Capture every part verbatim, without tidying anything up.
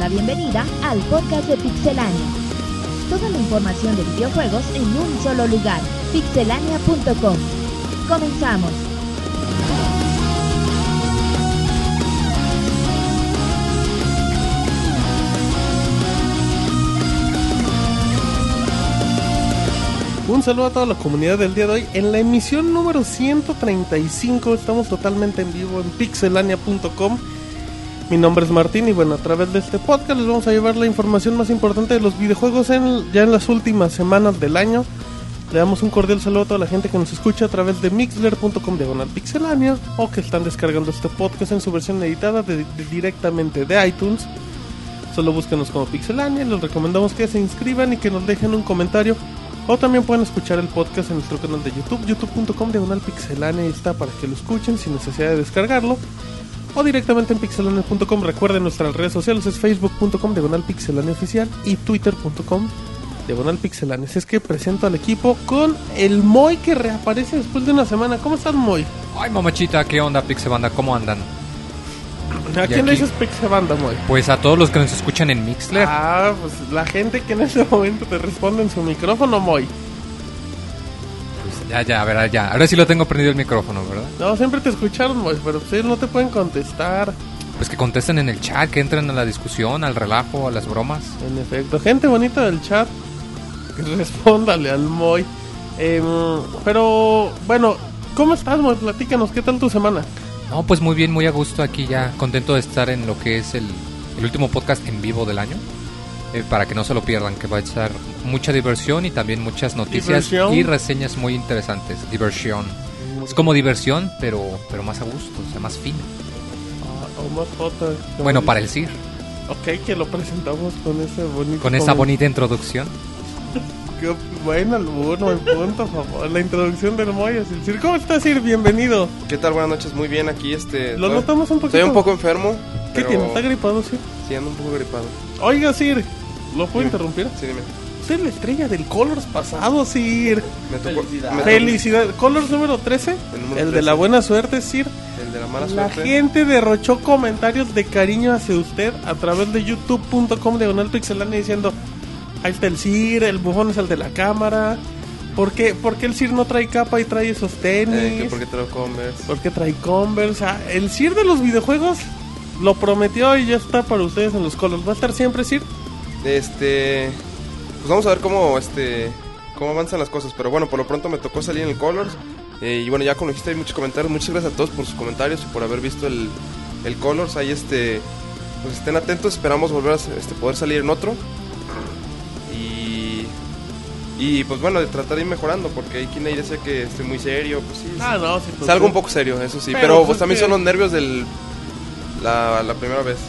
la bienvenida al podcast de Pixelania. Toda la información de videojuegos en un solo lugar, pixelania punto com. Comenzamos. Un saludo a toda la comunidad del día de hoy. En la emisión número ciento treinta y cinco estamos totalmente en vivo en pixelania punto com. Mi nombre es Martín y bueno, a través de este podcast les vamos a llevar la información más importante de los videojuegos en, ya en las últimas semanas del año. Le damos un cordial saludo a toda la gente que nos escucha a través de mixler punto com diagonal pixelania o que están descargando este podcast en su versión editada de, de, directamente de iTunes. Solo búsquenos como Pixelania, les recomendamos que se inscriban y que nos dejen un comentario. O también pueden escuchar el podcast en nuestro canal de YouTube, youtube punto com diagonal pixelania, y está para que lo escuchen sin necesidad de descargarlo. O directamente en pixelania punto com. Recuerden, nuestras redes sociales es facebook punto com diagonal pixelania oficial y twitter punto com diagonal pixelania. Es que presento al equipo con el Moy, que reaparece después de una semana. ¿Cómo estás, Moy? Ay, mamachita, ¿qué onda, Pixebanda? ¿Cómo andan? ¿A quién le dices Pixebanda, Moy? Pues a todos los que nos escuchan en Mixler. Ah, pues la gente que en ese momento te responde en su micrófono, Moy. Pues ya, ya, a ver, ya. Ahora sí lo tengo prendido el micrófono, ¿verdad? No, siempre te escucharon, Moy, pero pues ellos no te pueden contestar. Pues que contesten en el chat, que entren a la discusión, al relajo, a las bromas. En efecto, gente bonita del chat, respóndale al Moy. Eh, pero, bueno, ¿cómo estás, Moy? Platícanos, ¿qué tal tu semana? No, pues muy bien, muy a gusto aquí ya, contento de estar en lo que es el, el último podcast en vivo del año, eh, para que no se lo pierdan, que va a estar mucha diversión y también muchas noticias ¿Diversión? Y reseñas muy interesantes. Diversión. Muy es como diversión, pero pero más a gusto, o sea, más fino. Ah, o más fotos. Bueno, dice. Para el C I R. Ok, que lo presentamos con ese bonito... Con esa bonita introducción. Qué buena, bueno, en punto, por favor. La introducción del Moy es el Sir. ¿Cómo estás, Sir? Bienvenido. ¿Qué tal? Buenas noches, muy bien aquí. este. Lo notamos un poquito. Estoy un poco enfermo. ¿Qué pero... tiene? ¿Está gripado, Sir? Sí, ando un poco gripado. Oiga, Sir, ¿lo puedo dime. interrumpir? Sí, dime. Usted es la estrella del Colors pasado, Sir. Me tocó, Felicidad. Me Felicidad. ¿Colors número trece? El, número el trece. De la buena suerte, Sir. El de la mala la suerte. La gente derrochó comentarios de cariño hacia usted a través de youtube punto com diagonal pixelania diciendo: ahí está el Sir, el bufón es el de la cámara. ¿Por qué, ¿Por qué el Sir no trae capa y trae esos tenis? Eh, ¿Por qué trae Converse? ¿Por qué trae Converse? Ah, el Sir de los videojuegos lo prometió y ya está para ustedes en los Colors. ¿Va a estar siempre, Sir? Este... Pues vamos a ver cómo este cómo avanzan las cosas. Pero bueno, por lo pronto me tocó salir en el Colors. Eh, y bueno, ya como dijiste, hay muchos comentarios. Muchas gracias a todos por sus comentarios y por haber visto el, el Colors. Ahí este... Pues estén atentos, esperamos volver a este, poder salir en otro. Y pues bueno, de tratar de ir mejorando, porque hay quien decía que estoy muy serio, pues sí. Ah, no, sí. Pues, salgo un poco serio, eso sí, pero, pero pues, pues también que... son los nervios del la, la primera vez.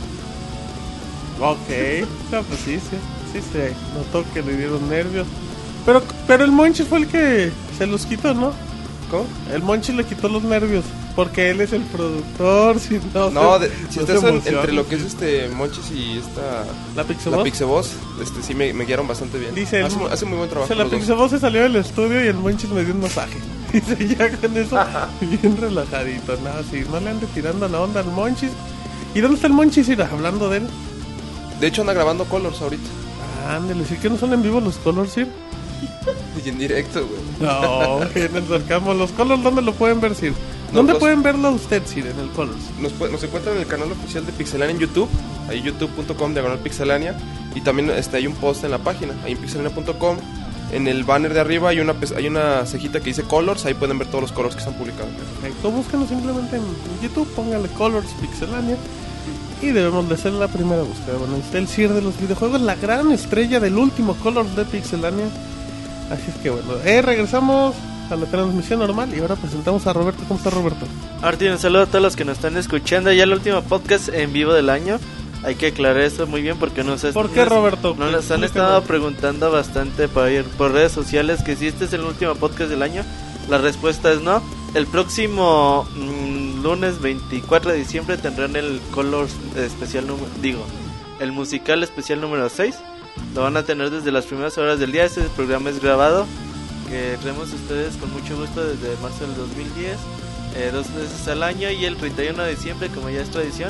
Ok, no, pues sí, sí, sí se notó que le dieron nervios. Pero pero el Monchis fue el que se los quitó, ¿no? ¿Cómo? El Monchis le quitó los nervios, porque él es el productor, si no... No, se, de, si no ustedes entre lo que es este Monchis y esta... ¿La Pixeboss? La Pixeboss, este, sí me, me guiaron bastante bien. Dice hace, el, hace muy buen trabajo. O sea, la Pixeboss se salió del estudio y el Monchis me dio un masaje. Dice, ya con eso, bien relajadito. Nada, no, sí, no le ande tirando la onda al Monchis. ¿Y dónde está el Monchis? Ir hablando de él. De hecho anda grabando Colors ahorita. Ándale, ¿sí que no son en vivo los Colors, Sir? Y en directo, güey. No, en el sarcasmo. ¿Los Colors dónde lo pueden ver, Sir? ¿Dónde los, pueden verlo usted, Sir, en el Colors? Nos, nos encuentran en el canal oficial de Pixelania en YouTube. Ahí youtube punto com diagonal pixelania. Y también este, hay un post en la página, ahí en pixelania punto com. En el banner de arriba hay una hay una cejita que dice Colors. Ahí pueden ver todos los Colors que están publicados. Perfecto, búsquenlo simplemente en YouTube, póngale Colors Pixelania y debemos de ser la primera búsqueda. Bueno, está el Sir de los videojuegos, la gran estrella del último Colors de Pixelania. Así es que bueno, eh, regresamos a la transmisión normal y ahora presentamos a Roberto. ¿Cómo está, Roberto? Martín, un saludo a todos los que nos están escuchando. Ya el último podcast en vivo del año. Hay que aclarar eso muy bien porque nos, ¿Por qué, Roberto? No, nos han estado preguntando bastante por, ir, por redes sociales que si este es el último podcast del año. La respuesta es no. El próximo mmm, lunes veinticuatro de diciembre tendrán el Colors especial número, digo, el musical especial número seis. Lo van a tener desde las primeras horas del día. Este programa es grabado, que traemos a ustedes con mucho gusto desde marzo del dos mil diez, eh, dos veces al año, y el treinta y uno de diciembre, como ya es tradición,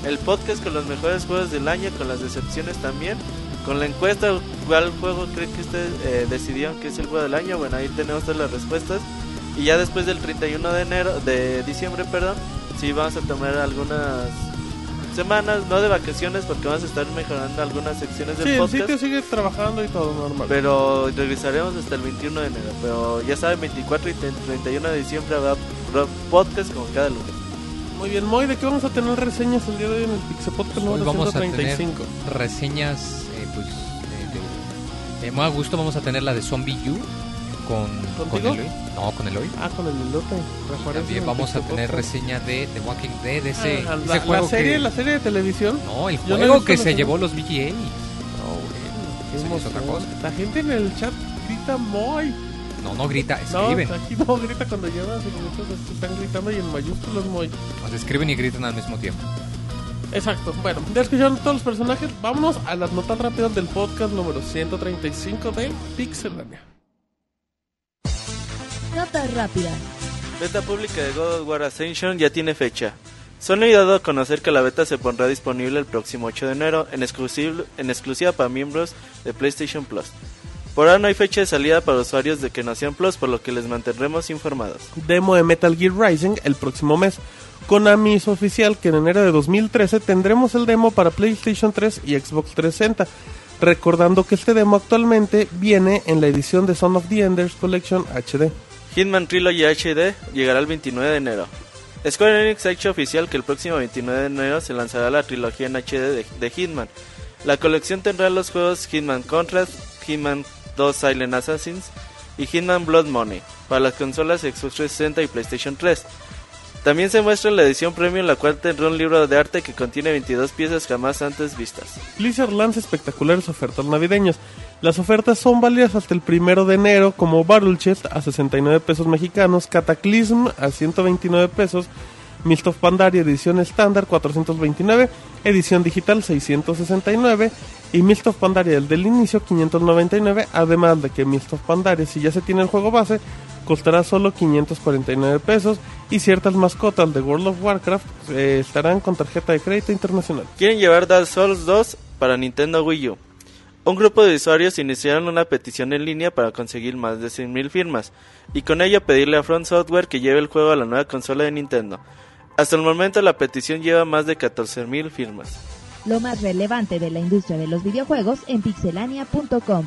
el podcast con los mejores juegos del año, con las decepciones también, con la encuesta, cuál juego creen que ustedes eh, decidieron que es el juego del año. Bueno, ahí tenemos todas las respuestas. Y ya después del treinta y uno de enero, de diciembre, perdón, sí vamos a tomar algunas semanas, no de vacaciones, porque vamos a estar mejorando algunas secciones del sí, podcast. Sí, el sitio sigue trabajando y todo normal. Pero regresaremos hasta el veintiuno de enero. Pero ya saben, veinticuatro y treinta y uno de diciembre habrá podcast como cada lunes. Muy bien, Moy, ¿de qué vamos a tener reseñas el día de hoy en el Pixel Podcast número vamos ciento treinta y cinco? A tener reseñas, eh, pues, de, de, de muy a gusto. Vamos a tener la de Zombie U con, con Eloy. No, con Eloy. Ah, con el elote. También vamos a tener Podcast. Reseña de The Walking Dead, ese, ah, ese la, juego la serie, que... la serie de televisión. No, el Yo juego no que se serie. Llevó los V G A. No, bueno, es otra cosa. La gente en el chat grita Moy. No, no grita, escriben. No, aquí no grita cuando llevas minutos, están gritando y en mayúsculas Moy. Pues escriben y gritan al mismo tiempo. Exacto. Bueno, ya escucharon todos los personajes. Vámonos a las notas rápidas del podcast número ciento treinta y cinco de Pixelania. Notas rápidas. Beta pública de God of War Ascension ya tiene fecha. Sony ha dado a conocer que la beta se pondrá disponible el próximo ocho de enero en, exclusiv- en exclusiva para miembros de PlayStation Plus. Por ahora no hay fecha de salida para usuarios de que no sean Plus, por lo que les mantendremos informados. Demo de Metal Gear Rising el próximo mes. Konami hizo oficial que en enero de dos mil trece tendremos el demo para PlayStation tres y Xbox trescientos sesenta. Recordando que este demo actualmente viene en la edición de Son of the Enders Collection H D. Hitman Trilogy H D llegará el veintinueve de enero. Square Enix ha hecho oficial que el próximo veintinueve de enero se lanzará la trilogía en H D de, de Hitman. La colección tendrá los juegos Hitman Contrast, Hitman dos Silent Assassins y Hitman Blood Money para las consolas Xbox trescientos sesenta y PlayStation tres. También se muestra la edición premium, la cual tendrá un libro de arte que contiene veintidós piezas jamás antes vistas. Blizzard lanza espectaculares ofertas navideñas. Las ofertas son válidas hasta el primero de enero, como Battle Chest a sesenta y nueve pesos mexicanos, Cataclysm a ciento veintinueve pesos, Mist of Pandaria edición estándar cuatrocientos veintinueve, edición digital seiscientos sesenta y nueve y Mist of Pandaria el del inicio quinientos noventa y nueve, además de que Mist of Pandaria, si ya se tiene el juego base, costará solo quinientos cuarenta y nueve pesos y ciertas mascotas de World of Warcraft eh, estarán con tarjeta de crédito internacional. Quieren llevar Dark Souls dos para Nintendo Wii U. Un grupo de usuarios iniciaron una petición en línea para conseguir más de cien mil firmas y con ello pedirle a From Software que lleve el juego a la nueva consola de Nintendo. Hasta el momento la petición lleva más de catorce mil firmas. Lo más relevante de la industria de los videojuegos en pixelania punto com.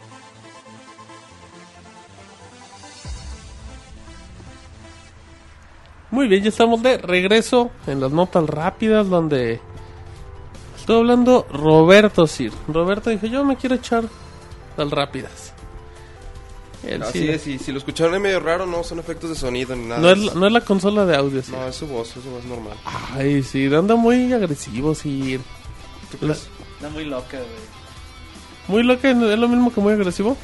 Muy bien, ya estamos de regreso en las notas rápidas donde estoy hablando Roberto Sir. Roberto dijo, yo me quiero echar las rápidas. Él Así sí, es, y si lo escucharon es medio raro, no son efectos de sonido ni nada. No es, la, no es la consola de audio, Sir. No, es su voz, es su voz normal. Ay, sí, anda muy agresivo, Sir. La... Está muy loca, güey. ¿Muy loca? ¿Es lo mismo que muy agresivo?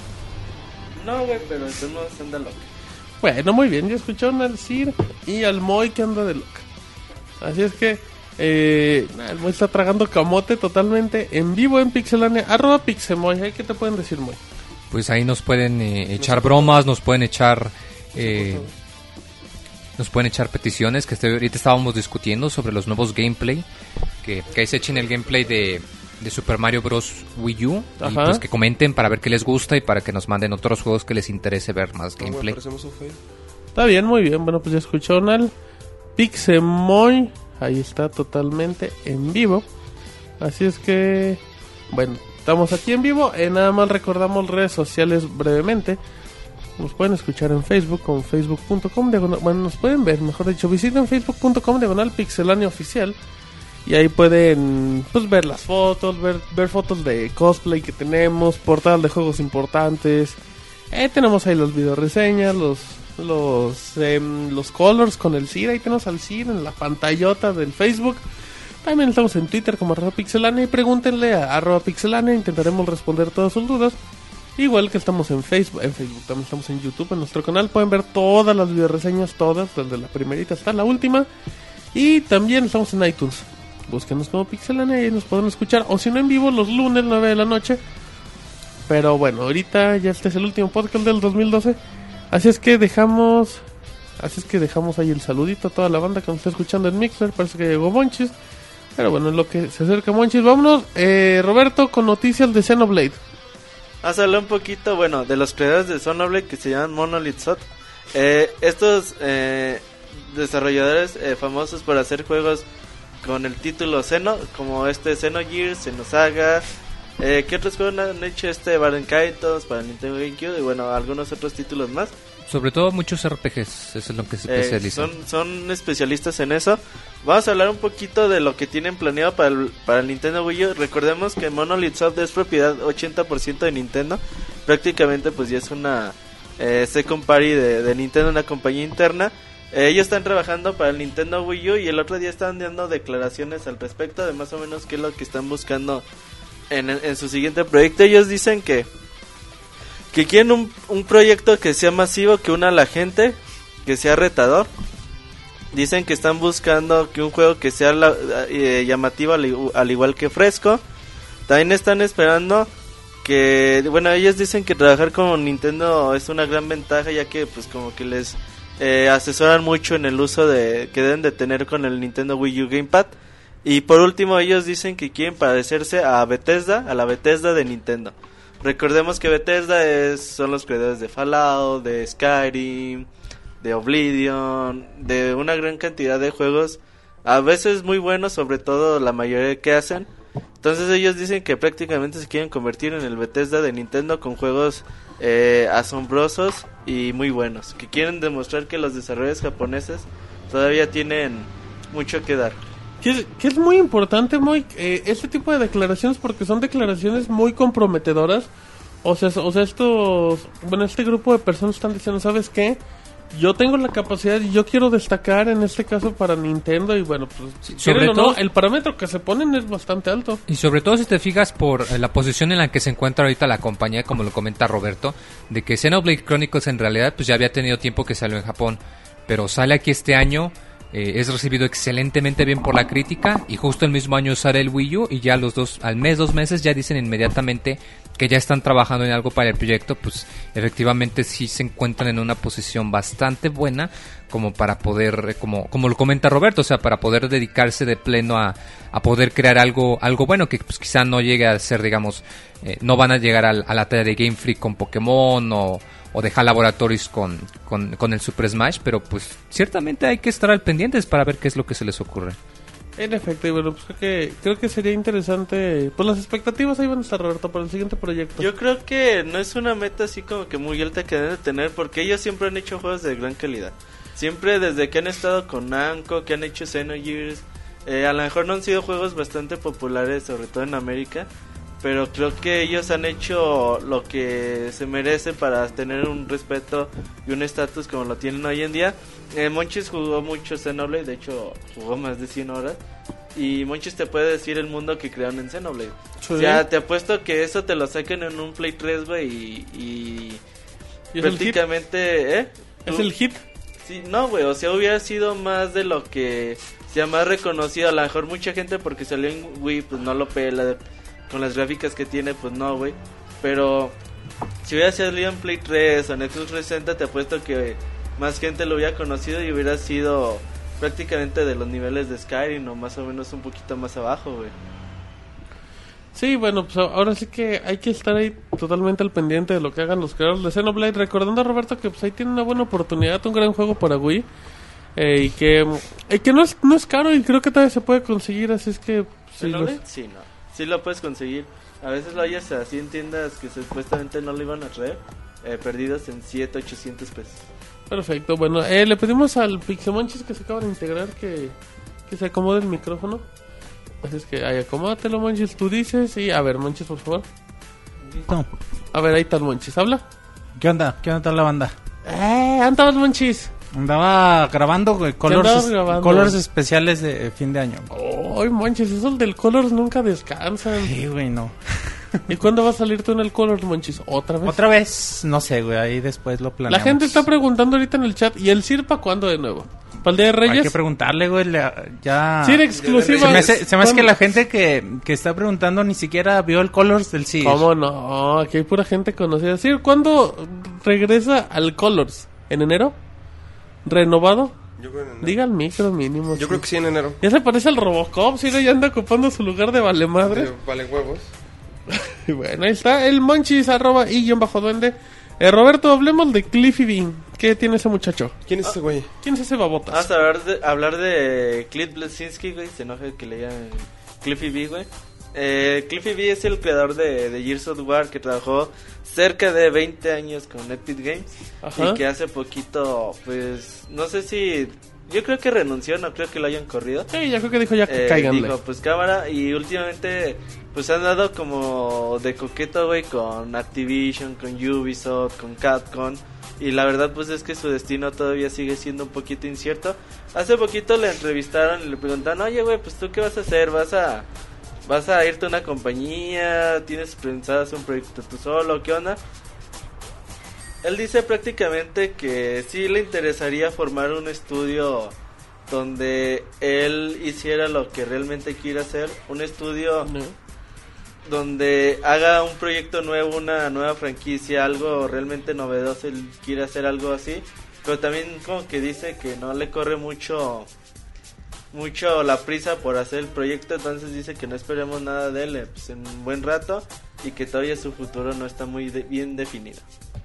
No, güey, pero eso no se anda loca. Bueno, muy bien, ya escucharon al Sir y al Moy que anda de loca. Así es que eh, el Moy está tragando camote totalmente en vivo en Pixelania. Arroba Pixemoy, ¿ahí qué te pueden decir, Moy? Pues ahí nos pueden eh, echar bromas, nos pueden echar eh, nos pueden echar peticiones, que este, ahorita estábamos discutiendo sobre los nuevos gameplay, que, que ahí se echen el gameplay de, de Super Mario Bros. Wii U. Ajá. Y pues que comenten para ver qué les gusta y para que nos manden otros juegos que les interese ver más no, gameplay. Está bien, muy bien, bueno pues ya escucharon al Pixemoy, ahí está totalmente en vivo. Así es que, bueno, estamos aquí en vivo, eh, nada más recordamos redes sociales brevemente. Nos pueden escuchar en Facebook con facebook punto com diagonal, bueno, nos pueden ver, mejor dicho, visiten facebook punto com diagonal Pixelania oficial y ahí pueden pues ver las fotos, ver ver fotos de cosplay que tenemos, portadas de juegos importantes. Eh, tenemos ahí los video reseñas, los los eh, los colors con el Sir, ahí tenemos al Sir en la pantallota del Facebook. También estamos en Twitter como arroba pixelania y pregúntenle a arroba pixelania, intentaremos responder todas sus dudas. Igual que estamos en Facebook, en Facebook también estamos en YouTube, en nuestro canal pueden ver todas las videoreseñas, todas, desde la primerita hasta la última. Y también estamos en iTunes, búsquenos como Pixelania y ahí nos pueden escuchar, o si no en vivo los lunes nueve de la noche. Pero bueno, ahorita ya este es el último podcast del dos mil doce, así es que dejamos, así es que dejamos ahí el saludito a toda la banda que nos está escuchando en Mixer, parece que llegó Monchis. Pero bueno, es lo que se acerca, Monchis. Vámonos, eh, Roberto, con noticias de Xenoblade. Vamos a hablar un poquito, bueno, de los creadores de Xenoblade que se llaman Monolith Soft. Eh, estos eh, desarrolladores eh, famosos por hacer juegos con el título Xeno, como este Xenogears, Xenosaga. Eh, ¿Qué otros juegos han hecho? Este Baron Kaitos para Nintendo GameCube y bueno, algunos otros títulos más. Sobre todo muchos R P Gs, eso es lo que se eh, especializan. Son, son especialistas en eso. Vamos a hablar un poquito de lo que tienen planeado para el, para el Nintendo Wii U. Recordemos que Monolith Soft es propiedad ochenta por ciento de Nintendo. Prácticamente pues ya es una eh, second party de, de Nintendo, una compañía interna. Eh, ellos están trabajando para el Nintendo Wii U y el otro día estaban dando declaraciones al respecto de más o menos qué es lo que están buscando en, en su siguiente proyecto. Ellos dicen que que quieren un, un proyecto que sea masivo, que una a la gente, que sea retador. Dicen que están buscando que un juego que sea la, eh, llamativo al, al igual que fresco. También están esperando que, bueno, ellos dicen que trabajar con Nintendo es una gran ventaja, ya que pues como que les eh, asesoran mucho en el uso de que deben de tener con el Nintendo Wii U Gamepad. Y por último ellos dicen que quieren parecerse a Bethesda, a la Bethesda de Nintendo. Recordemos que Bethesda es, son los creadores de Fallout, de Skyrim, de Oblivion, de una gran cantidad de juegos, a veces muy buenos, sobre todo la mayoría que hacen. Entonces ellos dicen que prácticamente se quieren convertir en el Bethesda de Nintendo con juegos eh, asombrosos y muy buenos, que quieren demostrar que los desarrolladores japoneses todavía tienen mucho que dar. Que es, que es muy importante, muy eh, este tipo de declaraciones, porque son declaraciones muy comprometedoras. O sea, o sea, estos, bueno, este grupo de personas están diciendo, ¿sabes qué? Yo tengo la capacidad y yo quiero destacar en este caso para Nintendo y bueno, pues sí, sobre todo no, el parámetro que se ponen es bastante alto. Y sobre todo si te fijas por eh, la posición en la que se encuentra ahorita la compañía, como lo comenta Roberto, de que Xenoblade Chronicles en realidad pues ya había tenido tiempo que salió en Japón, pero sale aquí este año. Eh, es recibido excelentemente bien por la crítica y justo el mismo año sale el Wii U y ya los dos, al mes, dos meses ya dicen inmediatamente que ya están trabajando en algo para el proyecto. Pues efectivamente sí se encuentran en una posición bastante buena como para poder, como, como lo comenta Roberto, o sea, para poder dedicarse de pleno a, a poder crear algo, algo bueno que pues quizá no llegue a ser, digamos, eh, no van a llegar a, a la talla de Game Freak con Pokémon o o de HAL Laboratories con, con, con el Super Smash, pero pues ciertamente hay que estar al pendientes para ver qué es lo que se les ocurre. En efecto, y bueno, pues creo que, creo que sería interesante, pues las expectativas ahí van a estar, Roberto, para el siguiente proyecto. Yo creo que no es una meta así como que muy alta que deben de tener, porque ellos siempre han hecho juegos de gran calidad. Siempre desde que han estado con Namco, que han hecho Xenogears, eh, a lo mejor no han sido juegos bastante populares, sobre todo en América, pero creo que ellos han hecho lo que se merece para tener un respeto y un estatus como lo tienen hoy en día. eh, Monchis jugó mucho Xenoblade, de hecho jugó más de cien horas, y Monchis te puede decir el mundo que crearon en Xenoblade. Sí. O sea, te apuesto que eso te lo saquen en un Play tres, güey, y, y, ¿Y prácticamente... ¿eh? ¿Es el hit? Sí, no, güey, o sea, hubiera sido más de lo que sea más reconocido. A lo mejor mucha gente porque salió en Wii, pues no lo pela. Con las gráficas que tiene, pues no, güey. Pero si hubiera salido en Play tres o en Xbox trescientos sesenta, te apuesto que más gente lo hubiera conocido y hubiera sido prácticamente de los niveles de Skyrim o más o menos un poquito más abajo, güey. Sí, bueno, pues ahora sí que hay que estar ahí totalmente al pendiente de lo que hagan los creadores de Xenoblade. Recordando a Roberto que pues ahí tiene una buena oportunidad, un gran juego para Wii. Eh, y que, eh, que no, es, no es caro y creo que todavía se puede conseguir, así es que... Sí, los... sí, no. Sí lo puedes conseguir. A veces lo hayas así en tiendas que supuestamente no lo iban a traer, eh, perdidos en siete, ochocientos pesos. Perfecto, bueno, eh, le pedimos al Pixemonchis que se acaba de integrar que, que se acomode el micrófono. Así es que, ahí, acomódatelo, Monchis, tú dices. Y a ver, Monchis, por favor. Listo. A ver, ahí está el Monchis, ¿habla? ¿Qué onda? ¿Qué onda tal la banda? Eh, andabas, Monchis. Andaba grabando, güey, colors, grabando? colors especiales de fin de año. Oh, Monchis, esos del Colors nunca descansan. Sí, güey, no. ¿Y cuándo va a salir tú en el Colors, Monchis? ¿Otra vez? Otra vez, no sé, güey, ahí después lo planeamos. La gente está preguntando ahorita en el chat, ¿y el C I R para cuándo de nuevo? ¿Para el Día de Reyes? Hay que preguntarle, güey, le, ya... C I R exclusiva. Se me hace, se me hace que la gente que, que está preguntando ni siquiera vio el Colors del C I R. ¿Cómo no? Aquí hay pura gente conocida. C I R, ¿cuándo regresa al Colors? ¿En enero? ¿Renovado? Yo creo en enero. Diga el micro mínimo. Yo sí. creo que sí en enero. Ya se parece al Robocop, si no, ya anda ocupando su lugar de vale madre. Eh, Vale huevos. Y bueno, ahí está el Monchis, arroba y guión bajo duende. Eh, Roberto, hablemos de Cliffy B. ¿Qué tiene ese muchacho? ¿Quién es ese güey? ¿Quién es ese babotas? Vamos a hablar de, hablar de Cliff Bleszinski, güey. Se enoja que le digan Cliffy B, güey. Eh, Cliffy B es el creador de, de Gears of War, que trabajó cerca de veinte años con Epic Games. Ajá. Y que hace poquito, pues, no sé si... Yo creo que renunció, no creo que lo hayan corrido. Sí, ya creo que dijo ya que Eh, cáiganle. dijo, pues cámara, y últimamente pues han dado como de coqueto, güey, con Activision, con Ubisoft, con Capcom, y la verdad pues es que su destino todavía sigue siendo un poquito incierto. Hace poquito le entrevistaron y le preguntaron, oye, güey, pues tú qué vas a hacer, vas a vas a irte a una compañía, tienes pensado hacer un proyecto tú solo, ¿qué onda? Él dice prácticamente que sí le interesaría formar un estudio donde él hiciera lo que realmente quiere hacer, un estudio No. donde haga un proyecto nuevo, una nueva franquicia, algo realmente novedoso, él quiere hacer algo así, pero también como que dice que no le corre mucho mucho la prisa por hacer el proyecto, entonces dice que no esperemos nada de él eh, pues en un buen rato, y que todavía su futuro no está muy de- bien definido.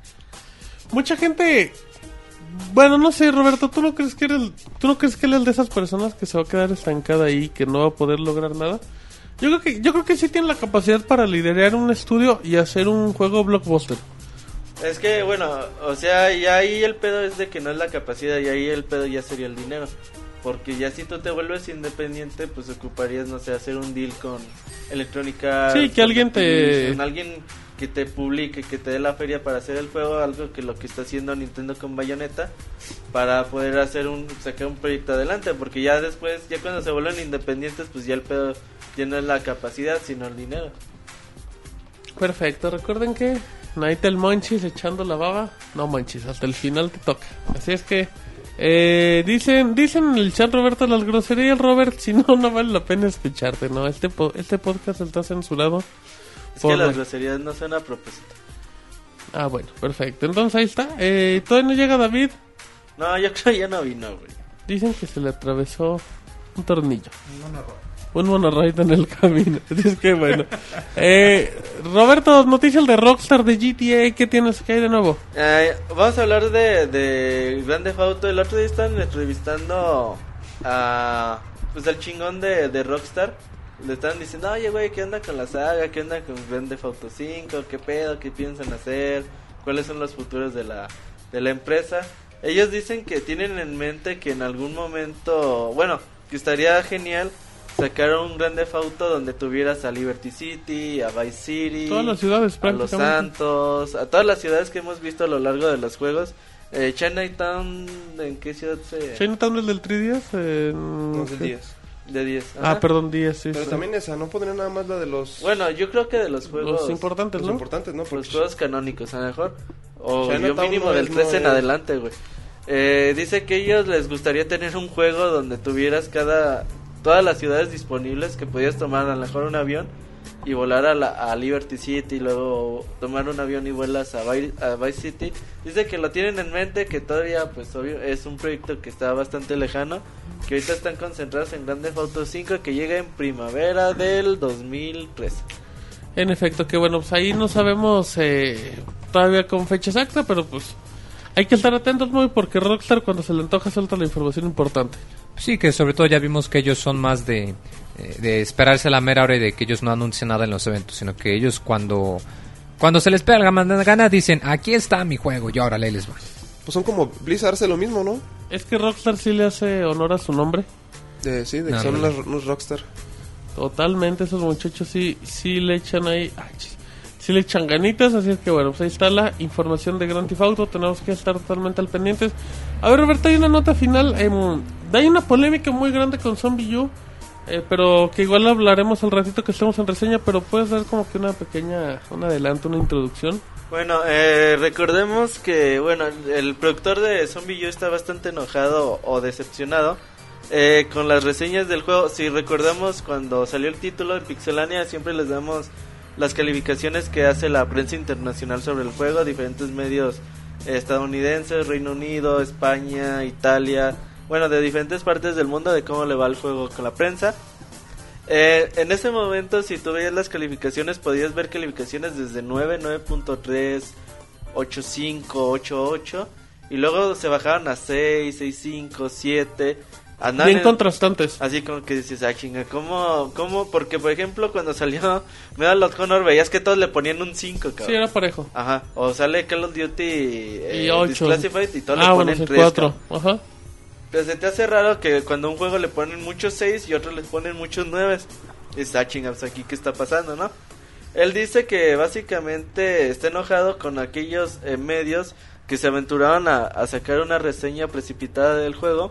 Mucha gente... Bueno, no sé, Roberto, ¿tú no crees que eres, tú no crees que él es de esas personas que se va a quedar estancada ahí, que no va a poder lograr nada? Yo creo que yo creo que sí tiene la capacidad para liderar un estudio y hacer un juego blockbuster. Es que, bueno, o sea, y ahí el pedo es de que no es la capacidad, y ahí el pedo ya sería el dinero. Porque ya si tú te vuelves independiente, pues ocuparías, no sé, hacer un deal con Electronic Arts. Sí, que con alguien te- Activision, alguien que te publique, que te dé la feria para hacer el juego, algo que lo que está haciendo Nintendo con Bayonetta, para poder hacer un sacar un proyecto adelante, porque ya después, ya cuando se vuelven independientes, pues ya el pedo ya no es la capacidad, sino el dinero. Perfecto, recuerden que Night el Monchis echando la baba. No Monchis, hasta el final te toca. Así es que eh, dicen dicen en el chat, Roberto, las groserías, Robert, si no, no vale la pena escucharte, ¿no? Este, po- este podcast está censurado. Es por que las la- groserías no son a propósito. Ah, bueno, perfecto. Entonces ahí está. Eh, todavía no llega David. No, yo creo que ya no vino, güey. Dicen que se le atravesó un tornillo. Un monorroid en el camino. Así es que bueno. Eh, Roberto, noticias de Rockstar de G T A. ¿Qué tienes que hay de nuevo? Eh, vamos a hablar de, de Grand Theft Auto. El otro día están entrevistando a pues al chingón de, de Rockstar. Le estaban diciendo, oye güey, ¿qué onda con la saga? ¿Qué onda con Grand Theft Auto cinco? ¿Qué pedo? ¿Qué piensan hacer? ¿Cuáles son los futuros de la, de la empresa? Ellos dicen que tienen en mente que en algún momento, bueno, que estaría genial sacar un Grand Theft Auto donde tuvieras a Liberty City, a Vice City, Todas las ciudades a Los prácticamente. Santos, a todas las ciudades que hemos visto a lo largo de los juegos. Eh, Chinatown, ¿en qué ciudad se...? Chinatown es del tres días. Eh, No, es el ¿qué? diez. De diez. Ah, ajá. perdón, diez, sí. Pero sí. también esa, no pondría nada más la de los, Bueno, yo creo que de los juegos... Los importantes, los ¿no? importantes, ¿no? Porque Los juegos canónicos, a lo mejor. O yo Chinatown mínimo no del es- trece no en es- adelante, güey. Eh, dice que ellos les gustaría tener un juego donde tuvieras cada... Todas las ciudades disponibles, que podías tomar a lo mejor un avión y volar a, la, a Liberty City y luego tomar un avión y vuelas a Vice, a Vice City. Dice que lo tienen en mente, que todavía pues obvio es un proyecto que está bastante lejano, que ahorita están concentrados en Grand Theft Auto cinco, que llega en primavera del dos mil trece. En efecto, que bueno, pues ahí no sabemos eh, todavía con fecha exacta, pero pues hay que estar atentos, muy porque Rockstar cuando se le antoja suelta la información importante. Sí, que sobre todo ya vimos que ellos son más de, eh, de esperarse a la mera hora y de que ellos no anuncian nada en los eventos, sino que ellos cuando cuando se les pega la gana dicen, aquí está mi juego y ahora les va. Pues son como Blizzard, hace lo mismo, ¿no? Es que Rockstar sí le hace honor a su nombre. De, sí, de que No, son no. las- unos Rockstar. Totalmente, esos muchachos sí, sí le echan ahí, ay, chis, sí le echan ganitas, así es que bueno, pues ahí está la información de Grand Theft Auto, tenemos que estar totalmente al pendientes. A ver, Roberto, hay una nota final, eh, hay una polémica muy grande con Zombie U, eh, pero que igual hablaremos al ratito que estemos en reseña, pero puedes dar como que una pequeña, un adelanto, una introducción. Bueno, eh, recordemos que, bueno, el productor de Zombie U está bastante enojado o decepcionado eh, con las reseñas del juego. Si recordamos cuando salió el título de Pixelania, siempre les damos las calificaciones que hace la prensa internacional sobre el juego, diferentes medios estadounidenses, Reino Unido, España, Italia, bueno, de diferentes partes del mundo de cómo le va el juego con la prensa. Eh, en ese momento, si tú veías las calificaciones, podías ver calificaciones desde nueve, nueve punto tres, ocho punto cinco, ocho punto ocho, y luego se bajaron a seis, seis punto cinco, siete. Andan bien en, contrastantes. Así como que dices, ah, chinga, ¿cómo, ¿cómo? Porque, por ejemplo, cuando salió Medal of Honor, veías que todos le ponían un cinco, cabrón. Sí, era parejo. Ajá, o sale Call of Duty eh, y ocho. Disclassified y todos ah, le bueno, ponen sí, tres, cuatro. Ajá. Pero se te hace raro que cuando a un juego le ponen muchos seis y otro le ponen muchos nueve. Está chingados aquí, ¿qué está pasando, no? Él dice que básicamente está enojado con aquellos eh, medios que se aventuraron a, a sacar una reseña precipitada del juego.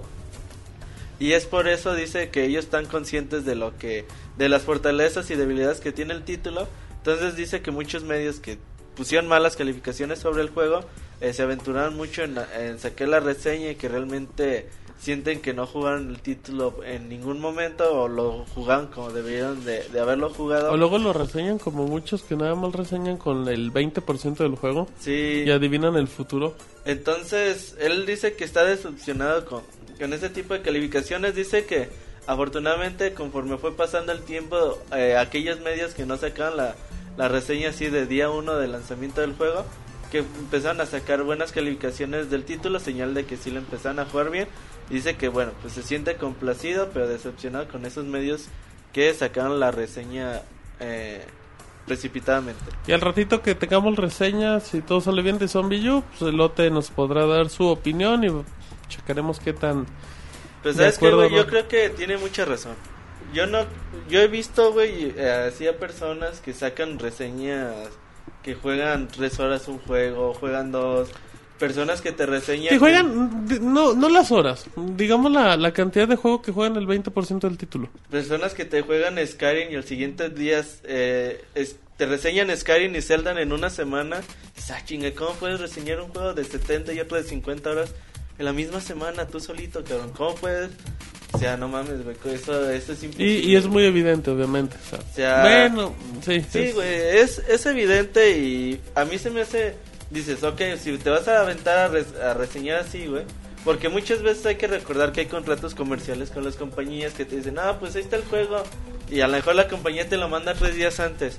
Y es por eso, dice, que ellos están conscientes de lo que, de las fortalezas y debilidades que tiene el título. Entonces dice que muchos medios que pusieron malas calificaciones sobre el juego eh, se aventuraron mucho en, en sacar la reseña y que realmente sienten que no jugaron el título en ningún momento o lo jugaron como debieron de, de haberlo jugado. O luego lo reseñan como muchos que nada más reseñan con el veinte por ciento del juego. Sí. Y adivinan el futuro. Entonces, él dice que está decepcionado con, con ese tipo de calificaciones. Dice que afortunadamente conforme fue pasando el tiempo, eh, aquellos medios que no sacaban la, la reseña así de día uno del lanzamiento del juego, que empezaron a sacar buenas calificaciones del título, señal de que sí lo empezaron a jugar bien. Dice que bueno, pues se siente complacido pero decepcionado con esos medios que sacaron la reseña eh, precipitadamente. Y al ratito que tengamos reseñas, si todo sale bien de Zombie U, pues el Lote nos podrá dar su opinión y checaremos qué tan... Pues sabes que, güey, yo creo que tiene mucha razón. Yo no, yo he visto, güey, eh, así a personas que sacan reseñas, que juegan tres horas un juego, juegan dos, personas que te reseñan... Que juegan, que... no no las horas, digamos la, la cantidad de juego que juegan el veinte por ciento del título. Personas que te juegan Skyrim y los siguientes días eh, es, te reseñan Skyrim y Zelda en una semana. Dices, ah, chinga, ¿cómo puedes reseñar un juego de setenta y otro de cincuenta horas en la misma semana, tú solito, cabrón? ¿Cómo puedes...? O sea, no mames, güey, eso, eso es imposible. Y, y es muy evidente, obviamente. O sea, o sea bueno, sí. Sí, güey, es, es evidente y a mí se me hace... Dices, ok, si te vas a aventar a, res, a reseñar así, güey. Porque muchas veces hay que recordar que hay contratos comerciales con las compañías que te dicen, ah, pues ahí está el juego. Y a lo mejor la compañía te lo manda tres días antes.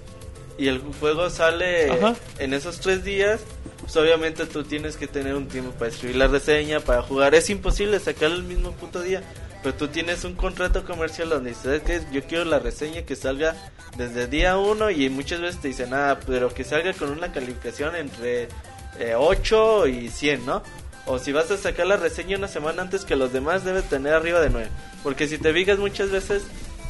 Y el juego sale Ajá. en esos tres días. Pues obviamente tú tienes que tener un tiempo para escribir la reseña, para jugar. Es imposible sacarlo el mismo puto día. Pero tú tienes un contrato comercial donde dices, ¿sabes qué? Yo quiero la reseña que salga desde día uno. Y muchas veces te dicen, ah, pero que salga con una calificación entre eh, ocho y cien, ¿no? O si vas a sacar la reseña una semana antes que los demás, debes tener arriba de nueve. Porque si te fijas muchas veces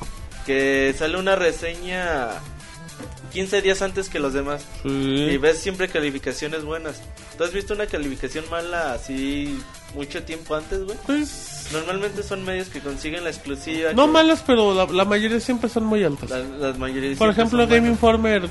que sale una reseña quince días antes que los demás. Sí. Y ves siempre calificaciones buenas. ¿Tú has visto una calificación mala así mucho tiempo antes, güey? Pues... Normalmente son medios que consiguen la exclusiva. No que... malas, pero la, la mayoría siempre son muy altas. La, las mayorías Por ejemplo, Game buenas. Informer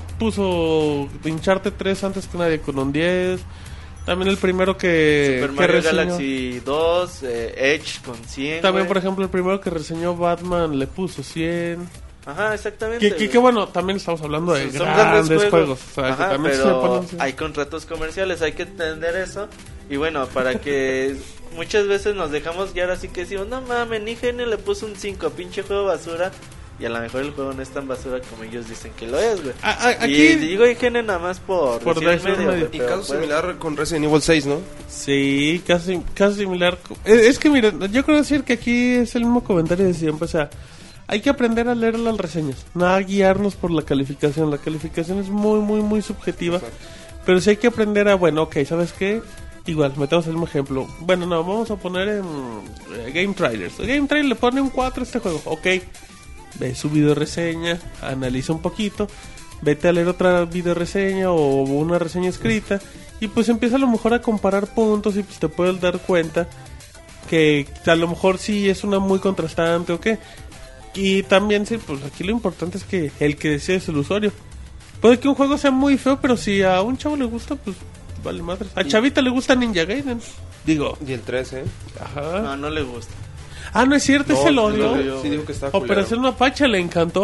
puso Uncharted tres antes que nadie con un diez. También el primero que... Super Mario que reseñó... Galaxy dos, eh, Edge con cien. También, güey. por ejemplo, el primero que reseñó Batman le puso cien. Ajá, exactamente. Que, que, que bueno, también estamos hablando de son grandes, grandes juegos. juegos. O sea, Ajá, que también pero se hay contratos comerciales, hay que entender eso. Y bueno, para que muchas veces nos dejamos guiar así que decimos, no mames, ni G N le puso un cinco, pinche juego basura. Y a lo mejor el juego no es tan basura como ellos dicen que lo es, güey. Aquí... Y digo I G N nada más por, por decir medio, medio. Y caso puede... similar con Resident Evil seis, ¿no? Sí, casi, casi similar. Es, es que miren, yo creo decir que aquí es el mismo comentario de siempre, o sea... Hay que aprender a leer las reseñas, no a guiarnos por la calificación. La calificación es muy, muy, muy subjetiva. Exacto. Pero sí hay que aprender a, bueno, ok, ¿sabes qué? Igual, metamos el mismo ejemplo. Bueno, no, vamos a poner en eh, Game Trailers. Game Trailer le pone un cuatro a este juego. Ok, ve su video reseña, analiza un poquito, vete a leer otra video reseña o una reseña escrita. Y pues empieza a lo mejor a comparar puntos y pues te puedes dar cuenta que a lo mejor sí es una muy contrastante o qué. Y también, sí, pues aquí lo importante es que el que decide es el usuario. Puede que un juego sea muy feo, pero si a un chavo le gusta, pues vale madre. A Chavita le gusta Ninja Gaiden. Digo. Y el tres, ¿eh? Ajá. No, no le gusta. Ah, no es cierto, no, es el odio. No, sí, digo que está Operación Mapache le encantó.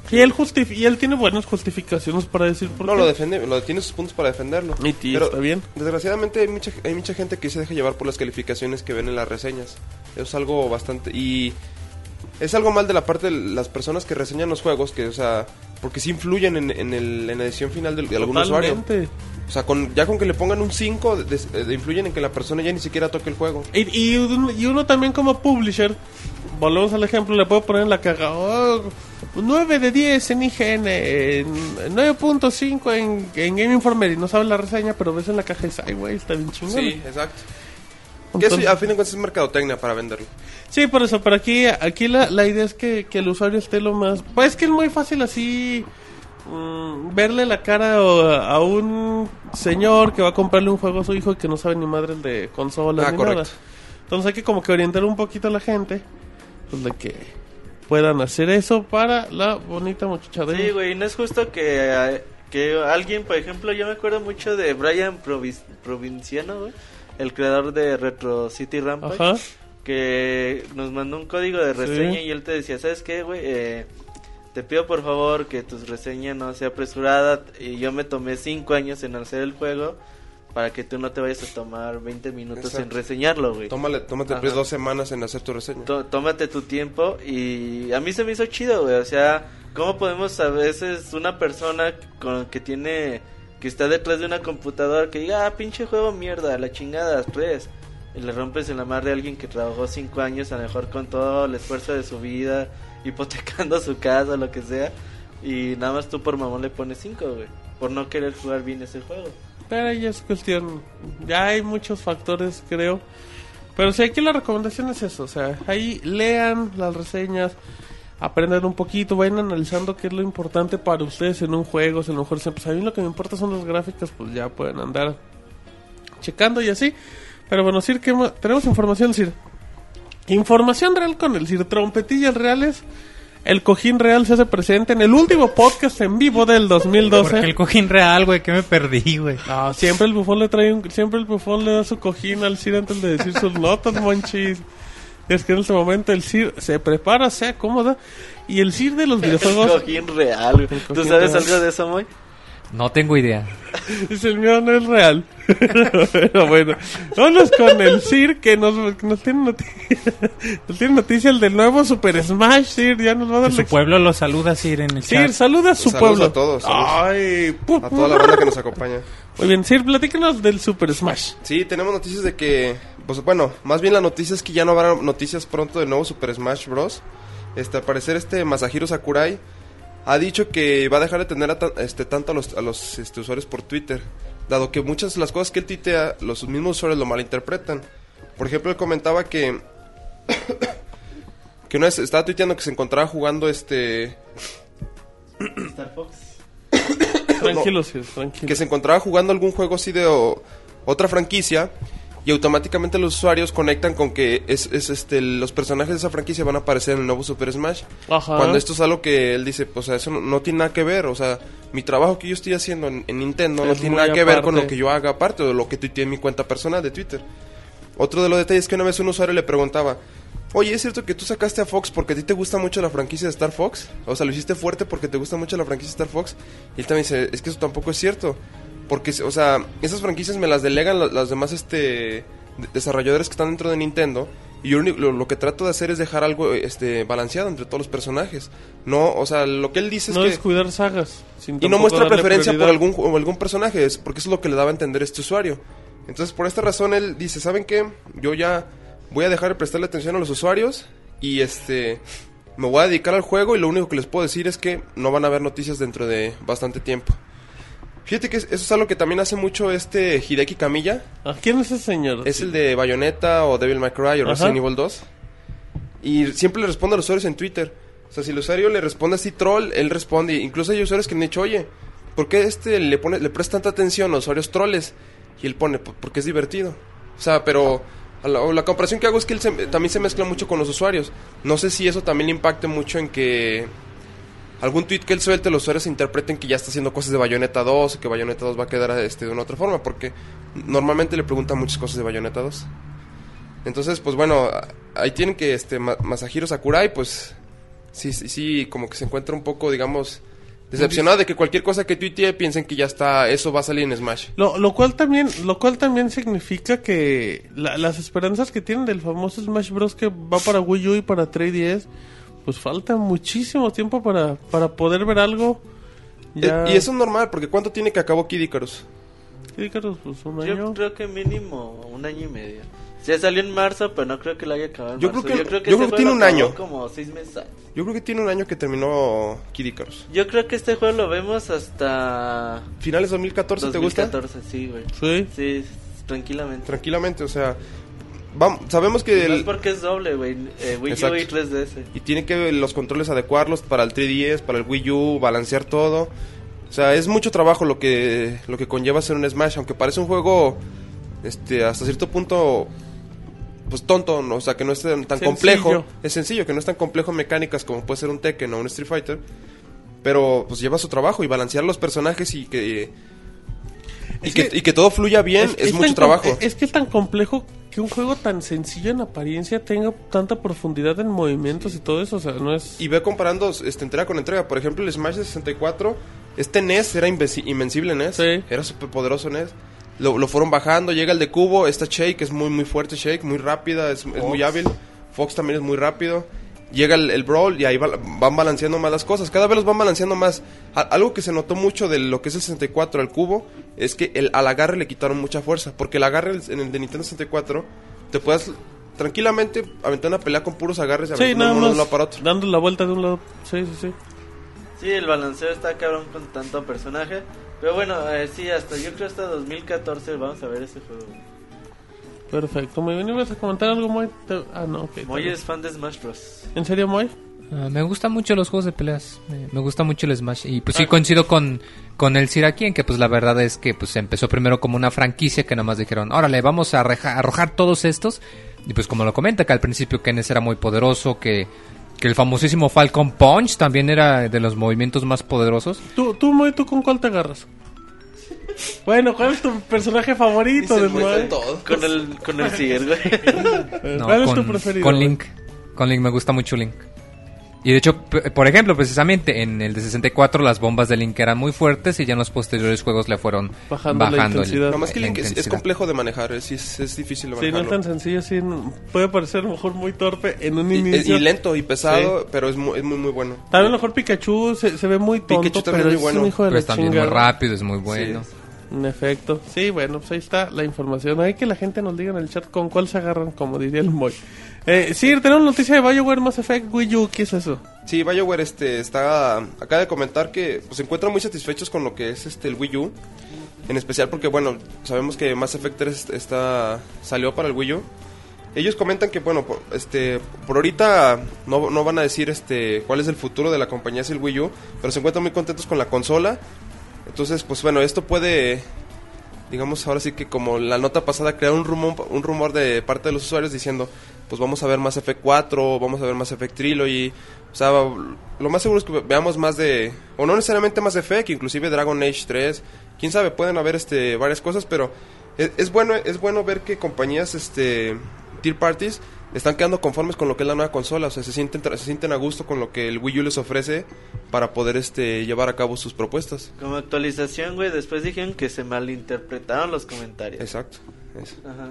Y él, justif y él tiene buenas justificaciones para decir por No, qué. lo defiende, lo tiene sus puntos para defenderlo. Y tí, Pero, está bien. Desgraciadamente hay mucha, hay mucha gente que se deja llevar por las calificaciones que ven en las reseñas. Eso es algo bastante... Y es algo mal de la parte de las personas que reseñan los juegos, que, o sea, porque sí influyen en, en, el, en la edición final de, de algún usuario. O sea, con, ya con que le pongan un cinco, de, de, de influyen en que la persona ya ni siquiera toque el juego. Y, y, y uno también como publisher, volvemos al ejemplo, le puedo poner en la caja, oh, nueve de diez en I G N, nueve punto cinco en, en Game Informer, y no sabes la reseña, pero ves en la caja y dices, ay, güey, está bien chingón. Sí, exacto. Entonces, que eso, a fin de cuentas, es mercadotecnia para venderlo. Sí, por eso, pero aquí, aquí la, la idea es que, que el usuario esté lo más... Pues es que es muy fácil así... Mm, verle la cara a, a un señor que va a comprarle un juego a su hijo y que no sabe ni madres de consolas ah, ni correcto. nada. Entonces hay que como que orientar un poquito a la gente, pues de que puedan hacer eso para la bonita muchachada. Sí, güey, no es justo que, que alguien, por ejemplo, yo me acuerdo mucho de Brian Provis, Provinciano, güey, el creador de Retro City Rampage. Ajá. Que nos mandó un código de reseña, sí. Y él te decía, ¿sabes qué, güey? Eh, te pido por favor que tu reseña no sea apresurada. Y yo me tomé cinco años en hacer el juego para que tú no te vayas a tomar veinte minutos Exacto. en reseñarlo, güey. Tómale, tómate pues dos semanas en hacer tu reseña. Tó, tómate tu tiempo. Y a mí se me hizo chido, güey. O sea, ¿cómo podemos a veces una persona con que tiene... que está detrás de una computadora que diga, ah, pinche juego mierda, la chingada, tres... y le rompes en la madre a alguien que trabajó cinco años a lo mejor con todo el esfuerzo de su vida, hipotecando su casa, lo que sea, y nada más tú por mamón le pones cinco, güey, por no querer jugar bien ese juego. Pero ya es cuestión, ya hay muchos factores, creo, pero sí, aquí la recomendación es eso, o sea, ahí lean las reseñas, aprendan un poquito, vayan analizando qué es lo importante para ustedes en un juego. Si a lo mejor pues a mí lo que me importa son las gráficas, pues ya pueden andar checando y así. Pero bueno, Sir, ¿qué más? Tenemos información, Sir. Información real con el Sir. Trompetillas reales. El cojín real se hace presente en el último podcast en vivo del dos mil doce. Porque el cojín real, güey, que me perdí, güey. No, siempre el bufón le trae un... Siempre el bufón le da su cojín al Sir antes de decir sus notas, monchis. Es que en este momento el Sir se prepara, se acomoda. Y el Sir de los videojuegos... El cojín real, güey. ¿Tú sabes real. algo de eso, Moy? No tengo idea. Dice, el mío no es real. Pero bueno, vámonos con el Sir que nos, que nos tiene noticia. Nos tiene noticia el del nuevo Super Smash, Sir. Ya nos va a dar su pueblo lo saluda, Sir, en el Sir, chat. saluda a su saludos pueblo. A todos. Saludos. Ay, pu- a toda la banda que nos acompaña. Muy bien, Sir, platícanos del Super Smash. Sí, tenemos noticias de que, pues bueno, más bien la noticia es que ya no habrá noticias pronto del nuevo Super Smash Bros. Este, al parecer este Masahiro Sakurai ha dicho que va a dejar de tener a ta- este, tanto a los, a los este, usuarios por Twitter, dado que muchas de las cosas que él tuitea, los mismos usuarios lo malinterpretan. Por ejemplo, él comentaba que que una vez estaba tuiteando que se encontraba jugando este Star Fox. Tranquilo, Sir, tranquilo. Que se encontraba jugando algún juego así de o, otra franquicia, y automáticamente los usuarios conectan con que es, es este los personajes de esa franquicia van a aparecer en el nuevo Super Smash. Ajá. Cuando esto es algo que él dice, o sea, eso no, no tiene nada que ver, o sea, mi trabajo que yo estoy haciendo en, en Nintendo es no tiene nada que aparte. ver con lo que yo haga aparte o lo que tuiteé en mi cuenta personal de Twitter. Otro de los detalles es que una vez un usuario le preguntaba, oye, ¿es cierto que tú sacaste a Fox porque a ti te gusta mucho la franquicia de Star Fox? O sea, lo hiciste fuerte porque te gusta mucho la franquicia de Star Fox. Y él también dice, es que eso tampoco es cierto, porque, o sea, esas franquicias me las delegan las, las demás, este... desarrolladores que están dentro de Nintendo, y yo lo, lo que trato de hacer es dejar algo este balanceado entre todos los personajes. No, o sea, lo que él dice no es que no descuidar sagas sin y no muestra preferencia prioridad. por algún o algún personaje, es porque eso es lo que le daba a entender este usuario. Entonces, por esta razón él dice, ¿saben qué? Yo ya voy a dejar de prestarle atención a los usuarios y este me voy a dedicar al juego, y lo único que les puedo decir es que no van a haber noticias dentro de bastante tiempo. Fíjate que eso es algo que también hace mucho este Hideki Kamiya. ¿Quién es ese señor? Es sí. el de Bayonetta o Devil May Cry o Resident Evil dos. Y siempre le responde a los usuarios en Twitter. O sea, si el usuario le responde así troll, él responde. Incluso hay usuarios que me han dicho, oye, ¿por qué este le pone le presta tanta atención a los usuarios trolles? Y él pone, porque es divertido. O sea, pero la, la comparación que hago es que él se, también se mezcla mucho con los usuarios. No sé si eso también le impacte mucho en que algún tweet que él suelte, los usuarios interpreten que ya está haciendo cosas de Bayonetta dos, o que Bayonetta dos va a quedar este, de una otra forma, porque normalmente le preguntan muchas cosas de Bayonetta dos. Entonces, pues bueno, ahí tienen que este Masahiro Sakurai, pues sí, sí, sí, como que se encuentra un poco, digamos, decepcionado de que cualquier cosa que tuitee piensen que ya está, eso va a salir en Smash. Lo, lo cual también, lo cual también significa que la, las esperanzas que tienen del famoso Smash Bros. Que va para Wii U y para tres D S, pues falta muchísimo tiempo para, para poder ver algo. Ya... Eh, y eso es normal, porque ¿cuánto tiene que acabó Kid Icarus? Kid Icarus, pues un Yo año. creo que mínimo un año y medio. Ya salió en marzo, pero no creo que lo haya acabado en Yo marzo. creo que- yo creo que, yo este creo que tiene juego un acabó año. como seis meses antes. Yo creo que tiene un año que terminó Kid Icarus. Yo creo que este juego lo vemos hasta Finales dos mil catorce, dos mil ¿te gusta? catorce, sí, güey. Sí. Sí, tranquilamente. Tranquilamente, o sea, vamos, sabemos que... No el- es porque es doble, güey. Eh, Wii U Exacto. y tres D S. Y tiene que los controles adecuarlos para el tres D S, para el Wii U, balancear todo. O sea, es mucho trabajo lo que lo que conlleva hacer un Smash, aunque parece un juego este hasta cierto punto pues tonto, ¿no? O sea, que no es tan, tan Sencillo. complejo. Es sencillo, que no es tan complejo en mecánicas como puede ser un Tekken o un Street Fighter. Pero pues lleva su trabajo y balancear los personajes y que y Es que, que- y que todo fluya bien es, mucho tan trabajo. com- Es que es tan complejo que un juego tan sencillo en apariencia tenga tanta profundidad en movimientos y todo eso, o sea, no es... Y ve comparando este, entrega con entrega. Por ejemplo, el Smash de sesenta y cuatro, este N E S era invenci- invencible N E S. Sí. Era súper poderoso N E S. Lo, lo fueron bajando, llega el de Cubo, esta Shake es muy muy fuerte, Shake, muy rápida, es, es muy hábil. Fox también es muy rápido. Llega el, el Brawl y ahí va- van balanceando más las cosas. Cada vez los van balanceando más. A- algo que se notó mucho de lo que es el sesenta y cuatro al Cubo es que el, al agarre le quitaron mucha fuerza. Porque el agarre en el de Nintendo sesenta y cuatro te puedes tranquilamente aventar una pelea con puros agarres y Sí, aventando nada uno de más un lado para otro. dando la vuelta de un lado, sí, sí, sí. Sí, el balanceo está cabrón con tanto personaje. Pero bueno, eh, sí, hasta yo creo hasta dos mil catorce vamos a ver ese juego. Perfecto, muy bien. ¿Ibas a comentar algo, Moy? Te- Ah, no, ok. Moy está es fan de Smash Bros. bien. ¿En serio, Moy? Uh, me gustan mucho los juegos de peleas, me, me gusta mucho el Smash y pues sí coincido con, con el Sir aquí en que pues la verdad es que pues empezó primero como una franquicia que nomás dijeron, órale, vamos a arreja- arrojar todos estos y pues como lo comenta que al principio Kenneth era muy poderoso, que, que el famosísimo Falcon Punch también era de los movimientos más poderosos. ¿Tú, tú, Moy, tú con cuál te agarras? Bueno, ¿cuál es tu personaje favorito Y se del muestran Moy? todos. Con el, con el Ciger, güey. Eh, No, ¿Cuál es con, tu preferido? con Moy? Link, con Link, me gusta mucho Link. Y de hecho, p- por ejemplo, precisamente en el de sesenta y cuatro las bombas de Link eran muy fuertes y ya en los posteriores juegos le fueron Bajando bajando, la el- intensidad. No más que la Link es, es intensidad. complejo de manejar, es, es, es difícil de Sí, no es manejarlo. tan sencillo, sí. no- Puede parecer a lo mejor muy torpe en un y, inicio. y lento y pesado, pero es muy, es muy muy bueno. También a lo mejor Pikachu se, se ve muy tonto, Pikachu también pero es es muy bueno. un hijo de Pero la es también muy chingada. rápido, es muy bueno. En efecto. Sí, bueno, pues ahí está la información. Hay que la gente nos diga en el chat con cuál se agarran, como diría el Moy. Eh, sí, tenemos noticia de BioWare Mass Effect Wii U. ¿Qué es eso? Sí, BioWare este, está, acaba de comentar que pues, se encuentran muy satisfechos con lo que es este el Wii U. En especial porque, bueno, sabemos que Mass Effect tres está, salió para el Wii U. Ellos comentan que, bueno, por, este, por ahorita no, no van a decir este cuál es el futuro de la compañía hacia el Wii U, pero se encuentran muy contentos con la consola. Entonces, pues bueno, esto puede, digamos, ahora sí que como la nota pasada, crear un rumor, un rumor de parte de los usuarios diciendo, pues vamos a ver Mass Effect cuatro, vamos a ver Mass Effect Trilogy. O sea, lo más seguro es que veamos más de, o no necesariamente Mass Effect, inclusive Dragon Age tres. Quién sabe, pueden haber este varias cosas, pero es, es bueno es bueno ver que compañías este tier parties están quedando conformes con lo que es la nueva consola, o sea, se sienten tra- se sienten a gusto con lo que el Wii U les ofrece para poder este llevar a cabo sus propuestas. Como actualización, güey, después dijeron que se malinterpretaron los comentarios. Exacto. Eso. Ajá.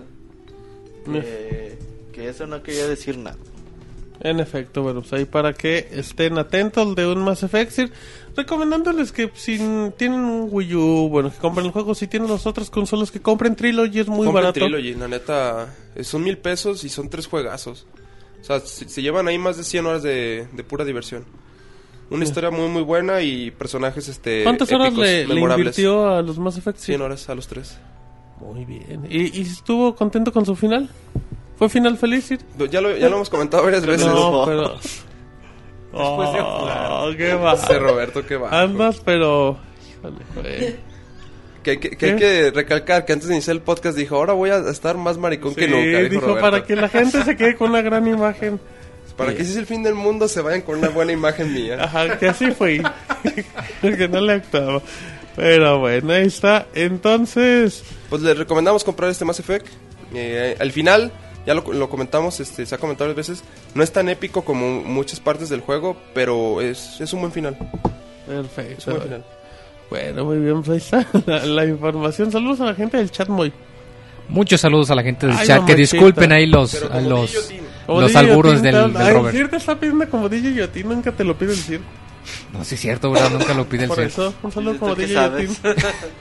Que, que eso no quería decir nada. En efecto, bueno, pues ahí para que estén atentos de un Mass Effect, sí, recomendándoles que si tienen un Wii U, bueno, que compren el juego. Si tienen las otras consolas, que compren Trilogy, es muy Compren barato. Trilogy, la neta, eh, son mil pesos y son tres juegazos. O sea, se, se llevan ahí más de cien horas de, de pura diversión. Una historia muy muy buena y personajes este ¿Cuántas horas épicos, le, le memorables. invirtió a los Mass Effect? Sí. cien horas a los tres. Muy bien. ¿Y, y estuvo contento con su final? ¿Fue final feliz? Sí? Ya lo, ya lo hemos comentado varias veces. No, pero... Después de Oh, qué va. Ese Roberto, qué va. Andas, pero... Híjole, güey. Que, hay que, que ¿Qué? hay que recalcar que antes de iniciar el podcast dijo, ahora voy a estar más maricón que nunca. Dijo, dijo, Roberto. para que la gente se quede con una gran imagen. Para que si es el fin del mundo se vayan con una buena imagen mía. Ajá, que así fue. Que no le actuaba. Pero bueno, ahí está. Entonces... Pues les recomendamos comprar este Mass Effect. Eh, al final ya lo, lo comentamos, este, se ha comentado varias veces, no es tan épico como muchas partes del juego, pero es, es un buen final. Perfecto. Es un buen final. Bueno, muy bien, pues ahí está la, la información. Saludos a la gente del chat, Moy. Muchos saludos a la gente del Ay, chat, que mamachita. disculpen ahí los Pero a como los, guillotín. Como los D J alburos Yotin, del, del ay, Robert. Sir te está pidiendo como D J Yotin, nunca te lo pide el Sir. No, sí es cierto, ¿verdad? Nunca lo pide el Por Sir. eso, un saludo ¿Tú como qué D J Yotin. sabes?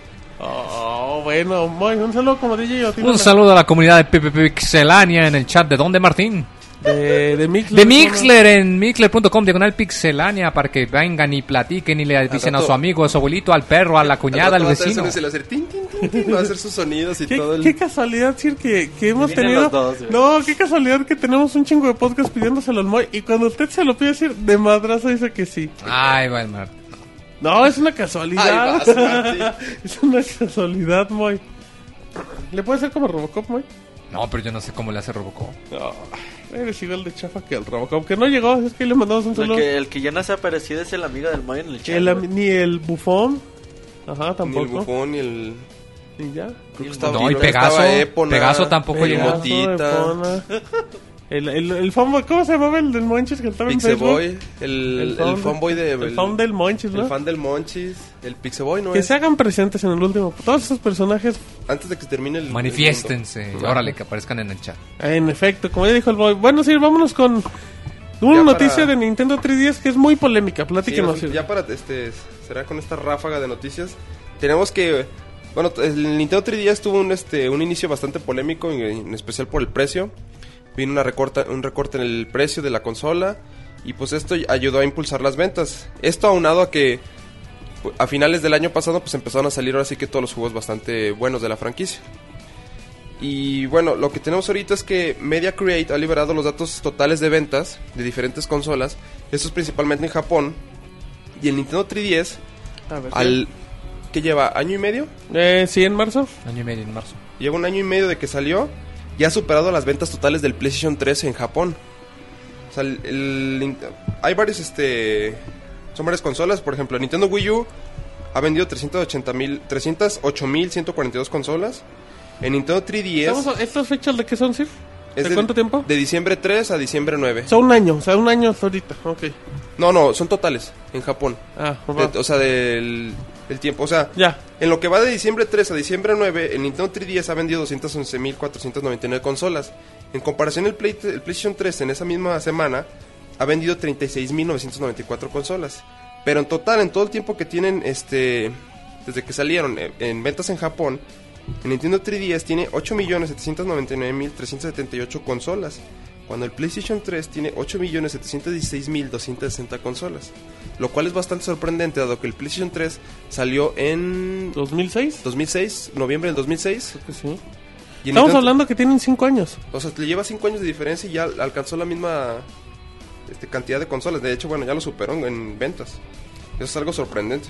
Oh, bueno, Moy, un saludo como D J Yotin. Un saludo a la comunidad de P P Pixelania en el chat. ¿De dónde, Martín? De, de Mixler. De Mixler, en mixler punto com, diagonal Pixelania, para que vengan y platiquen y le dicen a rato- su amigo, a su abuelito, al perro, a la cuñada, al rato va a traer vecino. sonidos y le va a hacer tin, tin, tin, tin, va a hacer sus sonidos y ¿Qué, todo el... qué casualidad, Sir, que, que hemos Vienen tenido. los dos, güey. No, qué casualidad que tenemos un chingo de podcast pidiéndoselo al Moy. Y cuando usted se lo pide, Sir, de madrazo dice que sí. Ay, va el Mar. No, es una casualidad. Ay, vas, Martín. Es una casualidad, Moy. ¿Le puede hacer como Robocop, Moy? No, pero yo no sé cómo le hace Robocop. No, eres igual de chafa que el Robocop. Que no llegó, es que le mandamos un El saludo. que, el que ya no se ha aparecido es el amigo del Moy en el chat. El am- güey. ni el bufón. Ajá, Ni el tampoco. bufón, ni el... Y ya. Creo que estaba, No, y creo que Pegaso. estaba Epona, Pegaso tampoco Pegaso, llegó. Motita. Epona. El, el, el fanboy, ¿cómo se llamaba el del Monchis que estaba en Facebook? Pixeboy, el, el, fan- fanboy de... El fan del Monchis, ¿no? El fan del Monchis, el Pixeboy, ¿no Que es? se hagan presentes en el último. Todos esos personajes, Antes de que se termine el... Manifiéstense. el Órale, que aparezcan en el chat. en efecto, como ya dijo el boy. Bueno, sí, vámonos con una Ya noticia para- de Nintendo tres D S que es muy polémica. mundo. Sí, Platíquenos. o sea, Sir. ya para, este, será con esta ráfaga de noticias. Tenemos que... Bueno, el Nintendo tres D S tuvo un, este, un inicio bastante polémico, en, en especial por el precio. Vino una recorta, un recorte en el precio de la consola y pues esto ayudó a impulsar las ventas. Esto aunado a que pu- a finales del año pasado pues empezaron a salir ahora sí que todos los juegos bastante buenos de la franquicia. Y bueno, lo que tenemos ahorita es que Media Create ha liberado los datos totales de ventas de diferentes consolas. Esto es principalmente en Japón. Y el Nintendo tres D S, A ver, al que lleva año y medio, Eh, sí, en marzo. Año y medio en marzo. lleva un año y medio de que salió, ya ha superado las ventas totales del PlayStation tres en Japón. O sea, el, el- hay varios, este, son varias consolas. Por ejemplo, Nintendo Wii U ha vendido trescientos ochenta mil, trescientos ocho mil ciento cuarenta y dos consolas. En Nintendo tres D S Estamos a- ¿Estas fechas de qué son, Sir? es ¿De del- cuánto tiempo? De diciembre tres a diciembre nueve. O sea, un año. O sea, un año hasta ahorita. Ok. No, no, son totales en Japón. Ah, va. De- o sea, del el tiempo. O sea, Ya. en lo que va de diciembre tres a diciembre nueve, el Nintendo tres D S ha vendido doscientos once mil cuatrocientos noventa y nueve consolas. En comparación, el, Play, el PlayStation tres en esa misma semana ha vendido treinta y seis mil novecientos noventa y cuatro consolas. Pero en total, en todo el tiempo que tienen, este, desde que salieron en, en ventas en Japón, el Nintendo tres D S tiene ocho millones setecientos noventa y nueve mil trescientos setenta y ocho consolas, cuando el PlayStation tres tiene ocho millones setecientos dieciséis mil doscientos sesenta consolas. Lo cual es bastante sorprendente, dado que el PlayStation tres salió en ¿dos mil seis? dos mil seis, noviembre del dos mil seis. Creo que sí. Y el Estamos Nintendo- hablando que tienen cinco años. O sea, le lleva cinco años de diferencia y ya alcanzó la misma este, cantidad de consolas. De hecho, bueno, ya lo superó en, en ventas. Eso es algo sorprendente.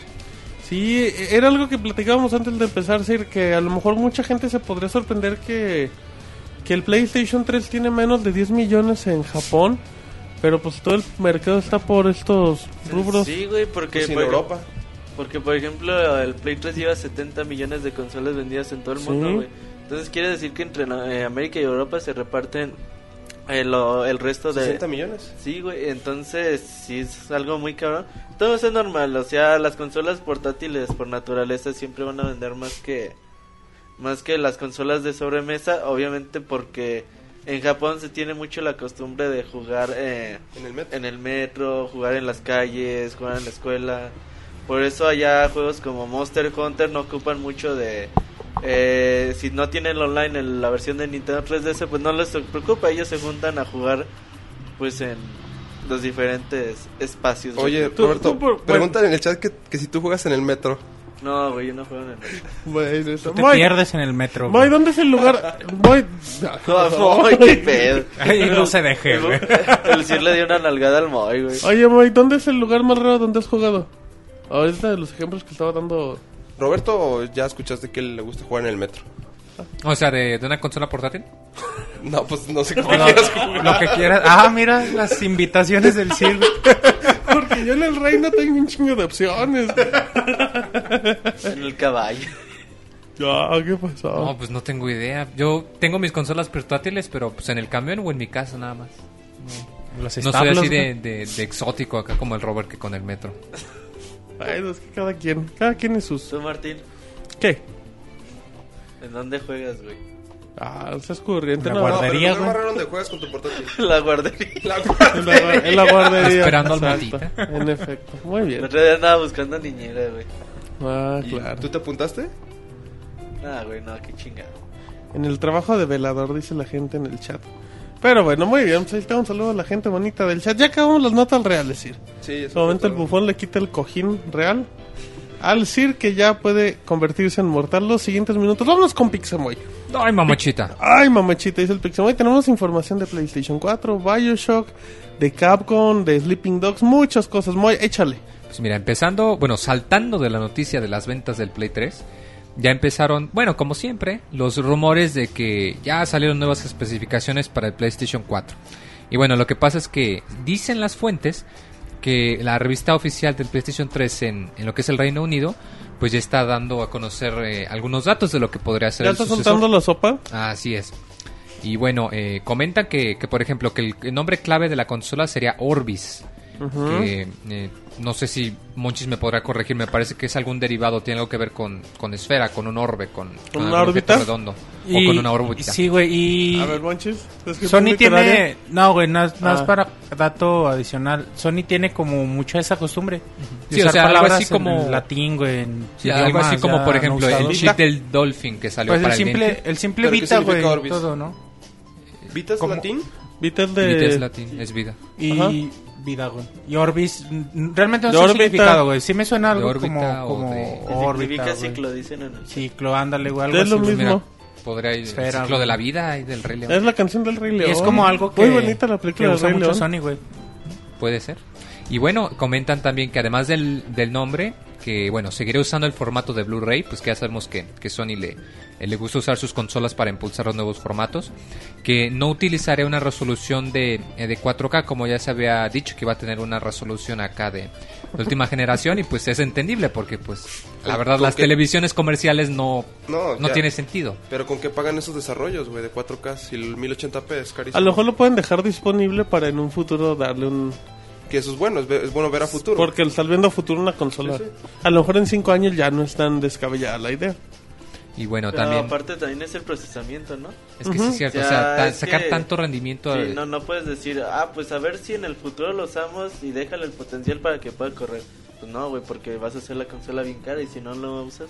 Sí, era algo que platicábamos antes de empezar, Sir, que a lo mejor mucha gente se podría sorprender que, que el PlayStation tres tiene menos de diez millones en Japón, pero pues todo el mercado está por estos rubros. Sí, güey, porque... Pues en por- Europa. Porque, por ejemplo, el Play tres lleva setenta millones de consolas vendidas en todo el Sí. mundo, güey. Entonces quiere decir que entre eh, América y Europa se reparten eh, lo- el resto de... sesenta millones. Sí, güey, entonces sí es algo muy cabrón. Todo eso es normal, o sea, las consolas portátiles por naturaleza siempre van a vender más que más que las consolas de sobremesa, obviamente porque en Japón se tiene mucho la costumbre de jugar eh, En el metro. en el metro, jugar en las calles, jugar en la escuela. Por eso allá juegos como Monster Hunter no ocupan mucho de... Eh, si no tienen online en la versión de Nintendo tres D S, pues no les preocupa, ellos se juntan a jugar pues en los diferentes espacios. Oye, Tú- Roberto, tú por- preguntan en el chat que, que si tú juegas en el metro. No, güey, yo no juego en el metro. Bueno, eso. Te Moy, pierdes en el metro. Moy, ¿dónde es el lugar? Moy, No, Moy, qué pedo. Ay, no se deje, güey. El Sir le dio una nalgada al Moy, güey. Oye, Moy, ¿dónde es el lugar más raro donde has jugado? Ahorita de los ejemplos que estaba dando. Roberto, ya escuchaste que él le gusta jugar en el metro. O sea, de, de una consola portátil. No, pues no sé cómo Lo, quieras jugar. lo que quieras. Ah, mira, las invitaciones del Sir. Porque yo en el reino tengo un chingo de opciones. En el caballo. Ya, ¿qué pasó? No, pues no tengo idea. Yo tengo mis consolas portátiles, pero pues en el camión o en mi casa nada más. No, Los no soy establos, así güey. de, de, de exótico acá como el Robert que con el metro. Ay, no, es que cada quien, cada quien es sus... Tú, Martín, ¿Qué? ¿en dónde juegas, güey? Ah, no seas corriente, La no. guarda- No, pero Guardería, lo más güey. raro donde juegas con tu portátil. La guardería. La En la, en la guardería. Esperando al Exacto, Matita. en efecto. Muy El bien. otro día andaba buscando niñera, güey. Ah, ¿Y claro. ¿Tú te apuntaste? Ah, güey, no, qué chingado. En el trabajo de velador, dice la gente en el chat. Pero bueno, muy bien. Pues ahí está, un saludo a la gente bonita del chat. Ya acabamos las notas reales, decir. Sí, En eso este momento fue el todo. bufón le quita el cojín real al Sir, que ya puede convertirse en mortal los siguientes minutos. Vámonos con Pixemoy. Ay, mamachita. Ay, mamachita, dice el Pixemoy. Tenemos información de PlayStation cuatro, Bioshock, de Capcom, de Sleeping Dogs, muchas cosas. Moy, échale. Pues mira, empezando, bueno, saltando de la noticia de las ventas del Play tres, ya empezaron, bueno, como siempre, los rumores de que ya salieron nuevas especificaciones para el PlayStation cuatro. Y bueno, lo que pasa es que dicen las fuentes que la revista oficial del PlayStation tres en, en lo que es el Reino Unido, pues ya está dando a conocer eh, algunos datos de lo que podría ser ¿Ya el está sucesor. soltando la sopa? Así es. Y bueno, eh, comentan que, que, por ejemplo, que el, el nombre clave de la consola sería Orbis. Ujú. Que eh, no sé si Monchis me podrá corregir, me parece que es algún derivado, tiene algo que ver con, con esfera, con un orbe, con, con una algún objeto órbita? redondo Y- o con una órbita. Sí, güey, y... A ver, Monchis. ¿es que Sony tú literaria? tiene... No, güey, no, es- no es Ah. para dato adicional. Sony tiene como mucha esa costumbre. de Sí, o usar sea, algo palabras así como- en, en latín, güey. En Sí, algo así idiomas como, ya por no ejemplo, el usados. chip del Dolphin que salió Pues para el el simple, GameCube. el simple ¿Pero qué Vita, güey, significa Orbis? todo, ¿no? ¿Vitas ¿Cómo? latín? Vita es de... Vita es latín, es vida. Y Ajá. vida, güey. Y Orbis, mm, realmente no De sé el órbita. significado, güey. Sí me suena algo De órbita como, o como de- órbita, Significa güey. ciclo, dicen en el... Ciclo, ándale, güey, algo Es lo así, güey. mismo. Mira, podría ir el Esfera, ciclo güey. de la vida y del Rey León. Es la canción del Rey Y León. es como algo que... Muy bonita la que película del usa Rey mucho León. Sony, güey. Puede ser. Y bueno, comentan también que además del, del nombre, que bueno, seguiré usando el formato de Blu-ray, pues que ya sabemos que, que Sony le, eh, le gusta usar sus consolas para impulsar los nuevos formatos, que no utilizaré una resolución de, eh, de cuatro K, como ya se había dicho que iba a tener una resolución acá de, de última generación, y pues es entendible porque pues la verdad ¿Con las qué? televisiones comerciales no, No, no ya. tiene sentido. Pero ¿con qué pagan esos desarrollos, güey, de cuatro K? Si el mil ochenta p es carísimo. A lo mejor lo pueden dejar disponible para en un futuro darle un... Que eso es bueno, es, ve- es bueno ver a futuro. Porque el estás viendo a futuro una consola. Sí, sí. A lo mejor en cinco años ya no es tan descabellada la idea. Y bueno, Pero también aparte también es el procesamiento, ¿no? es que sí Ujú. es cierto, Ya, o sea, ta- es sacar que- tanto rendimiento... Sí, eh, no, no puedes decir, ah, pues a ver si en el futuro lo usamos y déjale el potencial para que pueda correr. Pues no, güey, porque vas a hacer la consola bien cara y si no lo usas...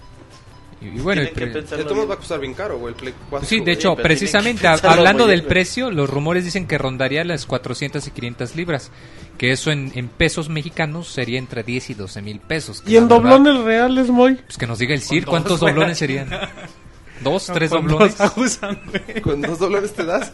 y, y bueno, tienen y que pre- pensarlo Esto bien. nos va a costar bien caro, güey, el Play cuatro. Sí, de güey. hecho, pero tienen precisamente que a- pensarlo hablando muy del bien, güey. precio, los rumores dicen que rondaría las cuatrocientas y quinientas libras, que eso en, en pesos mexicanos sería entre diez y doce mil pesos. que Y la en verdad, doblones reales, Moy. Pues que nos diga el C I R, Con ¿cuántos dos, güey. doblones serían? ¿Dos, tres Con doblones? dos abusan, güey. ¿Con dos dólares te das?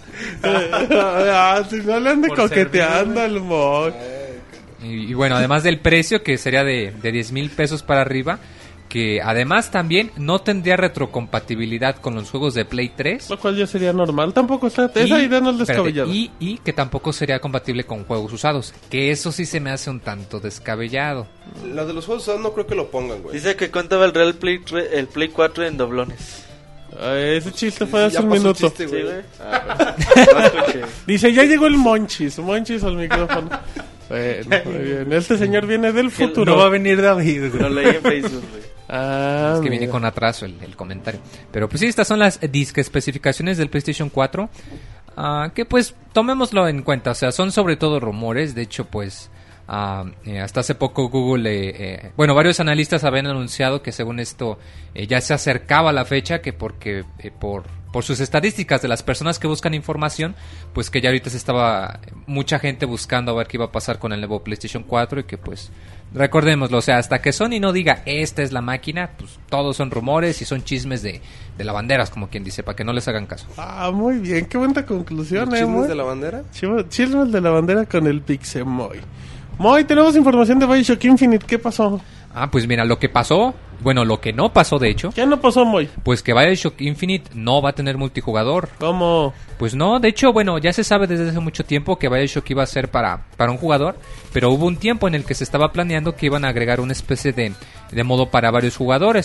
Ah, si no le ande Por coqueteando servir, al Moy. Y, y bueno, además del precio, que sería de, de diez mil pesos para arriba, que además también no tendría retrocompatibilidad con los juegos de Play tres. Lo cual ya sería normal. Tampoco está... Esa Y- idea no es espérate, descabellada. y, y que tampoco sería compatible con juegos usados, que eso sí se me hace un tanto descabellado. La de los juegos usados no creo que lo pongan, güey. Dice que contaba el Real Play, tre- el Play cuatro en doblones. Ay, ese chiste fue hace Ya un pasó el minuto. chiste, Sí, güey. güey. Ah, pues, no escuché. Dice, ya llegó el Monchis. Monchis al micrófono. Bueno, muy bien. Este señor viene del futuro. No va a venir David, güey. Lo leí en Facebook, güey. Ah, Es que mira. viene con atraso el, el comentario. Pero pues sí, estas son las disque especificaciones del PlayStation cuatro. ah, que pues tomémoslo en cuenta. O sea, son sobre todo rumores. De hecho, pues ah, eh, hasta hace poco Google... eh, eh, bueno, varios analistas habían anunciado que según esto eh, ya se acercaba la fecha. Que porque eh, por, por sus estadísticas de las personas que buscan información, pues que ya ahorita se estaba mucha gente buscando a ver qué iba a pasar con el nuevo PlayStation cuatro. Y que pues... Recordémoslo, o sea, hasta que Sony no diga esta es la máquina, pues todos son rumores y son chismes de, de lavanderas, como quien dice, para que no les hagan caso. Ah, muy bien. Qué buena conclusión, ¿Los eh, chismes Moy. de la bandera? Chivo- Chismes de la bandera con el Pixemoy. Moy, tenemos información de Bioshock Infinite. ¿Qué pasó? Ah, pues mira, lo que pasó, bueno, lo que no pasó de hecho, ¿Qué no pasó, Moy? pues que Bioshock Infinite no va a tener multijugador. ¿Cómo? Pues no, de hecho, bueno, ya se sabe desde hace mucho tiempo que Bioshock iba a ser para, para un jugador, pero hubo un tiempo en el que se estaba planeando que iban a agregar una especie de, de modo para varios jugadores.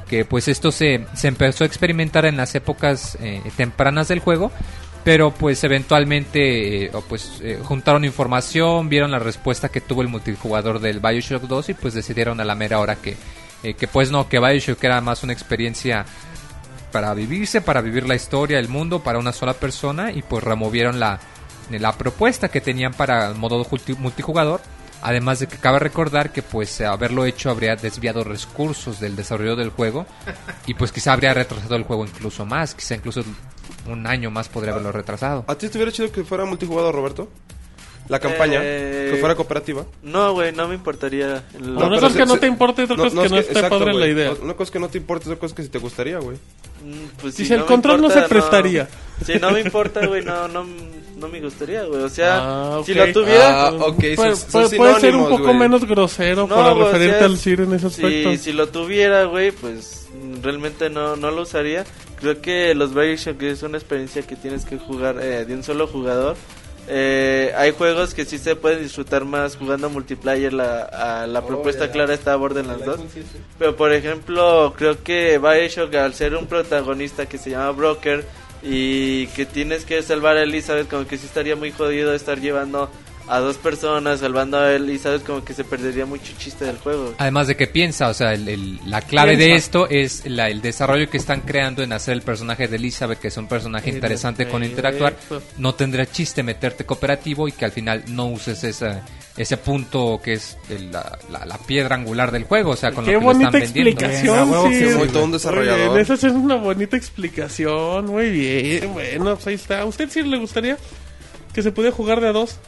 que pues esto se, se empezó a experimentar en las épocas eh, tempranas del juego, pero pues eventualmente eh, pues eh, juntaron información, vieron la respuesta que tuvo el multijugador del BioShock dos y pues decidieron a la mera hora que, eh, que pues no, que BioShock era más una experiencia para vivirse, para vivir la historia, el mundo, para una sola persona, y pues removieron la, la propuesta que tenían para el modo multijugador. Además de que cabe recordar que pues haberlo hecho habría desviado recursos del desarrollo del juego y pues quizá habría retrasado el juego incluso más, quizá incluso un año más podría haberlo retrasado. ¿A ti te hubiera chido que fuera multijugador, Roberto? La campaña, eh... que fuera cooperativa. No, güey, no me importaría. El... No, una cosa es que no te importe, otra cosa es que no esté padre la idea. Una cosa es que no te importe, otra cosa es que si te gustaría, güey. Pues si, si el control importa, no se prestaría. No, si no me importa, güey, no, no, no me gustaría, güey. O sea, ah, okay. si lo tuviera... Ah, okay. Puede, son, son puede ser un poco wey. menos grosero no, para wey, referirte o sea, al C I R en ese aspecto. Si, si lo tuviera, güey, pues realmente no, no lo usaría. Creo que los BioShock es una experiencia que tienes que jugar eh, de un solo jugador. Eh, hay juegos que sí se pueden disfrutar más jugando multiplayer. La, a, la oh, propuesta yeah. clara está a Borderlands dos. Pero por ejemplo, creo que BioShock, al ser un protagonista que se llama Broker y que tienes que salvar a Elizabeth, como que sí estaría muy jodido estar llevando a dos personas salvando a Elizabeth, como que se perdería mucho chiste del juego. Además de que piensa, o sea, el, el, la clave piensa. de esto es la, el desarrollo que están creando en hacer el personaje de Elizabeth, que es un personaje sí, interesante sí, con interactuar. Eso. No tendría chiste meterte cooperativo y que al final no uses esa, ese punto que es el, la, la, la piedra angular del juego, o sea, con Qué lo que lo están vendiendo. Explicación, sí, sí, muy todo un desarrollador. Bien, esa es una bonita explicación, muy bien. Bueno, pues ahí está. ¿A usted sí le gustaría que se pudiera jugar de a dos?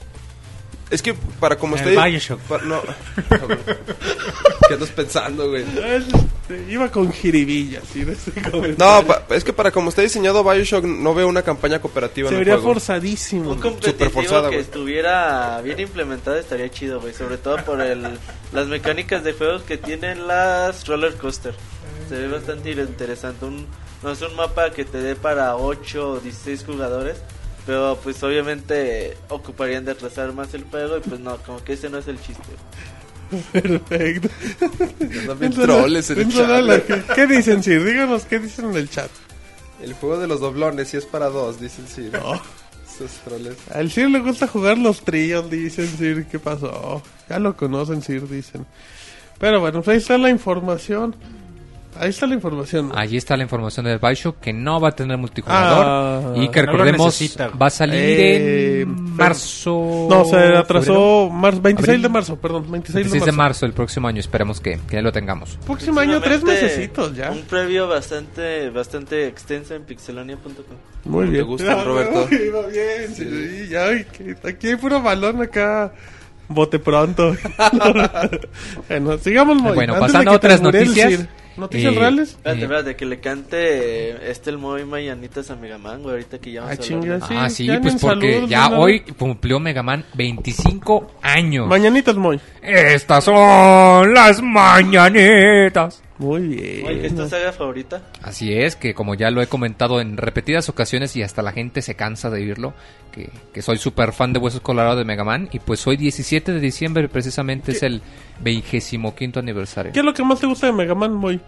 Es que para como el está... Bioshock. Para, no. ¿Qué andas pensando, güey? Iba con jiribillas, ¿sí? No, pa, es que para como está diseñado Bioshock, no veo una campaña cooperativa Se en el vería juego. forzadísimo. Un competitivo forzada, que wey. estuviera bien implementado estaría chido, güey. Sobre todo por el las mecánicas de juegos que tienen las roller coaster. Se ve bastante interesante. Un, no es un mapa que te dé para ocho o dieciséis jugadores. Pero pues obviamente ocuparían de atrasar más el juego y pues no, como que ese no es el chiste. Perfecto. Troles en el chat. ¿Qué, ¿Qué dicen, Sir? Díganos qué dicen en el chat. El juego de los doblones, si es para dos, dicen Sir. No. Esos troles. Al Sir le gusta jugar los tríos, dicen Sir. ¿Qué pasó? Ya lo conocen, Sir, dicen. Pero bueno, pues ahí está la información. Ahí está la información. Ahí está la información del Bioshock, que no va a tener multijugador. Ah, y que recordemos, no va a salir eh, en marzo. No, se atrasó marzo, veintiséis de marzo, perdón. veintiséis, veintiséis de, de marzo del próximo año. Esperemos que, que ya lo tengamos. Próximo año, tres mesecitos ya. Un previo bastante bastante extenso en pixelania punto com. Muy bien. ¿Te gusta, Roberto? No, iba bien. Sí. Sí, ya, aquí hay puro balón acá. Bote pronto. Bueno, sigamos. Bueno, pasando a otras noticias. ¿Noticias eh, reales? Espérate, espérate, que le cante este el Moy Mañanitas a Mega Man, güey, ahorita que ya vamos ah, a chinga, hablar. Sí, ah, sí, pues porque ya ¿no? hoy cumplió Mega Man veinticinco años. Mañanitas, Moy. Estas son las mañanitas. Muy bien. Oye, ¿es tu saga favorita? Así es, que como ya lo he comentado en repetidas ocasiones y hasta la gente se cansa de oírlo, que, que soy súper fan de Huesos Colorados de Mega Man, y pues hoy diecisiete de diciembre precisamente ¿Qué? es el vigésimo quinto aniversario. ¿Qué es lo que más te gusta de Mega Man, Moy?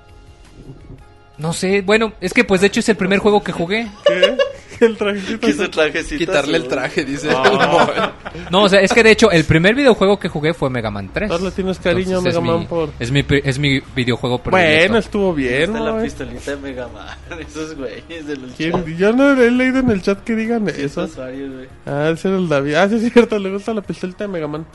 No sé, bueno, es que pues de hecho es el primer juego que jugué. ¿Qué? El trajecito. ¿Qué trajecito? Quitarle el traje, dice. Oh. No, o sea, es que de hecho el primer videojuego que jugué fue Mega Man tres. ¿No le tienes cariño Entonces, a Mega Man mi, por...? Es mi, es mi videojuego predilecto. Bueno, estuvo bien, ¿no? Está la pistolita de Mega Man, esos güeyes de los chat. Yo no he leído en el chat que digan eso. Usuarios, ah, ese era el David. Ah, sí es cierto, le gusta la pistolita de Mega Man.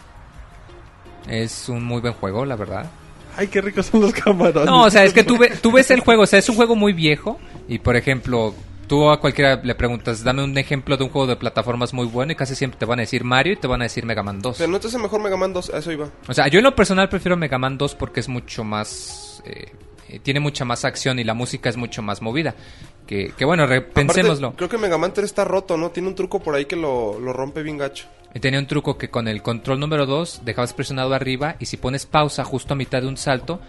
Es un muy buen juego, la verdad. Ay, qué ricos son los camarones. No, o sea, es que tú, ve, tú ves el juego, o sea, es un juego muy viejo. Y por ejemplo, tú a cualquiera le preguntas, dame un ejemplo de un juego de plataformas muy bueno, y casi siempre te van a decir Mario y te van a decir Mega Man dos. Pero no te hace mejor Mega Man dos, a eso iba. O sea, yo en lo personal prefiero Mega Man dos porque es mucho más... Eh, tiene mucha más acción y la música es mucho más movida. Que, que bueno, pensémoslo. Creo que Mega Man tres está roto, ¿no? Tiene un truco por ahí que lo, lo rompe bien gacho. Y tenía un truco que con el control número dos dejabas presionado arriba y si pones pausa justo a mitad de un salto,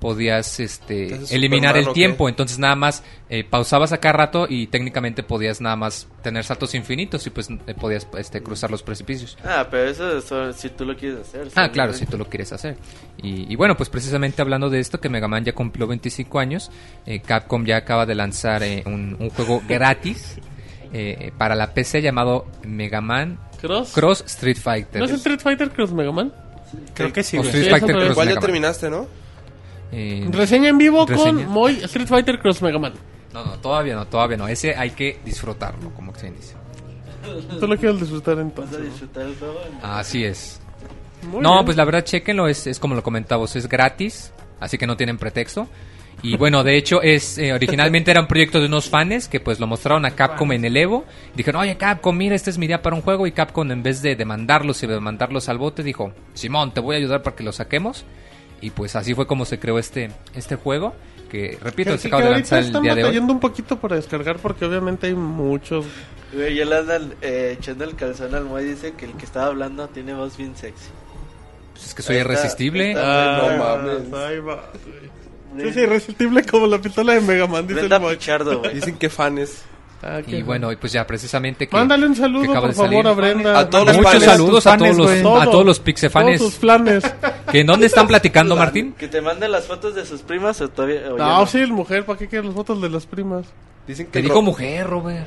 podías este eliminar el tiempo, entonces nada más eh, pausabas a cada rato y técnicamente podías nada más tener saltos infinitos y pues eh, podías este cruzar los precipicios. Ah, pero eso, eso si tú lo quieres hacer. Ah, claro, si tú lo quieres hacer. Y, y bueno, pues precisamente hablando de esto, que Mega Man ya cumplió veinticinco años, eh, Capcom ya acaba de lanzar eh, un, un juego gratis eh, para la P C llamado Mega Man Cross, Cross Street Fighter. ¿No es Street Fighter Cross Mega Man? Creo que sí, O güey. Street Sí, Fighter eso fue. Cross Igual ya Mega Man. terminaste, ¿no? Eh, Reseña en vivo ¿reseña? con Moy Street Fighter Cross Mega Man. no, no, todavía no, todavía no. Ese hay que disfrutarlo, como se dice. Tú lo quieres disfrutar Vas a entonces. disfrutar el juego. Así es. Muy No, bien. pues la verdad, chéquenlo, es, es como lo comentábamos, es gratis, así que no tienen pretexto. Y bueno, de hecho, es eh, originalmente era un proyecto de unos fans que pues lo mostraron a Capcom en el Evo. Dijeron, oye Capcom, mira, esta es mi idea para un juego. Y Capcom, en vez de demandarlos y demandarlos al bote, dijo, Simón, te voy a ayudar para que lo saquemos. Y pues así fue como se creó este, este juego, que repito, Que- se que acaba de ahorita lanzar el están día de hoy. batallando un poquito para descargar porque obviamente hay muchos. Güey, ya le andan eh, echando el calzón al Moy. Dice que el que estaba hablando tiene voz bien sexy. Pues es que soy Ahí está, irresistible. ahí está. Ah, no mames. Ahí va. güey. Sí, sí, irresistible como la pistola de Mega Man, dice Brenda el Moy. Pichardo, güey. Dicen que fans. Ah, qué Y bueno, y pues ya precisamente que... Mándale un que saludo, acaba por de favor, salir. a Brenda. A todos los Muchos fans. saludos a todos Fanes, los, güey. a Todo. todos los pixefanes. Todos sus flanes. ¿Que en dónde están platicando, Martín? Que te mande las fotos de sus primas o todavía. o ya No, sí, el mujer, ¿para qué quieres las fotos de las primas? Dicen que Te el dijo Ro- mujer, Robert.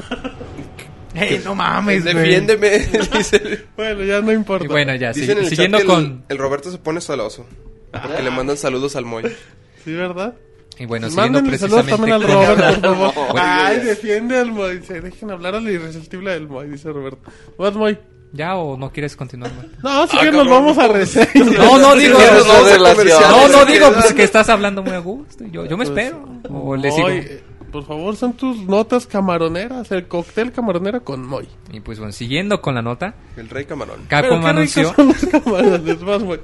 Ey, no mames, güey. Defiéndeme. Dice- Bueno, ya no importa. Y bueno, ya, Dicen si- en el siguiendo chat que el, con... el Roberto se pone celoso. Porque le mandan saludos al Moy. Sí, ¿verdad? Y bueno, siguiendo Mándenle saludos precisamente también al con- Robert, por favor. Bueno, Ay, ya. defiende al Moy. Dice, dejen hablar al irresistible del Moy, dice Roberto. ¿Vas, Moy? ¿Ya o no quieres continuar? Martín? No, sí Ah, que nos cabrón. vamos a reseña. No, no digo... Tienes vamos a relación. comerciales. No, no Sí, digo, ¿verdad? pues que estás hablando muy a gusto. Yo, yo me espero. O le sigo. Moy, eh, por favor, son tus notas camaroneras. El cóctel camaronera con Moy. Y pues bueno, siguiendo con la nota, El Rey Camarón. Capcom Pero qué ricos anunció... son los camarones. Vas, Moy.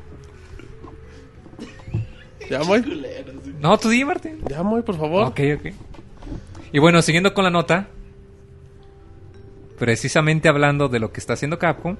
Ya, Moy. No, tú di, Martín. Ya, Moy, por favor. Ok, ok. Y bueno, siguiendo con la nota, precisamente hablando de lo que está haciendo Capcom.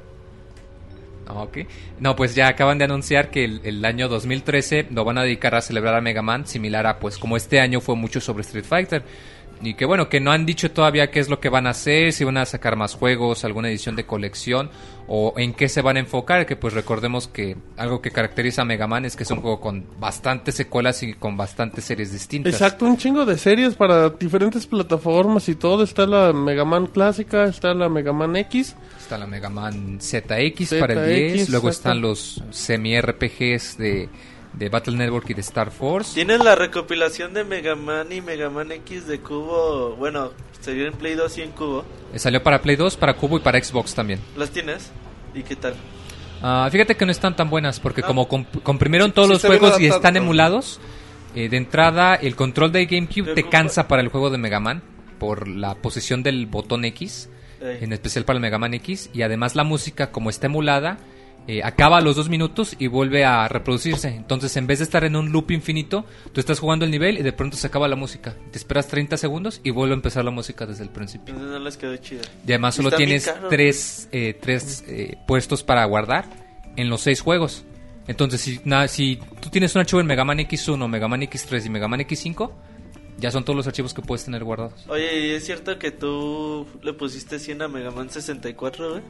Ok. No, pues ya acaban de anunciar que el, el año dos mil trece lo van a dedicar a celebrar a Mega Man, similar a pues como este año fue mucho sobre Street Fighter. Y que bueno, que no han dicho todavía qué es lo que van a hacer, si van a sacar más juegos, alguna edición de colección o en qué se van a enfocar, que pues recordemos que algo que caracteriza a Mega Man es que es un juego con bastantes secuelas y con bastantes series distintas. Exacto, un chingo de series para diferentes plataformas y todo. Está la Mega Man clásica, está la Mega Man X. Está la Mega Man Z X Z para el diez, X, luego exacto. están los semi-R P Gs de, de Battle Network y de Star Force. ¿Tienes la recopilación de Mega Man y Mega Man X de Cubo? Bueno, sería en Play dos y en Cubo. Eh, Salió para Play dos, para Cubo y para Xbox también. ¿Las tienes? ¿Y qué tal? Ah, fíjate que no están tan buenas porque Ah. como comp- comprimieron Sí, todos sí los está bien juegos y adaptado, están ¿no? emulados, eh, de entrada el control de GameCube Pero te ¿cómo? cansa para el juego de Mega Man por la posición del botón X, Ey. en especial para el Mega Man X, y además la música como está emulada eh, acaba a los dos minutos y vuelve a reproducirse. Entonces en vez de estar en un loop infinito, tú estás jugando el nivel y de pronto se acaba la música. Te esperas treinta segundos y vuelve a empezar la música desde el principio. Entonces no les quedó chida. Y además solo Está bien tienes caro. tres, eh, tres eh, puestos para guardar en los seis juegos. Entonces, si, na- si tú tienes un archivo en Mega Man X uno, Mega Man X tres y Mega Man X cinco, ya son todos los archivos que puedes tener guardados. Oye, ¿y es cierto que tú le pusiste cien a Mega Man sesenta y cuatro, güey?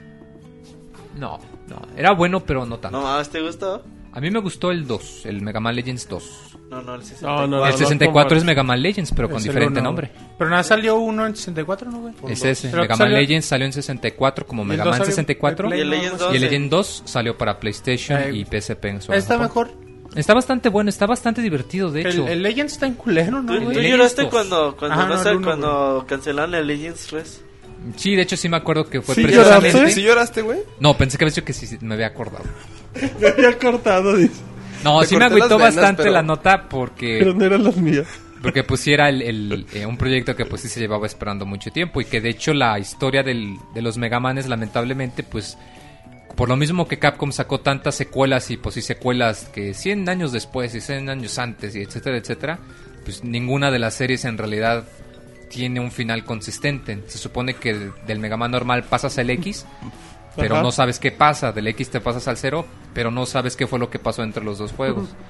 No, no, era bueno, pero no tanto. ¿No más te gustó? A mí me gustó el dos, el Mega Man Legends dos. No, no, el sesenta y No, cuatro. no, el no, sesenta y no, cuatro no, es Mega Man Legends, pero con Es el diferente uno. nombre. Pero nada, salió uno en sesenta y cuatro, ¿no, güey? Es ese, Creo Mega que Man salió- Legends salió en sesenta y cuatro como ¿Y el Mega dos Man salió sesenta y cuatro. de Y el Play, Legends no? dos. Y el eh. Legend dos salió para PlayStation Eh, y P S P en su Está Japón. mejor. Está bastante bueno, está bastante divertido, de hecho. El, el Legends está en culero, ¿no, ¿Tú, güey? tú Legends lloraste dos. cuando cuando, Ajá, no no, sé, el uno, cuando cancelaron el Legends tres? Sí, de hecho sí me acuerdo que fue ¿Sí precisamente... lloraste? ¿Sí lloraste, güey? No, pensé que había dicho que sí me había acordado. Me había cortado, dice. No, Te sí me corté las agüitó venas, bastante pero- la nota porque Pero no eran las mías. porque pusiera el, el, eh, un proyecto que pues sí se llevaba esperando mucho tiempo y que de hecho la historia del, de los Mega Manes lamentablemente pues por lo mismo que Capcom sacó tantas secuelas y pues sí secuelas que cien años después y cien años antes y etcétera etcétera, pues ninguna de las series en realidad tiene un final consistente. Se supone que de- del Mega Man normal pasas al X, pero Ajá. no sabes qué pasa. Del X te pasas al cero, pero no sabes qué fue lo que pasó entre los dos juegos.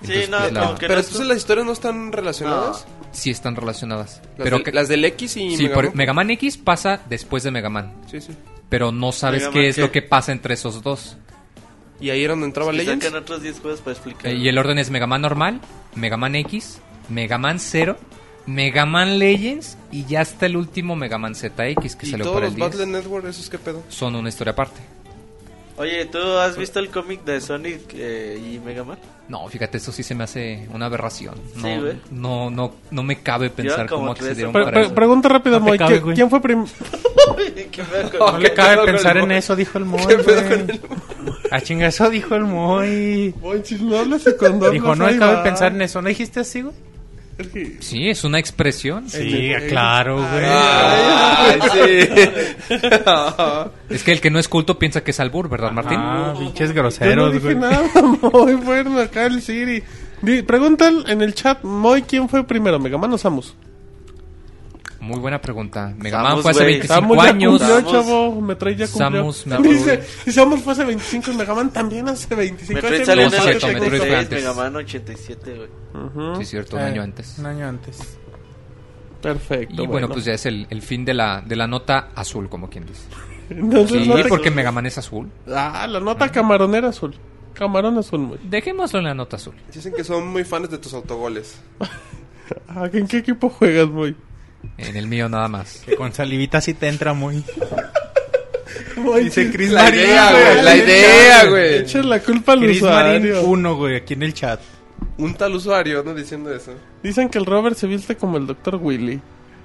Sí, no, pues, la... como que Pero no entonces las historias no están relacionadas. No. Sí están relacionadas. Las, pero del, que... las del X y sí, Mega por... Man. Mega Man X pasa después de Mega Man. Sí, sí. Pero no sabes Mega qué Man, es ¿qué? lo que pasa entre esos dos. Y ahí era donde entraba Y Legends. sacan otros diez juegos para explicar. Eh, y el orden es Mega Man normal, Mega Man X, Mega Man Zero, Mega Man Legends y ya hasta el último Mega Man Z X que Y salió todos para los el diez. Battle Network, ¿esos qué pedo? Son una historia aparte. Oye, ¿tú has visto el cómic de Sonic eh, y Mega Man? No, fíjate, eso sí se me hace una aberración. No, Sí, güey. no, no, no me cabe pensar como cómo tres accedieron Pre- para pre- eso. pregunta rápida, No te Moy. cabe, ¿Qui- güey. ¿Quién fue primero? ¿Qué pedo con- No le ¿Qué cabe pedo con pensar el en Moy? eso, dijo el Moy, ¿Qué pedo con güey. el A chinga, eso dijo el Moy. Monchis, no hables y cuando Dijo, hablas no ahí le cabe va. pensar en eso. ¿No dijiste así, güey? Es que- Sí, es una expresión. Sí, claro, güey. Ay, sí. Es que el que no es culto piensa que es albur, ¿verdad, Martín? Ah, pinches Yo no groseros, dije güey. nada, Moy. Fueron acá el Siri. Di- Preguntan en el chat, Moy, ¿quién fue primero, Mega Man o Samus? Muy buena pregunta. Mega Samus, Man fue hace güey. veinticinco Samus ya años. cumplió, Samus. chavo. Metroid ya cumplió. Samus, Ah, Metroid. dice, y Samus fue hace veinticinco y Mega Man también hace veinticinco. Metroid Hace salió en no, el cierto, ochenta y Metroid fue seis, antes. Mega Man ochenta y siete, güey. Ujú. Sí, cierto, un Eh, año antes. Un año antes. Perfecto. Y bueno, pues ya es el, el fin de la, de la nota azul, como quien dice. Entonces, Sí, no te- porque Mega Man es azul. Ah, la nota camaronera azul. Camarón azul, muy. Dejémoslo en la nota azul. Dicen que son muy fans de tus autogoles. Ah, ¿en qué equipo juegas, muy? En el mío nada más. Que con salivita sí te entra muy. Muy Dice Chris La Marín, idea, güey. güey. La idea, güey. Echen la culpa al Chris Marín usuario. uno, güey, aquí en el chat. Un tal usuario, ¿no? Diciendo eso. Dicen que el Robert se viste como el doctor Willy.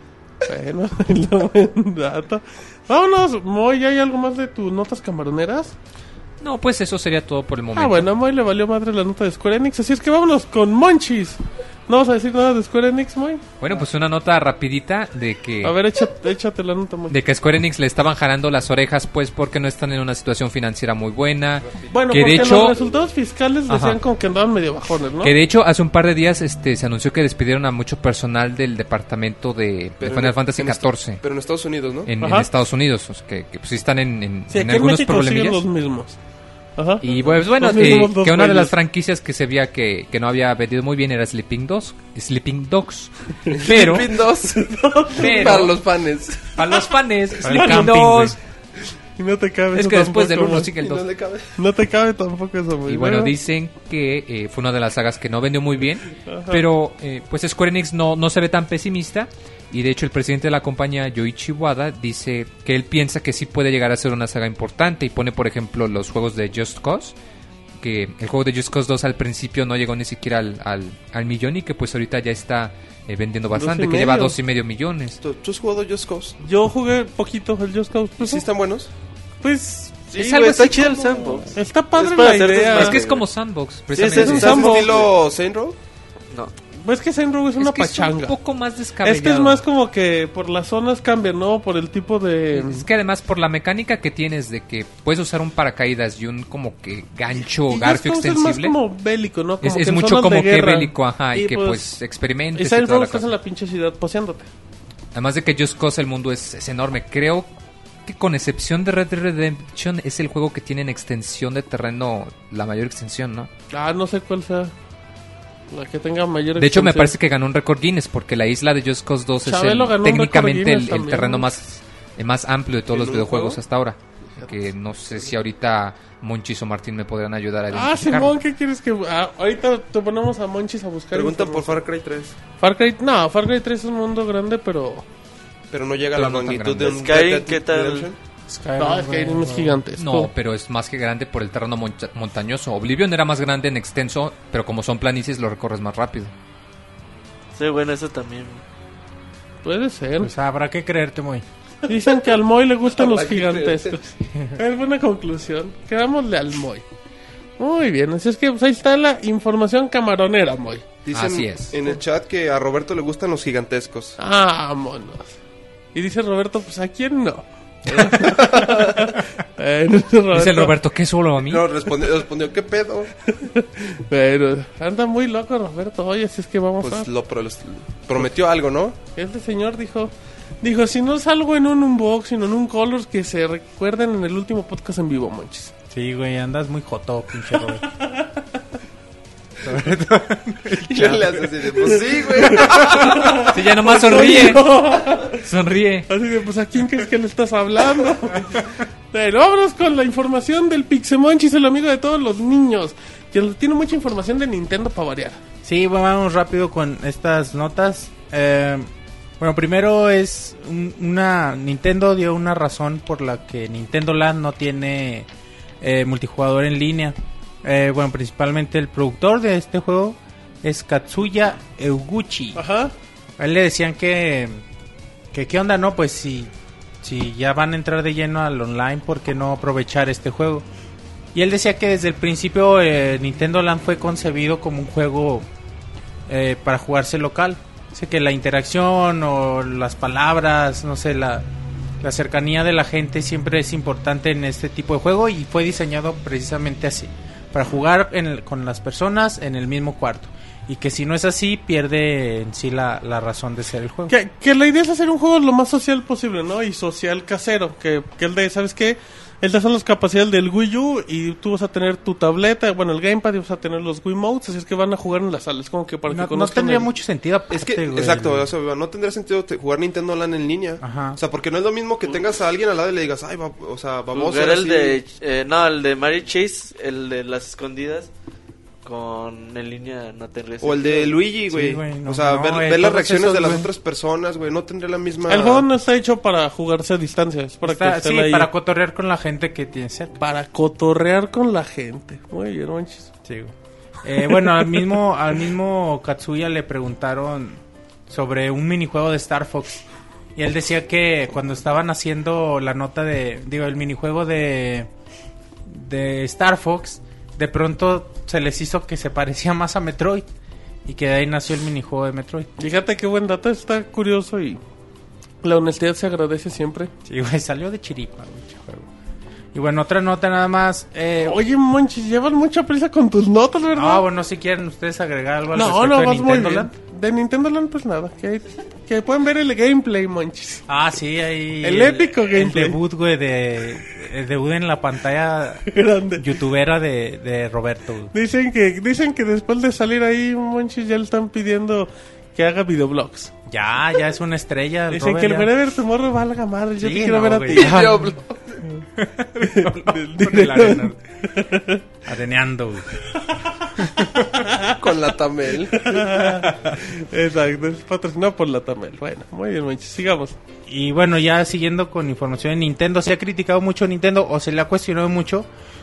Bueno, lo buen dato. Vámonos, Moy, ¿hay algo más de tus notas camaroneras? No, pues eso sería todo por el momento. Ah, bueno, a Moy le valió madre la nota de Square Enix, así es que vámonos con Monchis. ¿No vas a decir nada de Square Enix, Moy? Bueno, pues una nota rapidita de que... A ver, échate, échate la nota, Moy. De que a Square Enix le estaban jalando las orejas, pues porque no están en una situación financiera muy buena. Bueno, que porque de hecho, los resultados fiscales decían Ajá. como que andaban medio bajones, ¿no? que de hecho hace un par de días este se anunció que despidieron a mucho personal del departamento de, de Pero Final en- Fantasy en est- catorce Pero en Estados Unidos, ¿no? en, en Ajá. Estados Unidos, o sea, que, que pues sí están en, en, Sí, en aquí en algunos México siguen problemillas. los mismos. Ajá. Y pues bueno, Los eh, mismos dos que una de güeyes. las franquicias que se veía que, que no había vendido muy bien era Sleeping Dogs, Sleeping Dogs. Pero, Sleeping Dogs. pero Para los fans. para los fans, Para el Sleeping camping, Dogs. Y no te cabe Es eso que después del tampoco, uno Moy. sigue el Y no dos. le cabe. No te cabe tampoco eso, muy Y bueno, dicen que eh, fue una de las sagas que no vendió muy bien, pero eh, pues Square Enix no, no se ve tan pesimista. Y de hecho el presidente de la compañía, Yoichi Wada, dice que él piensa que sí puede llegar a ser una saga importante. Y pone, por ejemplo, los juegos de Just Cause. Que el juego de Just Cause dos al principio no llegó ni siquiera al, al, al millón y que pues ahorita ya está eh, vendiendo Dos y bastante, que medio. lleva dos y medio millones. ¿Tú, tú has jugado Just Cause? Yo jugué poquito el Just Cause. ¿Y Pues, sí están buenos? pues Sí, Es güey, algo está así chido el como- sandbox. está padre Es para la hacer idea. desmadre. Es que es como Sandbox, Sí, precisamente. es un ¿Estás sandbox. estilo Saint Row? No. Pues que Saint Row es una Es que es pachanga. un poco más descabellado. Es que es más como que por las zonas cambian, ¿no? Por el tipo de... Es que además por la mecánica que tienes de que puedes usar un paracaídas y un como que gancho, Y garfio Just Cause extensible. es más como bélico, ¿no? Como Es, que es en mucho zonas como de que guerra. bélico, ajá, y, Y que pues- pues experimentes Y y Saint toda Row la estás en cosa. la pinche ciudad paseándote. Además de que Just Cause el mundo es, es enorme. Creo que con excepción de Red Dead Redemption es el juego que tiene en extensión de terreno la mayor extensión, ¿no? Ah, no sé cuál sea la que tenga mayor De hecho me extensión. parece que ganó un récord Guinness porque la isla de Just Cause dos es Chabelo el- ganó un técnicamente récord el, Guinness el también. terreno más, eh, más amplio de todos ¿En los un videojuegos juego? hasta ahora. Que no sé si ahorita Monchis o Martín me podrán ayudar a Ah, identificar. Simón, ¿qué quieres que...? Ah, ahorita te ponemos a Monchis a buscar Preguntan por información. Far Cry tres. Far Cry... No, Far Cry tres es un mundo grande, pero... Pero no llega a Pero la no tan magnitud de grande. un Skyrim, Red Dead ¿qué tal? Redemption. No, es que Skyrim es gigantesco. No, pero es más que grande por el terreno monta- montañoso. Oblivion era más grande en extenso, pero como son planicies lo recorres más rápido. Sí, bueno, eso también. Puede ser. Pues habrá que creerte, muy. Dicen que al Moy le gustan los Habrá que gigantescos. Es buena conclusión. Quedámosle al Moy. Muy bien, así es que pues, ahí está la información camaronera, Moy. Dicen Así es. en el chat que a Roberto le gustan los gigantescos. Vámonos. Y dice Roberto, pues ¿a quién no? Eh, no, Roberto. Dice el Roberto, ¿qué solo a mí? No, respondió, respondió ¿qué pedo? Pero anda muy loco Roberto. Oye, así es que vamos a... Pues lo pro- los- prometió algo, ¿no? Este señor dijo... Dijo, si no salgo en un unboxing o en un Colors, que se recuerden en el último podcast en vivo, Monchis. Sí, güey, andas muy joto, pinche Robert. Y él le hace así de, pues sí, güey. Sí, ya nomás sonríe. Sonríe. Así de, pues, ¿a quién crees que le estás hablando? Pero vámonos con la información del Pixemonchis, el amigo de todos los niños. Que tiene mucha información de Nintendo para variar. Sí, vamos rápido con estas notas. Eh, bueno, primero es un, una... Nintendo dio una razón por la que Nintendo Land no tiene eh, multijugador en línea. Eh, bueno, principalmente el productor de este juego es Katsuya Eguchi. Ajá. A él le decían que... que ¿qué onda, no? Pues si, si ya van a entrar de lleno al online, ¿por qué no aprovechar este juego? Y él decía que desde el principio eh, Nintendo Land fue concebido como un juego eh, para jugarse local. Dice que la interacción o las palabras, no sé, la, la cercanía de la gente siempre es importante en este tipo de juego y fue diseñado precisamente así, para jugar en el, con las personas en el mismo cuarto. Y que si no es así, pierde en sí la, la razón de ser el juego. Que, que la idea es hacer un juego lo más social posible, ¿no? Y social casero. Que, que el de, ¿sabes qué? Estas son las capacidades del Wii U y tú vas a tener tu tableta, bueno, el gamepad y vas a tener los Wii Modes, así es que van a jugar en las salas, como que para no, que conozcan. No tendría el... mucho sentido. Aparte, es que, güey, exacto, el... o sea, no tendría sentido te, jugar Nintendo Land en línea. Ajá. O sea, porque no es lo mismo que tengas a alguien al lado y le digas, ay, va, o sea, vamos jugar a el así. de eh, no, el de Mario Chase, el de las escondidas con en línea no tendría O el de Luigi, güey. Sí, güey, no, o sea, no, ver, eh, ver las todos reacciones esos, de las güey. otras personas, güey, no tendría la misma... El juego no está hecho para jugarse a distancia, es para Está- que estén sí, ahí. para cotorrear con la gente que tiene cerca. Para cotorrear con la gente. Muy bien, manches. Sí, güey. Eh, bueno, al mismo, al mismo Katsuya le preguntaron sobre un minijuego de Star Fox. Y él decía que cuando estaban haciendo la nota de, digo, el minijuego de, de Star Fox, de pronto se les hizo que se parecía más a Metroid. Y que de ahí nació el minijuego de Metroid. Fíjate qué buen dato, está curioso y la honestidad se agradece siempre. Sí, güey, salió de chiripa, güey, ese juego. Y bueno, otra nota nada más. Eh, Oye, Monchis, llevas mucha prisa con tus notas, ¿verdad? no, bueno, si quieren ustedes agregar algo al no, respecto no, de vas muy Nintendo bien. Land. De Nintendo Land, pues nada. Que, que pueden ver el gameplay, Monchis. Ah, sí, ahí... El épico el gameplay. debut, güey, de... El debut en la pantalla Grande. youtubera de, de Roberto, güey. Dicen que, dicen que después de salir ahí, Monchis, ya le están pidiendo que haga videoblogs. Ya, ya es una estrella. el Dicen Robert, que el ya. Wherever Tomorrow valga madre. Yo Sí, te quiero no, ver a güey, ti. ya. Videoblog. Con el arena. Areneando, güey. Con la Tamel. Exacto, es patrocinado por la Tamel. Bueno, muy bien, Monchis, sigamos. Y bueno, ya siguiendo con información de Nintendo, se ha criticado mucho a Nintendo o se le ha cuestionado mucho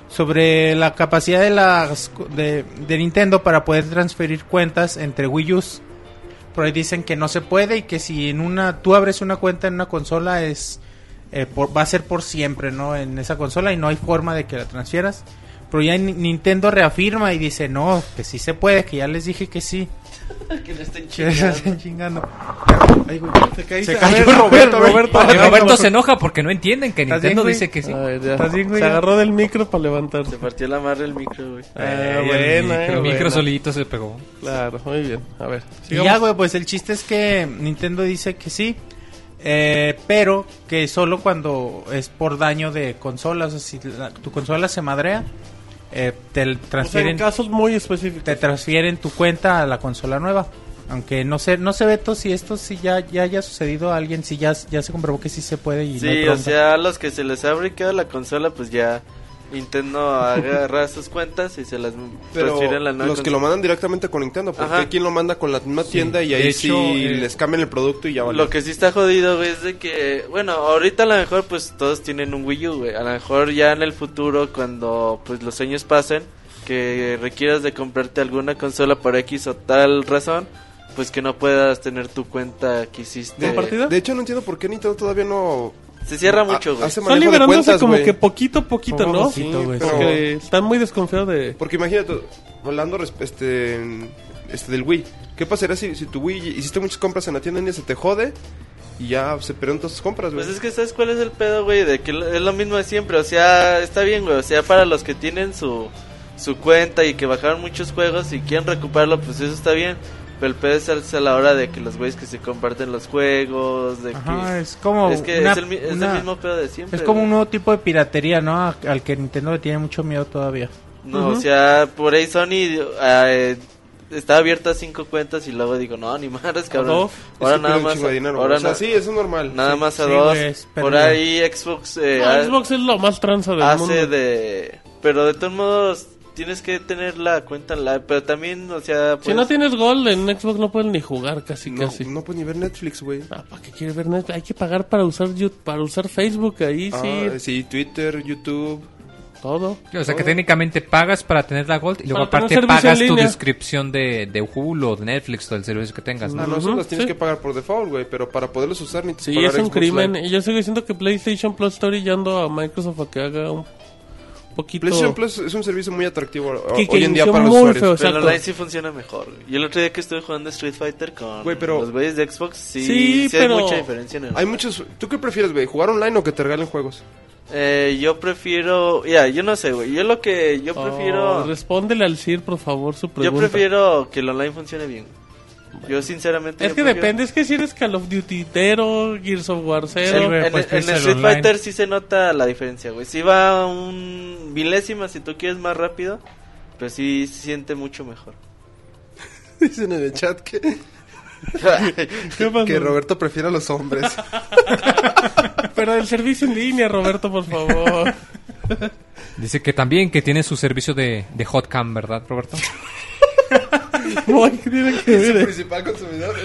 sobre la capacidad de las de, de Nintendo para poder transferir cuentas entre Wii U's. Por ahí dicen que no se puede y que si en una tú abres una cuenta en una consola es eh, por, va a ser por siempre, ¿no? En esa consola y no hay forma de que la transfieras. Pero ya Ni- Nintendo reafirma y dice, no, que sí se puede, que ya les dije que sí. que le estén Que se chingando. están chingando. Ay, güey. Se, caí, Se a cayó ver, Roberto, güey. Roberto. Y Roberto se enoja porque no entienden que ¿Estás Nintendo bien, güey? dice que sí. A ver, ya. ¿Estás bien, güey? Se agarró del micro para levantarse. Se partió la madre el micro, güey. Ah, Eh, buena, el eh, micro, El micro buena. solito se pegó. Claro, muy bien. A ver, Y sigamos. ya, güey, pues el chiste es que Nintendo dice que sí, eh, pero que solo cuando es por daño de consolas. O sea, si la- tu consola se madrea, eh, te O sea, en transfieren, casos muy específicos. te transfieren tu cuenta a la consola nueva. Aunque no sé, no se ve todo si esto sí ya, ya haya sucedido a alguien, si ya, ya se comprobó que sí se puede y no hay Sí, o bronca. sea, a los que se les ha brincado la consola, pues ya Nintendo agarra sus cuentas y se las Pero transfieren a la nueva los que lo consola. mandan directamente con Nintendo, porque Ajá. hay quien lo manda con la misma tienda y de ahí hecho, sí eh, les cambian el producto y ya vale. Lo que sí está jodido, güey, es de que, bueno, ahorita a lo mejor pues todos tienen un Wii U, güey. A lo mejor ya en el futuro, cuando pues los años pasen, que requieras de comprarte alguna consola por X o tal razón, pues que no puedas tener tu cuenta que hiciste. ¿Compartida? De hecho, no entiendo por qué Nintendo todavía no... Se cierra mucho, ha- güey. hace Están manejo de liberándose cuentas, como güey. que poquito a poquito, Poco a ¿no? poquito, Sí, güey. pero- Porque están muy desconfiados de... Porque imagínate, hablando res- este, en- este del Wii, ¿qué pasaría si, si tu Wii hiciste muchas compras en la tienda y se te jode y ya se perdieron todas tus compras, güey? Pues es que ¿sabes cuál es el pedo, güey? De que lo- es lo mismo de siempre, o sea, está bien, güey, o sea, para los que tienen su su cuenta y que bajaron muchos juegos y quieren recuperarlo, pues eso está bien. Pero el pedo es a la hora de que los güeyes que se comparten los juegos, de Ajá, que... es como es que una- es, el, mi- es una- el mismo pedo de siempre. es como un güey. nuevo tipo de piratería, ¿no? A- al que Nintendo le tiene mucho miedo todavía. No, Ujú. o sea, por ahí Sony eh, estaba abierta a cinco cuentas y luego digo, no, ni madres, cabrón. Ahora nada más. Dinero, ahora o sea, no, sí, eso es normal. Nada sí. más a sí, dos. Wey, por ahí Xbox. Eh, no, ha, Xbox es lo más tranza del hace mundo. de. Pero de todos modos, tienes que tener la cuenta live. Pero también, o sea. Si pues, no tienes Gold en Xbox no puedes ni jugar casi, No, casi. no puedes ni ver Netflix, güey. Ah, ¿para qué quieres ver Netflix? Hay que pagar para usar YouTube, para usar Facebook ahí, Ah, sí. sí, Twitter, YouTube. Todo. O sea que técnicamente pagas para tener la Gold y luego Para aparte tener servicio pagas en tu línea. suscripción de, de Hulu o de Netflix o del servicio que tengas, ¿no? Ah, no, eso Ujú, las tienes sí. que pagar por default, güey. Pero para poderlos usar, ni te Sí, pagar es un Xbox crimen. Live. Y yo sigo diciendo que PlayStation Plus está orillando a Microsoft a que haga un poquito... PlayStation Plus es un servicio muy atractivo o- Que- que hoy en día inició para los muy usuarios. feo. Pero el Exacto. online sí funciona mejor. Güey. Y el otro día que estuve jugando Street Fighter con Güey, pero- los güeyes de Xbox, sí, Sí, sí pero- hay mucha diferencia en el. Hay muchos. ¿Tú qué prefieres, güey? ¿Jugar online o que te regalen juegos? Eh, yo prefiero, ya, yo no sé, güey. Yo lo que yo prefiero, Oh, respóndele al Sir, por favor, su yo pregunta. prefiero que el online funcione bien. Yo sinceramente Es yo que prefiero- depende, es que si eres Call of Duty-tero, Gears of War En, cero... güey, en- pues, en pues, el Street online. Fighter sí se nota la diferencia, güey. Si va un milésima si tú quieres más rápido, pero sí se siente mucho mejor. Dicen en el chat que, ¿Qué pasó? que Roberto prefiere a los hombres. Pero el servicio en línea, Roberto, por favor. Dice que también que tiene su servicio de, de hotcam, ¿verdad, Roberto? No, ¿qué tiene que Es el ver? eh? principal consumidor.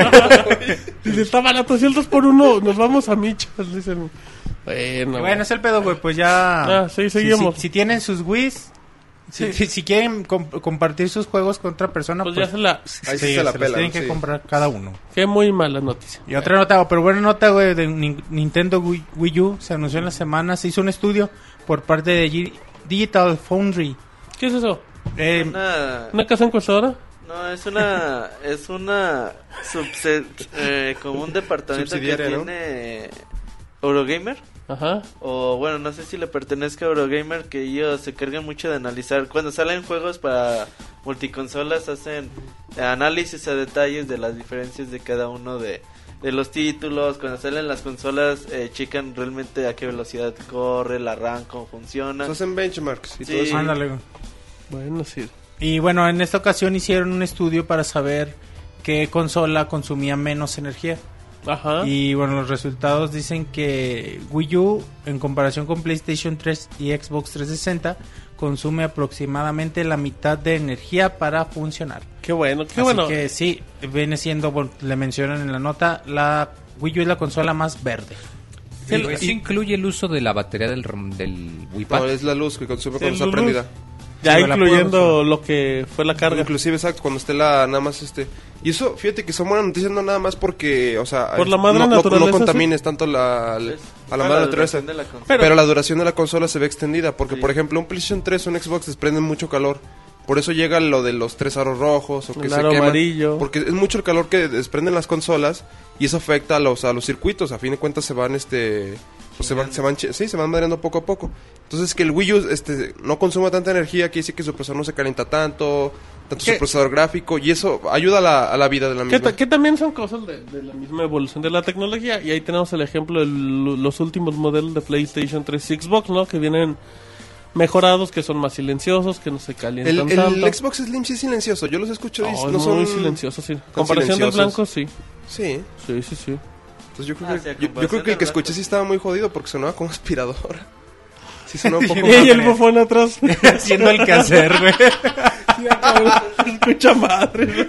Dice, está barato, si el dos por uno, nos vamos a Michas, dicen. Bueno, Bueno, es el pedo, güey, pues ya... Ah, sí, si- seguimos. Si, si tienen sus Wii's, si, si, si quieren com- compartir sus juegos con otra persona, pues pues, ya se la... Ahí sí se la los pelan, tienen que sí. comprar cada uno. Qué muy mala noticia. Y otra nota, pero buena nota, güey, de Nin- Nintendo Wii, Wii U, se anunció en la semana, se hizo un estudio por parte de G- Digital Foundry. ¿Qué es eso? Eh, Una, ¿Una casa encuestadora? no, es una, es una subse- eh, como un departamento que Subsidiaria, ¿no? tiene Eurogamer. Ajá. O bueno, no sé si le pertenezca a Eurogamer, que ellos se cargan mucho de analizar. Cuando salen juegos para multiconsolas, hacen análisis a detalles de las diferencias de cada uno de, de los títulos. Cuando salen las consolas, eh, checan realmente a qué velocidad corre, el arranque, cómo funciona. Se hacen benchmarks y Sí. todo eso. ándale, güey. Bueno, sí. Y bueno, en esta ocasión hicieron un estudio para saber qué consola consumía menos energía. Ajá. Y bueno, los resultados dicen que Wii U, en comparación con PlayStation tres y Xbox trescientos sesenta, consume aproximadamente la mitad de energía para funcionar. Qué bueno, qué Así bueno. que sí, viene siendo, bueno, le mencionan en la nota, la Wii U es la consola más verde. Sí, ¿Eso y- incluye el uso de la batería del, rom- del Wii Pad? No, es la luz que consume Sí, cuando está luz. prendida. Ya Sí, la incluyendo puedo- lo que fue la carga. Inclusive, exacto, cuando esté la nada más este... Y eso, fíjate que son buenas noticias no nada más porque, o sea... Por la es- madre no, no- naturaleza, No contamines tanto la, Es a la para madre naturaleza. duración de la consola. Pero- Pero, la duración de la consola se ve extendida porque, Sí. por ejemplo, un PlayStation tres o un Xbox desprenden mucho calor. Por eso llega lo de los tres aros rojos o que El se aro queman. amarillo. Porque es mucho el calor que desprenden las consolas y eso afecta a los a los circuitos. A fin de cuentas se van este pues se van se van chi- sí, se van madreando poco a poco. Entonces que el Wii U este no consuma tanta energía, quiere decir que su procesador no se calienta tanto, tanto ¿Qué? su procesador gráfico y eso ayuda a la, a la vida de la Que, misma. ta- que también son cosas de, de la misma evolución de la tecnología. Y ahí tenemos el ejemplo de lo- los últimos modelos de PlayStation tres y Xbox, ¿no? Que vienen mejorados, que son más silenciosos, que no se El, calientan el tanto. Xbox Slim sí es silencioso, yo los escucho y Oh, no es son muy silenciosos, sí. Comparación del blanco, silenciosos. sí. Sí. Sí, sí, sí. Entonces yo creo Ah, que sí, a yo, yo comparación creo que el del que escuché blanco. sí estaba muy jodido porque sonaba como aspiradora. Sí sonaba un poco Y el bufón atrás. Haciendo el quehacer, güey. Sí, acá, se escucha madre, ¿no?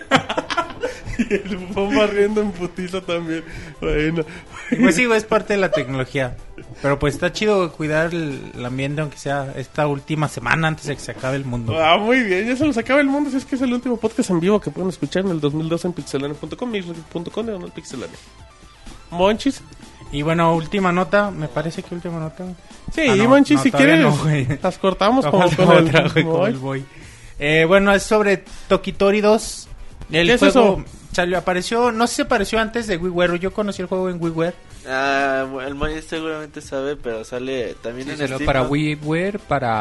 Y el bufón barriendo en putiza también. Bueno. Y pues sí, güey, es parte de la tecnología. Pero pues está chido, güey, cuidar el, el ambiente, aunque sea esta última semana antes de que se acabe el mundo. Ah, muy bien, ya se nos acaba el mundo. Si es que es el último podcast en vivo que pueden escuchar en el dos mil dos en pixelania punto com, mixler punto com, diagonal pixelania. Monchis. Y bueno, última nota, me parece que última nota. güey. Sí, Ah, no, Monchis, no, si todavía quieres, no, güey. las cortamos No, como falta con el, otra, güey, como Boy. el Boy. Eh, bueno, es sobre Tokitori dos. El ¿Qué es juego eso? salió, apareció, no sé si apareció antes de WiiWare. Yo conocí el juego en WiiWare. Ah, bueno, el Moy seguramente sabe, pero sale también Sí, en salió Steam, para ¿no? WiiWare,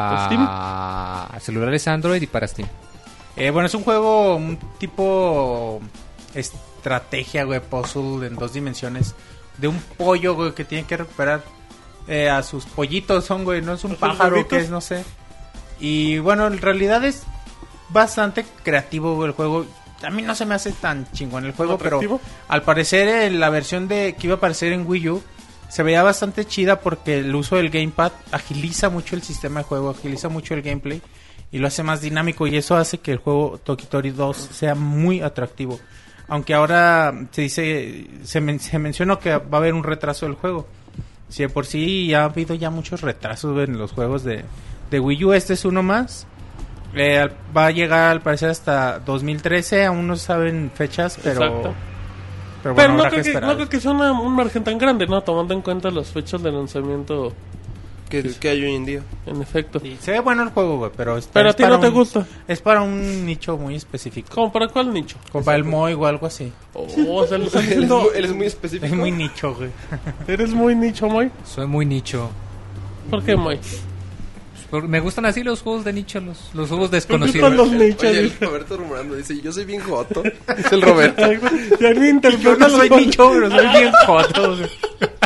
para celulares Android y para Steam. Eh, bueno, es un juego, un tipo estrategia, güey, puzzle en dos dimensiones. De un pollo, güey, que tiene que recuperar eh, a sus pollitos, son, güey, no es un ¿A sus pájaro huevitos? que es, no sé. Y bueno, en realidad es bastante creativo el juego. A mí no se me hace tan chingón el juego, pero ¿Atractivo? al parecer eh, la versión de que iba a aparecer en Wii U se veía bastante chida porque el uso del gamepad agiliza mucho el sistema de juego, agiliza mucho el gameplay y lo hace más dinámico, y eso hace que el juego Tokitori dos sea muy atractivo. Aunque ahora se dice, se, men- se mencionó que va a haber un retraso del juego. Si de por sí ya ha habido ya muchos retrasos en los juegos de, de Wii U, este es uno más. Eh, al- va a llegar al parecer hasta dos mil trece, aún no saben fechas, pero Exacto. pero, bueno, Pero no habrá creo, que que, esperar. no creo que sea una- un margen tan grande, ¿no? Tomando en cuenta las fechas de lanzamiento, que, que hay hoy en día. en efecto. Sí, se ve bueno el juego, güey, pero, es- Pero a es ti para no te un- gusta. Es para un nicho muy específico. ¿Cómo para cuál nicho? Como para el Moy o algo así. Oh, o sea, le estás Él es, diciendo, muy, él es muy específico. Es muy nicho, güey. eres muy nicho, Moy. Soy muy nicho. ¿Por qué, Moy? Por- Me gustan así los juegos de nicho, los, los juegos ¿Por qué desconocidos. con los nichos? Oye, el Roberto rumorando dice, yo soy bien joto. Dice el Roberto. Ay, güey, ya ni Yo interpreta no los soy juegos. nicho, pero soy bien joto, güey.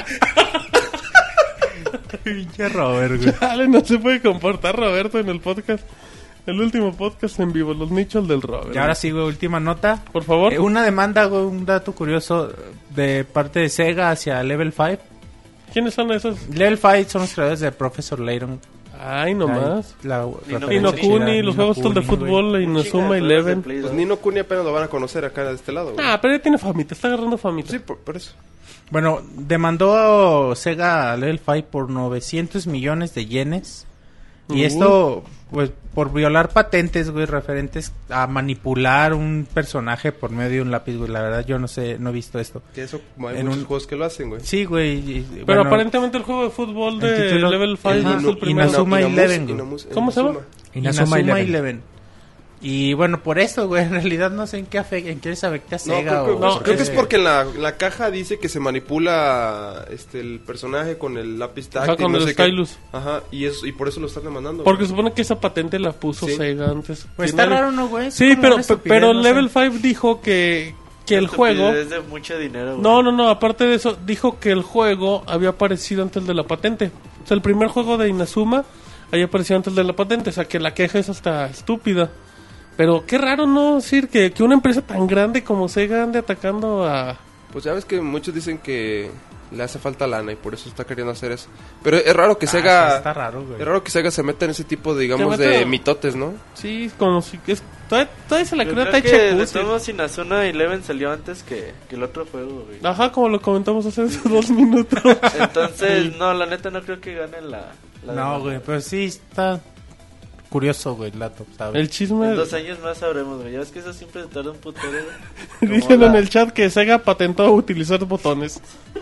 Pinche Robert, güey. Chale, no se puede comportar Roberto en el podcast. El último podcast en vivo, los nichos del Robert. Y ahora sí, güey, última nota. Por favor. Eh, una demanda, güey, un dato curioso de parte de Sega hacia Level cinco. ¿Quiénes son esos? Level cinco son los creadores de Professor Layton. Ay, nomás. La, Ni no Y no referencia Kuni, chida, los Ni juegos no estos de Kuni, güey. fútbol, Inazuma Eleven. Pues Nino Kuni apenas lo van a conocer acá de este lado, güey. Ah, pero ya tiene famita, está agarrando famita. Sí, por, por eso. Bueno, demandó Sega a Level cinco por novecientos millones de yenes. Y Uy. esto, pues, por violar patentes, güey, referentes a manipular un personaje por medio de un lápiz, güey. La verdad, yo no sé, no he visto esto. Que eso, hay En muchos un- juegos que lo hacen, güey. Sí, güey. y- Pero bueno, aparentemente el juego de fútbol el de título- Level cinco Ajá. es el primero. Inazuma Inamus- Eleven, güey. Inamus- ¿Cómo se llama? Inazuma Inazuma Eleven. Eleven. Y bueno, por eso, güey, en realidad no sé en qué, afe- en qué les afecta a No, Sega. creo, que, o no, por creo qué que es se- porque en la, la caja dice que se manipula este el personaje con el lápiz táctil. Ajá, con no el sé qué. stylus. Ajá, y, eso, y por eso lo están demandando. Porque güey. se supone que esa patente la puso Sí. Sega antes. Pues Tiene- está raro, ¿no, güey? Es Sí, como pero, una estupidez, pero no sé. Level cinco dijo que, que el juego... Es de mucho dinero, güey. No, no, no, aparte de eso, dijo que el juego había aparecido antes de la patente. O sea, el primer juego de Inazuma había aparecido antes de la patente. O sea, que la queja es hasta estúpida. Pero qué raro, ¿no? Decir que, que una empresa tan grande como Sega ande atacando a... Pues ya ves que muchos dicen que le hace falta lana y por eso está queriendo hacer eso. Pero es raro que Ah, Sega... está raro, güey. Es raro que Sega se meta en ese tipo de, digamos, Se mete- de mitotes, ¿no? Sí, como si... Es, todavía, todavía se la Yo creo creo que Taichi de Kusi. todos Inazuma Eleven salió antes que, que el otro juego, güey. Ajá, como lo comentamos hace dos minutos. Entonces, no, la neta no creo que gane la... la No, demanda. güey, pero sí está curioso, güey, el dato, ¿sabes? El chisme... En dos años más sabremos, güey. Ya ves que eso siempre se tarda un putero, güey. Dicen Como en la- el chat que Sega patentó utilizar botones.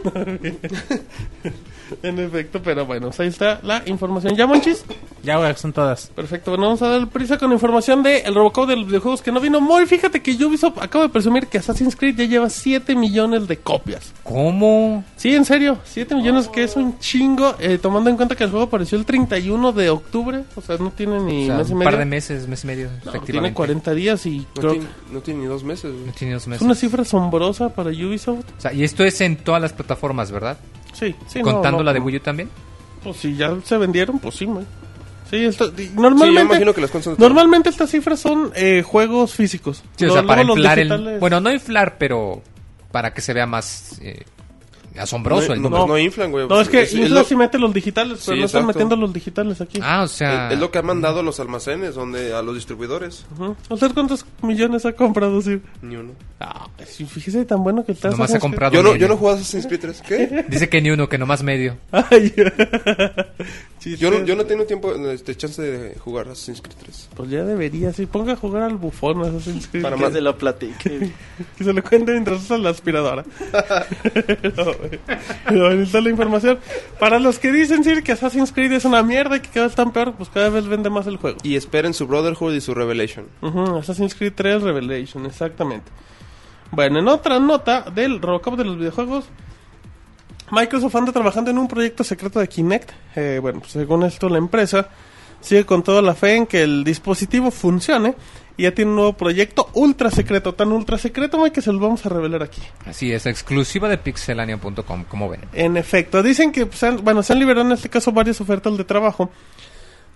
En efecto, pero bueno, pues ahí está la información. ¿Ya, Monchis? Ya, güey, son todas. Perfecto, bueno, vamos a dar prisa con información de el Robocop de los videojuegos que no vino. Muy, fíjate que Ubisoft acaba de presumir que Assassin's Creed ya lleva siete millones de copias. ¿Cómo? Sí, en serio, siete millones, que es un chingo, eh, tomando en cuenta que el juego apareció el treinta y uno de octubre, o sea, no tiene ni O sea, mes y un medio. par de meses, mes y medio, No, efectivamente. tiene cuarenta días y No, creo tiene, no tiene ni dos meses, güey. No tiene dos que meses. es una cifra asombrosa para Ubisoft. O sea, y esto es en todas las plataformas, ¿verdad? Sí, sí, no, Contando no, la de no. Wii U también. Pues si ya se vendieron, pues sí, man. Sí, esto, y Sí, yo normalmente, imagino que las cuentas... normalmente estas cifras son eh, juegos físicos. Sí, o Lo- sea, para luego los inflar el... digitales- Bueno, no inflar, pero para que se vea más eh, asombroso no, el no, número. pues no inflan, güey. No, es que es Infla lo- sí mete los digitales, pero Sí, no están exacto. metiendo los digitales aquí. Ah, o sea... es, es lo que han mandado a los almacenes, donde a los distribuidores. Ujú. ¿Usted cuántos millones ha comprado, sí? Ni uno. Ah, sí, fíjese tan bueno que está. Nomás ha Assassin's comprado Yo no, medio. yo no he jugado Assassin's Creed tres. ¿Qué? Dice que ni uno, que nomás medio. Creed. Ay, chiste. Yo no, yo no tengo tiempo, este, chance de jugar Assassin's Creed tres. Pues ya debería, sí. Ponga a jugar al bufón Assassin's Creed. Para Que más- se lo platique. Que se le cuente mientras usa la aspiradora. No, pero ahí está la información. Para los que dicen sí, que Assassin's Creed es una mierda y que cada vez tan peor, pues cada vez vende más el juego. Y esperen su Brotherhood y su Revelation. Ujú, Assassin's Creed tres Revelation, exactamente. Bueno, en otra nota del Robocop de los videojuegos, Microsoft anda trabajando en un proyecto secreto de Kinect. Eh, bueno, pues según esto la empresa sigue con toda la fe en que el dispositivo funcione y ya tiene un nuevo proyecto ultra secreto, tan ultra secreto Mike, que se lo vamos a revelar aquí. Así es, exclusiva de pixelania punto com, como ven. En efecto, dicen que pues, han- bueno, se han liberado en este caso varias ofertas de trabajo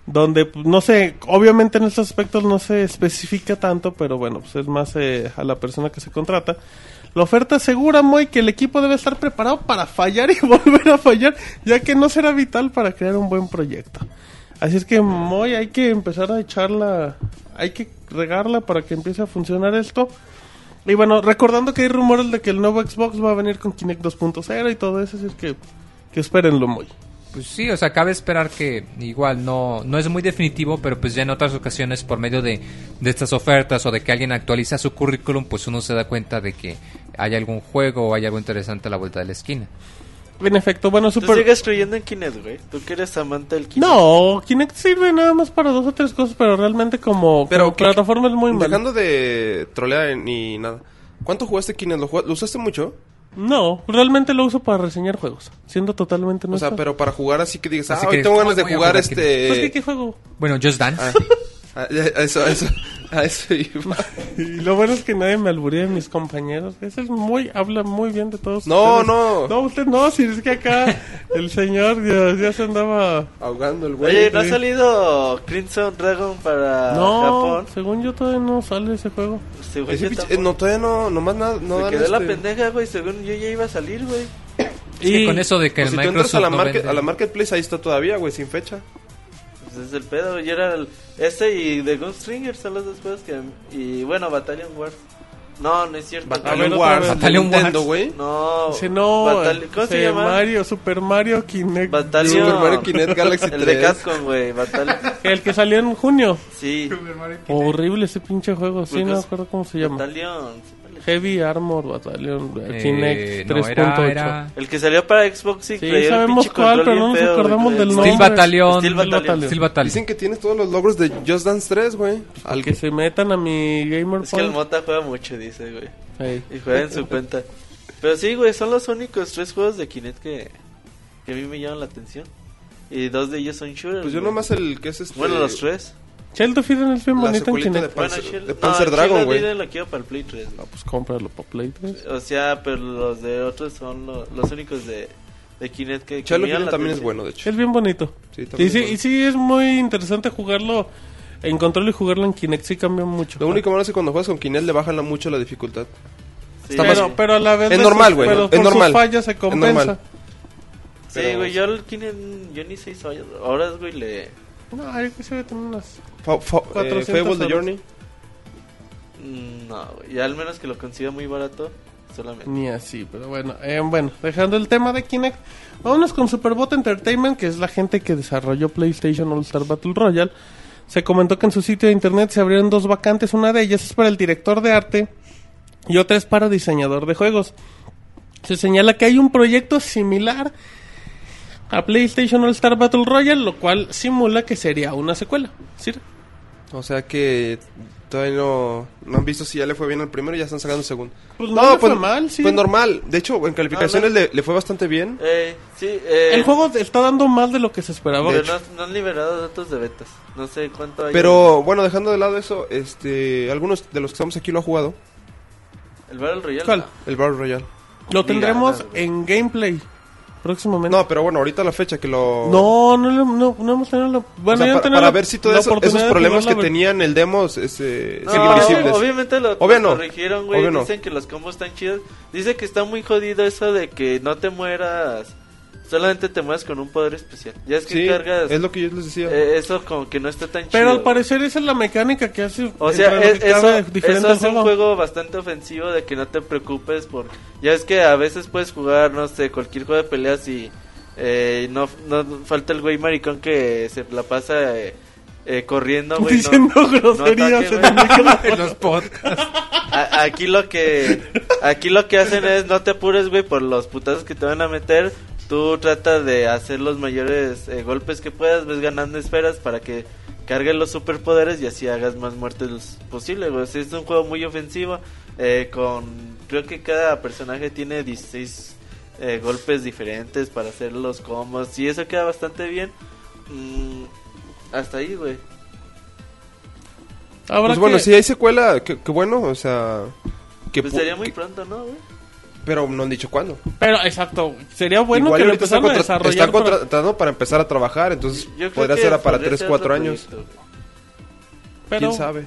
donde pues, no sé, obviamente en estos aspectos no se especifica tanto, pero bueno, pues es más eh, a la persona que se contrata. La oferta asegura, Moy, que el equipo debe estar preparado para fallar y volver a fallar, ya que no será vital para crear un buen proyecto. Así es que, Moy, hay que empezar a echarla, hay que regarla para que empiece a funcionar esto. Y bueno, recordando que hay rumores de que el nuevo Xbox va a venir con Kinect dos punto cero y todo eso, así es que, que espérenlo, Moy. Pues sí, o sea, cabe esperar que igual no no es muy definitivo, pero pues ya en otras ocasiones por medio de, de estas ofertas o de que alguien actualiza su currículum, pues uno se da cuenta de que hay algún juego o hay algo interesante a la vuelta de la esquina. En efecto, bueno, super... ¿Tú sigues creyendo en Kinect, güey? ¿Tú que eres amante del Kinect? No, Kinect sirve nada más para dos o tres cosas, pero realmente como, pero como plataforma es muy mal. Dejando de trolear ni nada, ¿cuánto jugaste Kinect? ¿Lo, jug... ¿Lo usaste mucho? No, realmente lo uso para reseñar juegos, siendo totalmente honesto. O sea, pero para jugar así que digas, ah, Así hoy que tengo ganas de voy a jugar jugar este... Pues, ¿qué, ¿qué juego? Bueno, Just Dance. Ah, a, a eso, a eso, a eso iba. Y lo bueno es que nadie me alburía de mis compañeros. Ese es muy, habla muy bien de todos No, ustedes. no. No, usted no, si es que acá el señor ya, ya se andaba... Ahogando el güey. Oye, ¿no ha sí. salido Crimson Dragon para No, Japón? según yo todavía no sale ese juego. Según Ese yo pinche- tampoco. eh, no, todavía no, nomás nada, no Se dan quedó la este- pendeja, güey. Según yo ya iba a salir, güey. Es que con eso de que Pues el si tú entras Microsoft a la, no market, vende- a la Marketplace, ahí está todavía, güey, sin fecha. Pues es el pedo, güey. Y era el... Ese y The Gunstringer son los dos juegos que... Y bueno, Battalion Wars. No, no es cierto. Battalion otra Wars, vez. Battalion Nintendo, Wars. güey. No. Ese no, Batali- ¿Cómo se ese llama? Mario, Super Mario Kinect. Battalion... Super Mario Kinect Galaxy El de tres. Capcom, güey. Battalion... El que salió en junio. Sí. Horrible ese pinche juego, sí, Porque no me es- acuerdo cómo se llama. Battalion... Heavy Armor Battalion Eh, Kinect no, tres era- punto ocho. era El que salió para Xbox y Sí, traía el sabemos pinche cuál, control pero no bien nos feo, acordamos güey. del Steel nombre. Battalion. Steel Battalion. Steel Battalion. Dicen que tienes todos los logros de Just Dance tres, güey. Al Al que se metan a mi Gamer Es que el Point. Mota juega mucho, dice, güey. Ey. Y juega en su cuenta. Pero sí, güey, son los únicos tres juegos de Kinect que, que a mí me llaman la atención. Y dos de ellos son shooters. Pues yo güey. nomás el que es este... Bueno, los tres. Child of Eden es bien La bonito en secuelita de Kinect. Bueno, Panzer, Shield- de Panzer no, Dragon, Shield güey. Eden lo quiero para el Play tres. No, pues cómpralo para Play tres. O sea, pero los de otros son lo- los únicos de, de Kinect que, que Chalo me llaman la también es atención. bueno, de hecho. Es bien bonito. Sí, Y también sí, es bueno. y sí, es muy interesante jugarlo en control y jugarlo en Kinect. Sí cambia mucho. Lo único malo es que cuando juegas con Kinect le bajan la- mucho la dificultad. Sí, Está pero, más- pero a la vez... Es de normal, sus- güey, Pero es con normal. sus fallas se compensa. normal. Sí, Pero- güey, yo el Kinect, yo ni seis horas, güey, le... No, yo creo que se debe tener unas... Fa- fa- eh, cuatrocientas Fable The horas. Journey. Mm, No, güey, ya al menos que lo consiga muy barato, solamente. Ni así, pero bueno. Eh, bueno, dejando el tema de Kinect, vámonos con Superbot Entertainment, que es la gente que desarrolló PlayStation All Star Battle Royale. Se comentó que en su sitio de internet se abrieron dos vacantes, una de ellas es para el director de arte y otra es para diseñador de juegos. Se señala que hay un proyecto similar a PlayStation All Star Battle Royale, lo cual simula que sería una secuela. ¿Sí? O sea que todavía no, no han visto si ya le fue bien al primero y ya están sacando el segundo. Pues no, le fue mal, sí. Pues normal. De hecho, en calificaciones Ah, no. le, le fue bastante bien. Eh, sí, eh... El juego está dando más de lo que se esperaba. pero no, no han liberado datos de betas. No sé cuánto hay. Pero bueno, dejando de lado eso, este, algunos de los que estamos aquí lo han jugado. ¿El Battle Royale? ¿Cuál? No. El Battle Royale. Lo tendremos Diga, güey. en gameplay próximamente. No, pero bueno, ahorita la fecha que lo... No, no, no, no, no hemos tenido la... O Bueno, sea, ya para, tenemos para la- ver si todos la eso- oportunidad esos de problemas que jugarla, tenían el demos este, No, siguen visibles. obviamente lo, Obvio lo no. corrigieron, güey. Obvio no. Dicen que los combos están chidos. Dice que está muy jodido eso de que no te mueras. Solamente te mueres con un poder especial. Ya es que Sí, cargas. es lo que yo les decía. eh, eso como que no está tan chido. Pero al parecer esa es la mecánica que hace... O sea, entre lo es- que eso, cabe diferente eso al es un juego bastante ofensivo de que no te preocupes por... Ya es que a veces puedes jugar, no sé, cualquier juego de peleas y eh, no, no falta el güey maricón que se la pasa eh, eh, corriendo, güey. Diciendo no, groserías no ataque, en el güey. micrófono. En los podcasts. A- aquí lo que aquí lo que hacen es no te apures, güey, por los putazos que te van a meter. Tú trata de hacer los mayores eh, golpes que puedas, ves ganando esferas para que carguen los superpoderes y así hagas más muertes posible, güey. O sea, es un juego muy ofensivo eh, con creo que cada personaje tiene dieciséis eh, golpes diferentes para hacer los combos y eso queda bastante bien. Mm, hasta ahí, güey. Habrá Pues bueno, que- si hay secuela, que, que bueno, o sea... Que Pues pu- sería muy que- pronto, ¿no, güey? Pero no han dicho cuándo. Pero, exacto, sería bueno Igual que lo ahorita están, empezaran a contra- desarrollar. están para- contratando para empezar a trabajar, entonces Yo creo podría que ser para podría tres, ser cuatro otro años. proyecto, güey. pero, ¿Quién sabe?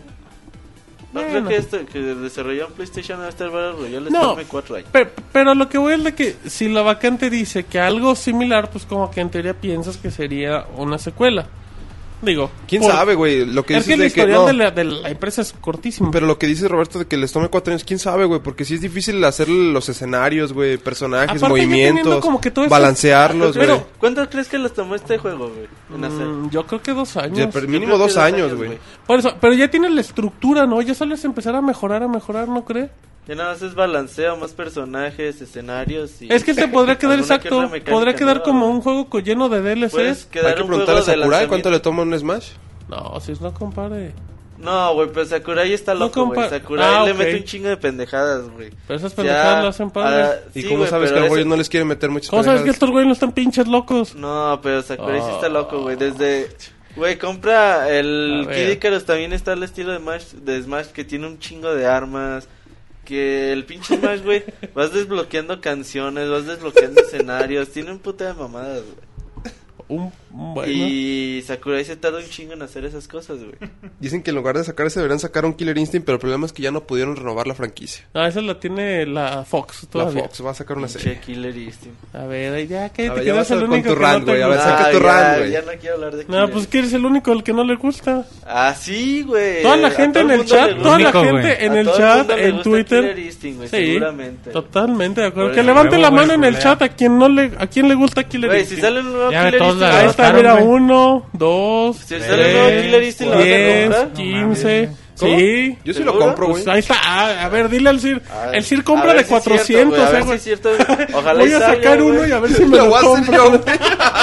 No Bueno. creo que, esto, que desarrollar un PlayStation va a estar Battle Royale No. tome cuatro años. Pero, pero lo que voy es de que si la vacante dice que algo similar, pues como que en teoría piensas que sería una secuela. Digo, ¿Quién por- sabe, güey? Lo que Es dices que el de que historial no. de, la, de la empresa es cortísimo. Pero lo que dice Roberto de que les tome cuatro años, ¿quién sabe, güey? Porque sí es difícil hacer los escenarios, güey, personajes, Aparte, ya teniendo movimientos, como que todo esto- balancearlos, güey. Pero- ¿Cuánto crees que les tomó este juego, güey? En hacer? Mm, yo creo que dos años. Ya, pero Yo mínimo creo que dos años, güey. Por eso, pero ya tiene la estructura, ¿no? Ya solo es empezar a mejorar, a mejorar, ¿no cree? Ya nada más es balanceo, más personajes, escenarios y... Es que se podría quedar alguna que exacto. otra mecánica Podría quedar nueva, como güey. un juego co- lleno de D L Puedes Cs. quedar Hay que un preguntarle a juego de Sakurai cuánto le lanzamiento. toma un Smash. No, si es no, compadre. No, güey, pero Sakurai está No, loco, güey. compa- Sakurai Ah, le ok. mete un chingo de pendejadas, güey. Pero esas Ya, pendejadas lo hacen padre. ah, ¿Y sí, cómo güey, sabes que pero a los eso- no les quieren meter muchas ¿Cómo sabes que pendejadas? estos güeyes no están pinches locos? No, pero Sakurai sí Ah. está loco, güey. Desde... Güey, compra el A ver. Kid Icarus, también está el estilo de Smash, de Smash que tiene un chingo de armas. Que el pinche Smash, güey, vas desbloqueando canciones, vas desbloqueando escenarios. Tiene un puta de mamadas, güey. Un, un bueno. Y Sakurai se tarda un chingo en hacer esas cosas, güey. Dicen que en lugar de sacar ese deberían sacar un Killer Instinct, pero el problema es que ya no pudieron renovar la franquicia. Ah, esa la tiene la Fox La todavía. Fox va a sacar una Che, serie. Killer Instinct. A ver, ya que A te ver, ya quedas vas a el ver único con tu que no rant, te güey, a gusta. ver, saca tu ya, rant, güey. ya no quiero hablar de No, Killer pues que eres el único el que no le gusta. Ah, sí, güey. Toda la A gente todo en el mundo chat, le toda la Único, gente güey. en A el todo chat, mundo le en gusta Twitter. Killer Instinct, güey, Sí, seguramente. totalmente de acuerdo. Por Que eso. levante la Huevo, mano en el güey, chat a quien no le, a quien le gusta Killer Güey, Instinct. si sale un nuevo Ya, Killer todos Instinct, la Ahí lo está, vas a mira, güey. uno, dos, Si sale un nuevo Killer Instinct, ¿lo vas a diez, comprar? quince. ¿Cómo? Sí. Yo sí lo ¿Seguro? compro, güey. Pues ahí está. Ah, a ver, dile al Sir. Ah, El Sir a compra ver de si es cierto, cuatrocientos, güey, a eh, ver si güey. es cierto. Ojalá Voy y a salga, sacar güey. uno y a ver si me Lo lo voy a hacer compro. yo, güey.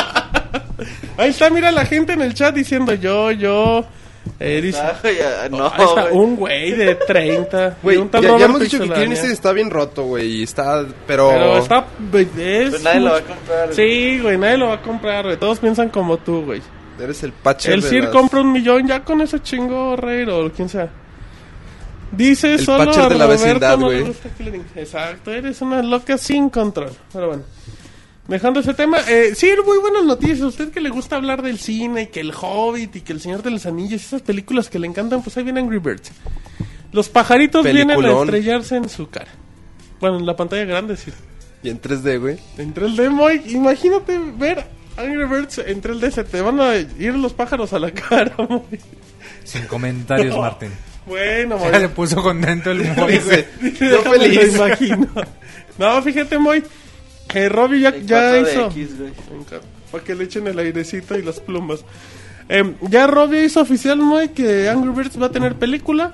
Ahí está, mira la gente en el chat diciendo yo, yo. Eh, dice, Ah, güey, ah, no, ahí está güey. un güey de treinta. Güey, de un tal ya, ya Robert hemos dicho que Pixelania. Killer Instinct está bien roto, güey, y está... Pero... Pero está. Es Pues nadie lo va a mucho- comprar. güey. Sí, güey, nadie lo va a comprar, güey. Todos piensan como tú, güey. Eres el patcher El de Sir las- compra un millón ya con ese chingo, Rey, o quien sea. Dice El solo patcher a de la Roberto vecindad, no le güey. gusta Killer Instinct. Exacto, eres una loca sin control. Pero bueno. Dejando ese tema, eh, sí, muy buenas noticias. A usted que le gusta hablar del cine, y que el Hobbit, y que el Señor de los Anillos, esas películas que le encantan, pues ahí viene Angry Birds. Los pajaritos vienen a Peliculón. estrellarse en su cara. Bueno, en la pantalla grande, sí. Y en tres D, güey. En tres D, Moy, imagínate ver Angry Birds en tres D, se te van a ir los pájaros a la cara, Moy. Sin comentarios, No. Martín. Bueno, Ya se Moy. puso contento el Moy, Dice, güey. yo Déjame lo feliz. imagino. No, fíjate, Moy. Que Robbie ya, En ya cuatro D hizo. X, güey. Para que le echen el airecito y las plumas. Eh, ya Robbie hizo oficial, Moy, que Angry Birds va a tener película.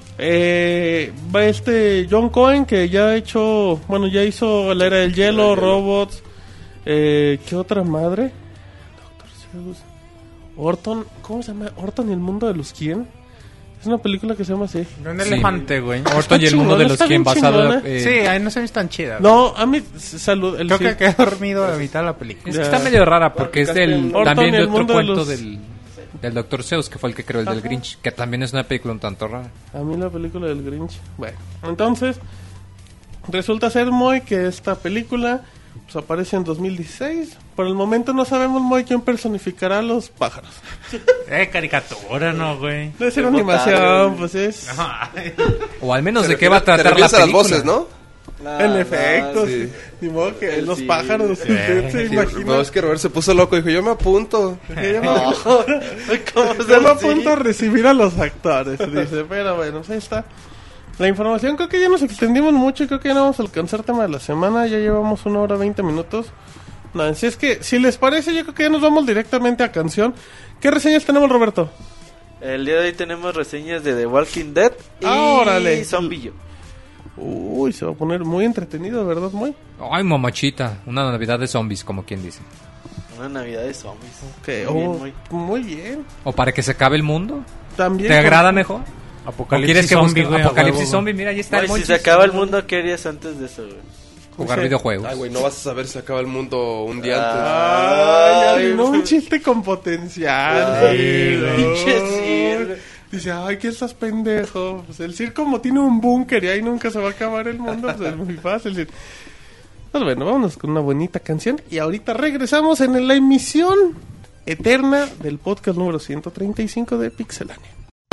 Eh, va este John Cohen, que ya ha hecho. Bueno, ya hizo La Era del Hielo, Robots. Eh, ¿Qué otra madre? Doctor Seuss. Orton. ¿Cómo se llama? Orton y el mundo de los quién. Es una película que se llama así. Un Sí. elefante, güey. Orton y el mundo de chingona, los está quien bien basado chingona. eh, Sí, ahí no se ve tan chida. güey. No, a mí. Salud. El Creo sí. que quedó dormido a la mitad de la película. Es que está medio rara porque es del Orton también y de el otro mundo de cuento los- del del doctor Seuss, que fue el que creó el del Ajá. Grinch, que también es una película un tanto rara. A mí la película del Grinch. Bueno, entonces resulta ser, Moy, que esta película pues, aparece en dos mil dieciséis. Por el momento no sabemos, Moy, quién personificará a los pájaros. Eh, caricatura, ¿no, güey? Debe ser Qué animación, botario. pues es... O al menos Te de qué va a refieres- te tratar la refieres a las película. voces, ¿no? No, En no, efecto, sí. sí. Ni modo que El los sí. pájaros, usted se Sí, imagina. no, es que Robert se puso loco y dijo, yo me apunto. Yo me- No. ¿Cómo Yo se me así? apunto a recibir a los actores, dice. Pero bueno, pues ahí está. La información, creo que ya nos extendimos mucho y creo que ya no vamos a alcanzar tema de la semana. Ya llevamos una hora veinte minutos. No, así es que, si les parece, yo creo que ya nos vamos directamente a canción. ¿Qué reseñas tenemos, Roberto? El día de hoy tenemos reseñas de The Walking Dead y Ah, órale. Zombillo. Uy, se va a poner muy entretenido, ¿verdad, muy? Ay, mamachita, una Navidad de zombies, como quien dice. Una Navidad de zombies. Que, Muy bien, oh, muy- muy bien. O para que se acabe el mundo. También. ¿Te agrada mejor? ¿O Apocalipsis quieres que zombie, busque güey, a Apocalipsis huevo, zombie? Mira, ahí está el Güey, si Monchis. se acaba el mundo, ¿qué harías antes de eso, güey? Jugar Sí. videojuegos. Ay, güey, no vas a saber si se acaba el mundo un día antes. Ay, Ay, no, un chiste con potencial. Ay, sí, pinche no. sí, güey. Dice, ay, ¿qué estás pendejo? Pues el Sir como tiene un búnker y ahí nunca se va a acabar el mundo, pues es muy fácil. Pues bueno, vámonos con una bonita canción y ahorita regresamos en la emisión eterna del podcast número ciento treinta y cinco de Pixelania.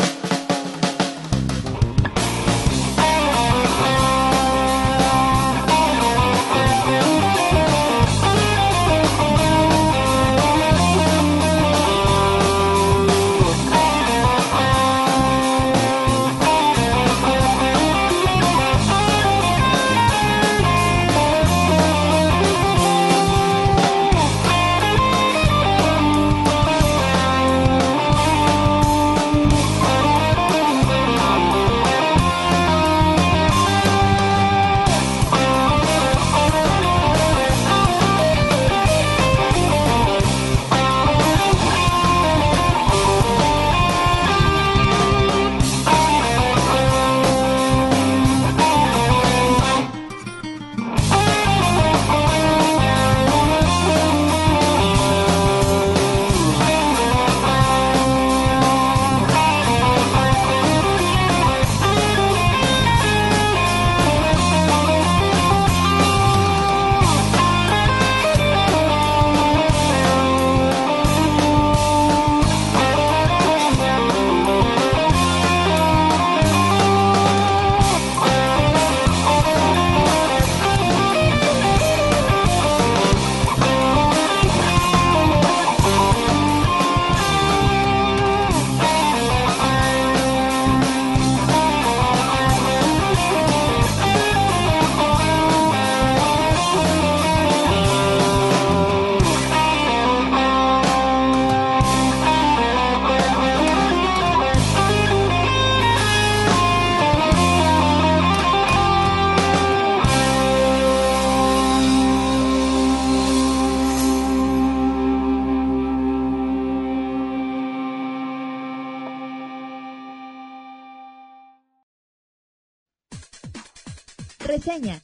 Reseña.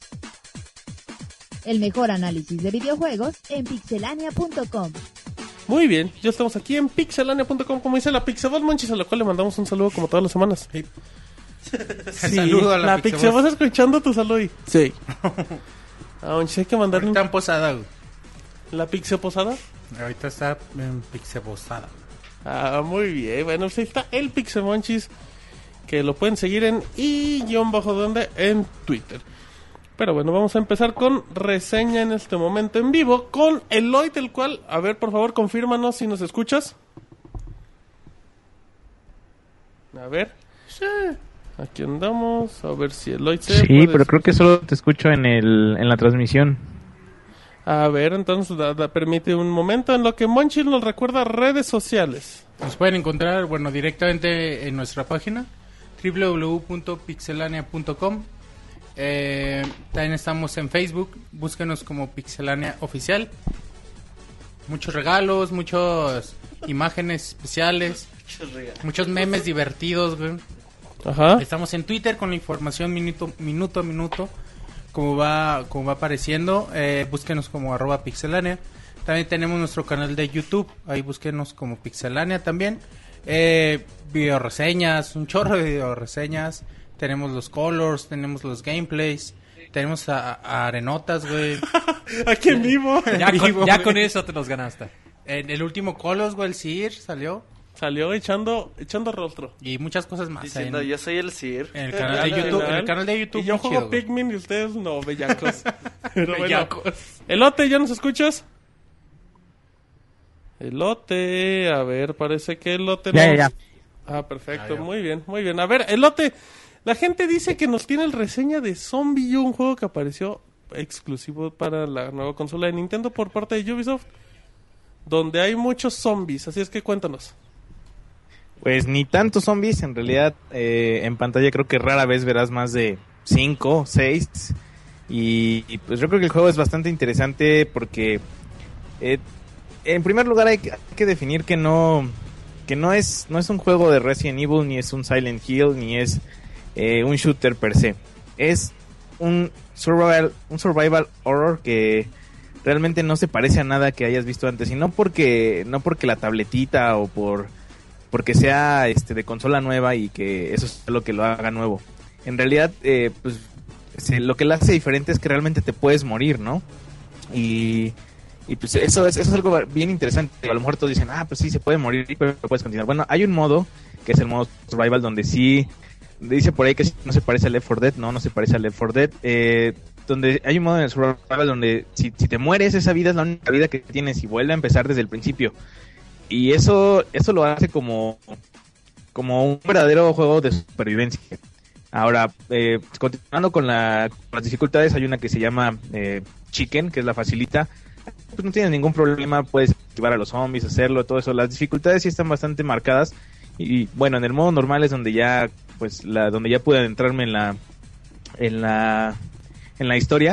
El mejor análisis de videojuegos en pixelania punto com. Muy bien, ya estamos aquí en pixelania punto com, como dice la Pixabot Monchis, a la cual le mandamos un saludo como todas las semanas. Sí, Saludo a la, la Pixabot escuchando tu saludo. Y... sí. Ah, Monchis, hay que mandarle Ahorita en posada, güey. ¿La Pixe Posada? Ahorita está en Pixe Posada. Ah, muy bien. Bueno, pues ahí está el Pixe Monchis, que lo pueden seguir en y guión bajo donde en Twitter. Pero bueno, vamos a empezar con reseña en este momento en vivo con Eloy, del cual, a ver, por favor, confírmanos si nos escuchas. A ver. Sí. Aquí andamos, a ver si Eloy se... Sí, pero escuchar. Creo que solo te escucho en el en la transmisión. A ver, entonces, da, da, permite un momento en lo que Monchis nos recuerda redes sociales. Nos pueden encontrar, bueno, directamente en nuestra página doble u doble u doble u punto pixelania punto com. Eh, también estamos en Facebook, búsquenos como Pixelania Oficial. Muchos regalos, muchas imágenes especiales, Muchos regalos. muchos memes divertidos, güey. Ajá. Estamos en Twitter con la información minuto, minuto a minuto, como va, como va apareciendo. Eh, búsquenos como arroba pixelania. También tenemos nuestro canal de YouTube, ahí búsquenos como Pixelania también. Eh, video reseñas, un chorro de video reseñas. Tenemos los colors, tenemos los gameplays, tenemos a, a Arenotas, güey. Aquí en vivo. Ya, En con, vivo, ya güey. con eso te los ganaste. En el último Colors, güey, el Sir salió. Salió echando echando rostro. Y muchas cosas más. Diciendo, en, yo soy el Sir. en el canal de YouTube. En el canal de YouTube. Y yo muy juego chido, güey. Pikmin y ustedes no, bellacos. Pero bueno. Bellacos. Elote, ¿ya nos escuchas? Elote, a ver, parece que Elote... Ya, no- ya, ya. Ah, perfecto, Ya, ya. muy bien, muy bien. A ver, Elote, la gente dice que nos tiene el reseña de Zombie U, un juego que apareció exclusivo para la nueva consola de Nintendo por parte de Ubisoft, donde hay muchos zombies, así es que cuéntanos. Pues ni tantos zombies, en realidad eh, en pantalla creo que rara vez verás más de cinco, seis. Y, y pues yo creo que el juego es bastante interesante porque eh, en primer lugar hay que, hay que definir que no que no es no es un juego de Resident Evil, ni es un Silent Hill, ni es eh, un shooter per se. Es un survival un survival horror que realmente no se parece a nada que hayas visto antes, y no porque no porque la tabletita o por porque sea este de consola nueva y que eso es lo que lo haga nuevo. En realidad, eh, pues se, lo que lo hace diferente es que realmente te puedes morir, ¿no? Y, y pues eso es, eso es algo bien interesante. A lo mejor todos dicen, ah, pues sí, se puede morir, pero puedes continuar. Bueno, hay un modo, que es el modo survival, donde sí, dice por ahí que no se parece a Left four Dead, no, no se parece a Left four Dead, eh, donde hay un modo en el survival donde si, si te mueres, esa vida es la única vida que tienes y vuelve a empezar desde el principio. Y eso, eso lo hace como, como un verdadero juego de supervivencia. Ahora, eh, continuando con, la, con las dificultades, hay una que se llama eh, Chicken, que es la facilita. Pues no tienes ningún problema, puedes activar a los zombies, hacerlo, todo eso. Las dificultades sí están bastante marcadas. Y bueno, en el modo normal es donde ya, pues, la, donde ya pude adentrarme en la, en la, en la historia.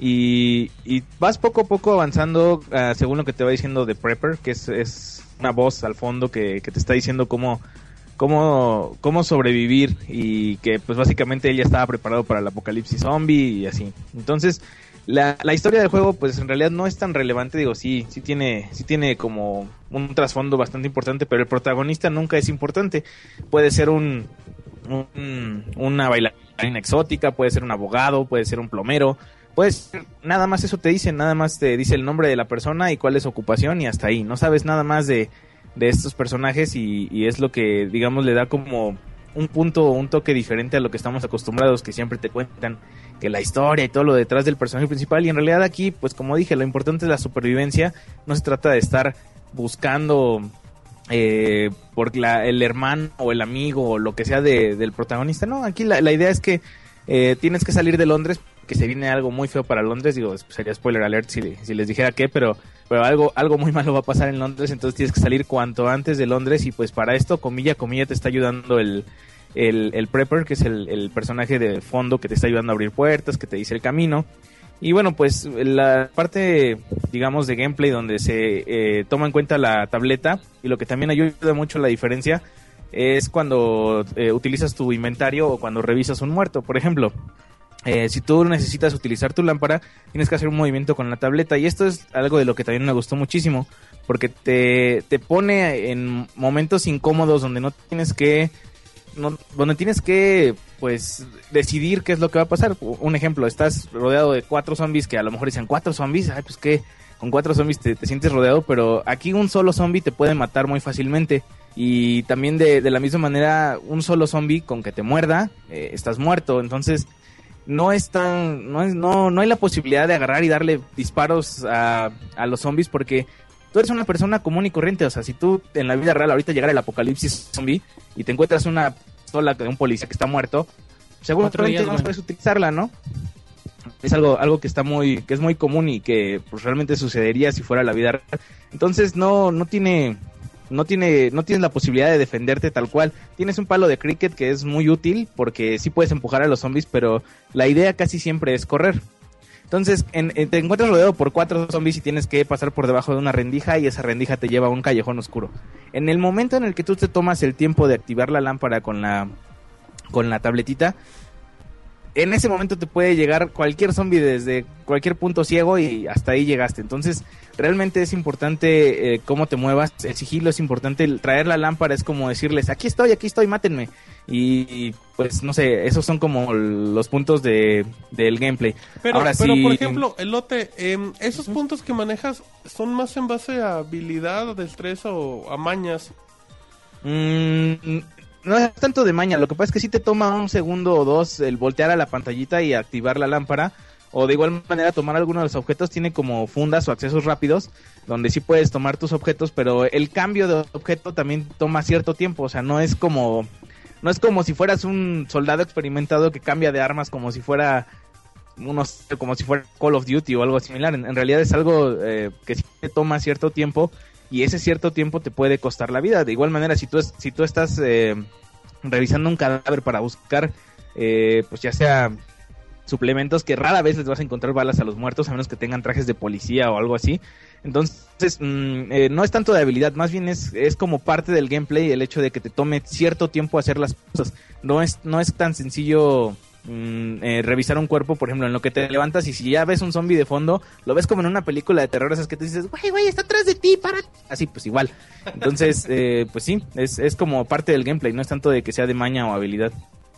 Y, y vas poco a poco avanzando uh, según lo que te va diciendo The Prepper, que es, es una voz al fondo que, que te está diciendo cómo Cómo, cómo sobrevivir, y que pues básicamente él ya estaba preparado para el apocalipsis zombie y así. Entonces la, la historia del juego pues en realidad no es tan relevante, digo, sí, sí tiene, sí tiene como un trasfondo bastante importante, pero el protagonista nunca es importante. Puede ser un, un una bailarina exótica, puede ser un abogado, puede ser un plomero, puede ser, nada más eso te dice, nada más te dice el nombre de la persona y cuál es su ocupación y hasta ahí, no sabes nada más de de estos personajes y, y es lo que, digamos, le da como un punto, un toque diferente a lo que estamos acostumbrados, que siempre te cuentan que la historia y todo lo detrás del personaje principal, y en realidad aquí, pues como dije, lo importante es la supervivencia. No se trata de estar buscando eh, por la, el hermano o el amigo o lo que sea de, del protagonista, no, aquí la, la idea es que eh, tienes que salir de Londres, que se viene algo muy feo para Londres, digo, sería spoiler alert si, si les dijera qué, pero pero algo algo muy malo va a pasar en Londres, entonces tienes que salir cuanto antes de Londres, y pues para esto, comilla, comilla, te está ayudando el, el, el Prepper, que es el, el personaje de fondo que te está ayudando a abrir puertas, que te dice el camino. Y bueno, pues la parte, digamos, de gameplay donde se eh, toma en cuenta la tableta, y lo que también ayuda mucho a la diferencia es cuando eh, utilizas tu inventario o cuando revisas un muerto, por ejemplo. Eh, si tú necesitas utilizar tu lámpara, tienes que hacer un movimiento con la tableta, y esto es algo de lo que también me gustó muchísimo, porque te, te pone en momentos incómodos donde no tienes que no, donde tienes que pues decidir qué es lo que va a pasar. Un ejemplo, estás rodeado de cuatro zombies, que a lo mejor dicen cuatro zombies, ay, pues que con cuatro zombies te, te sientes rodeado, pero aquí un solo zombie te puede matar muy fácilmente. Y también de, de la misma manera, un solo zombie con que te muerda, eh, estás muerto. Entonces no es tan, no es, no, no hay la posibilidad de agarrar y darle disparos a, a los zombies, porque tú eres una persona común y corriente. O sea, si tú en la vida real ahorita llegara el apocalipsis zombie y te encuentras una pistola de un policía que está muerto, seguramente no puedes utilizarla, ¿no? Es algo, algo que está muy, que es muy común y que pues realmente sucedería si fuera la vida real. Entonces no, no tiene, no tiene, no tienes la posibilidad de defenderte tal cual. Tienes un palo de cricket que es muy útil porque sí puedes empujar a los zombies, pero la idea casi siempre es correr. Entonces en, en, te encuentras rodeado por cuatro zombies y tienes que pasar por debajo de una rendija, y esa rendija te lleva a un callejón oscuro. En el momento en el que tú te tomas el tiempo de activar la lámpara con la, con la tabletita, en ese momento te puede llegar cualquier zombie desde cualquier punto ciego y hasta ahí llegaste. Entonces realmente es importante eh, cómo te muevas, el sigilo es importante, el traer la lámpara es como decirles, aquí estoy, aquí estoy, mátenme. Y, y pues no sé, esos son como los puntos de del gameplay. Pero, Ahora, pero sí, por ejemplo, Elote, eh, ¿esos uh-huh. puntos que manejas son más en base a habilidad, destreza o a mañas? Mm, no es tanto de maña, lo que pasa es que sí te toma un segundo o dos el voltear a la pantallita y activar la lámpara, o de igual manera tomar alguno de los objetos. Tiene como fundas o accesos rápidos donde sí puedes tomar tus objetos, pero el cambio de objeto también toma cierto tiempo. O sea, no es como no es como si fueras un soldado experimentado que cambia de armas como si fuera unos como si fuera Call of Duty o algo similar. En, en realidad es algo eh, que sí te toma cierto tiempo, y ese cierto tiempo te puede costar la vida. De igual manera, si tú, es, si tú estás eh, revisando un cadáver para buscar, eh, pues ya sea suplementos, que rara vez les vas a encontrar balas a los muertos, a menos que tengan trajes de policía o algo así. Entonces, mmm, eh, no es tanto de habilidad, más bien es, es como parte del gameplay el hecho de que te tome cierto tiempo hacer las cosas. No es, no es tan sencillo mm, eh, revisar un cuerpo, por ejemplo, en lo que te levantas y si ya ves un zombie de fondo, lo ves como en una película de terror, esas que te dices, güey, güey, está atrás de ti, para. Así, pues igual. Entonces, eh, pues sí, es, es como parte del gameplay, no es tanto de que sea de maña o habilidad.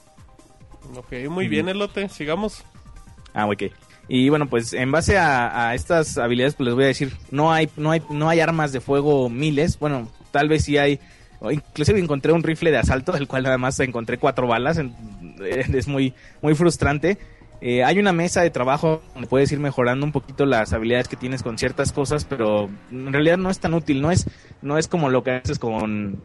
Ok, muy bien, Elote, sigamos. Ah, ok. Y bueno, pues en base a, a estas habilidades, pues les voy a decir, no hay, no hay, no hay armas de fuego miles, bueno, tal vez sí hay. Inclusive encontré un rifle de asalto, del cual nada más encontré cuatro balas. Es muy, muy frustrante. Eh, hay una mesa de trabajo donde puedes ir mejorando un poquito las habilidades que tienes con ciertas cosas, pero en realidad no es tan útil. No es, no es como lo que haces con,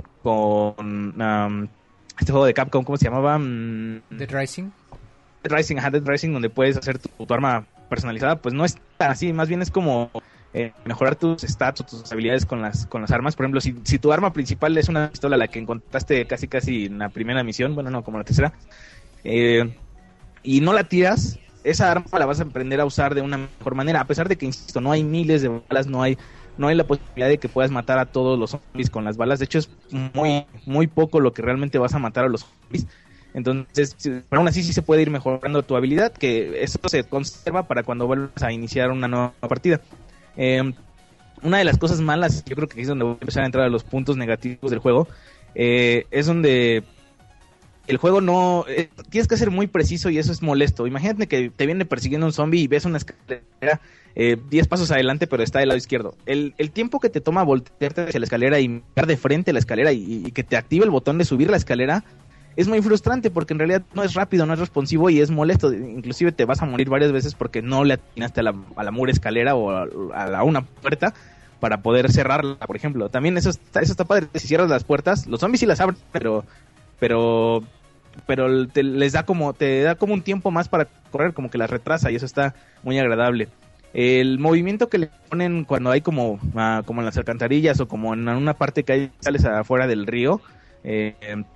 con um, este juego de Capcom, ¿cómo se llamaba? Dead Rising. Dead Rising, ajá, Dead Rising, donde puedes hacer tu, tu arma personalizada. Pues no es tan así, más bien es como... Eh, mejorar tus stats o tus habilidades con las con las armas. Por ejemplo, si, si tu arma principal es una pistola, la que encontraste casi casi en la primera misión, bueno, no, como la tercera, eh, y no la tiras, esa arma la vas a aprender a usar de una mejor manera, a pesar de que, insisto, no hay miles de balas, no hay no hay la posibilidad de que puedas matar a todos los zombies con las balas. De hecho, es muy muy poco lo que realmente vas a matar a los zombies. Entonces, pero aún así sí se puede ir mejorando tu habilidad, que eso se conserva para cuando vuelvas a iniciar una nueva partida. Eh, una de las cosas malas, yo creo que es donde voy a empezar a entrar a los puntos negativos del juego, eh, es donde el juego no... Eh, tienes que ser muy preciso y eso es molesto. Imagínate que te viene persiguiendo un zombie y ves una escalera eh, diez pasos adelante, pero está del lado izquierdo. El, el tiempo que te toma voltearte hacia la escalera y mirar de frente a la escalera y, y que te active el botón de subir la escalera es muy frustrante porque en realidad no es rápido, no es responsivo y es molesto. Inclusive te vas a morir varias veces porque no le atinaste a la, a la mura escalera o a, a, la, a una puerta para poder cerrarla, por ejemplo. También eso está, eso está padre. Si cierras las puertas, los zombies sí las abren, pero pero pero te, les da como te da como un tiempo más para correr, como que las retrasa y eso está muy agradable. El movimiento que le ponen cuando hay como, uh, como en las alcantarillas o como en una parte que hay, sales afuera del río, eh,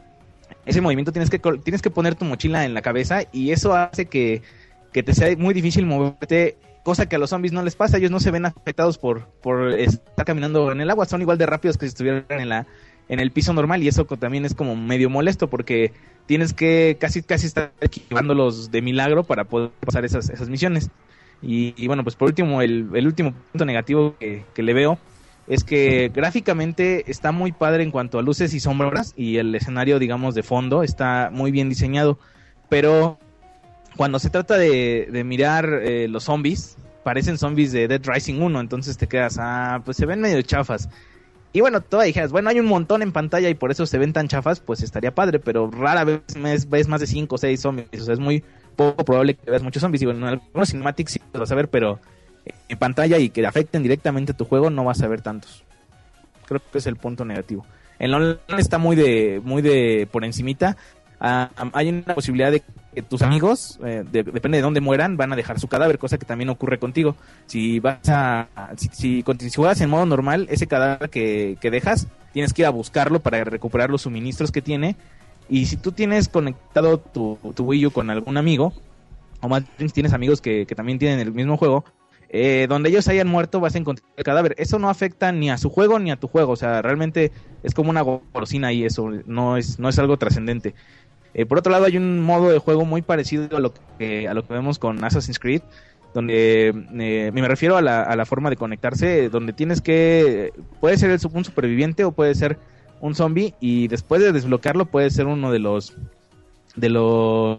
ese movimiento tienes que tienes que poner tu mochila en la cabeza y eso hace que, que te sea muy difícil moverte, cosa que a los zombies no les pasa. Ellos no se ven afectados por, por estar caminando en el agua, son igual de rápidos que si estuvieran en la en el piso normal y eso también es como medio molesto porque tienes que casi casi estar esquivándolos de milagro para poder pasar esas, esas misiones. Y, y bueno, pues por último, el, el último punto negativo que, que le veo es que gráficamente está muy padre en cuanto a luces y sombras y el escenario, digamos, de fondo está muy bien diseñado, pero cuando se trata de, de mirar eh, los zombies, parecen zombies de Dead Rising uno, entonces te quedas, ah, pues se ven medio chafas. Y bueno, todavía dijeras, bueno, hay un montón en pantalla y por eso se ven tan chafas, pues estaría padre, pero rara vez ves más de cinco o seis zombies, o sea, es muy poco probable que veas muchos zombies. Y bueno, en algunos cinematics sí los vas a ver, pero en pantalla y que afecten directamente a tu juego no vas a ver tantos. Creo que es el punto negativo. El online está muy de muy de por encimita. Uh, hay una posibilidad de que tus amigos, eh, de, depende de dónde mueran, van a dejar su cadáver, cosa que también ocurre contigo. Si vas a si, si, si juegas en modo normal, ese cadáver que, que dejas, tienes que ir a buscarlo para recuperar los suministros que tiene. Y si tú tienes conectado tu, tu Wii U con algún amigo, o más bien si tienes amigos que, que también tienen el mismo juego, eh, donde ellos hayan muerto vas a encontrar el cadáver. Eso no afecta ni a su juego ni a tu juego, o sea, realmente es como una golosina y eso no es, no es algo trascendente. Eh, por otro lado, hay un modo de juego muy parecido a lo que, a lo que vemos con Assassin's Creed, donde eh, me refiero a la, a la forma de conectarse, donde tienes que, puede ser el, un superviviente o puede ser un zombie, y después de desbloquearlo puede ser uno de los de los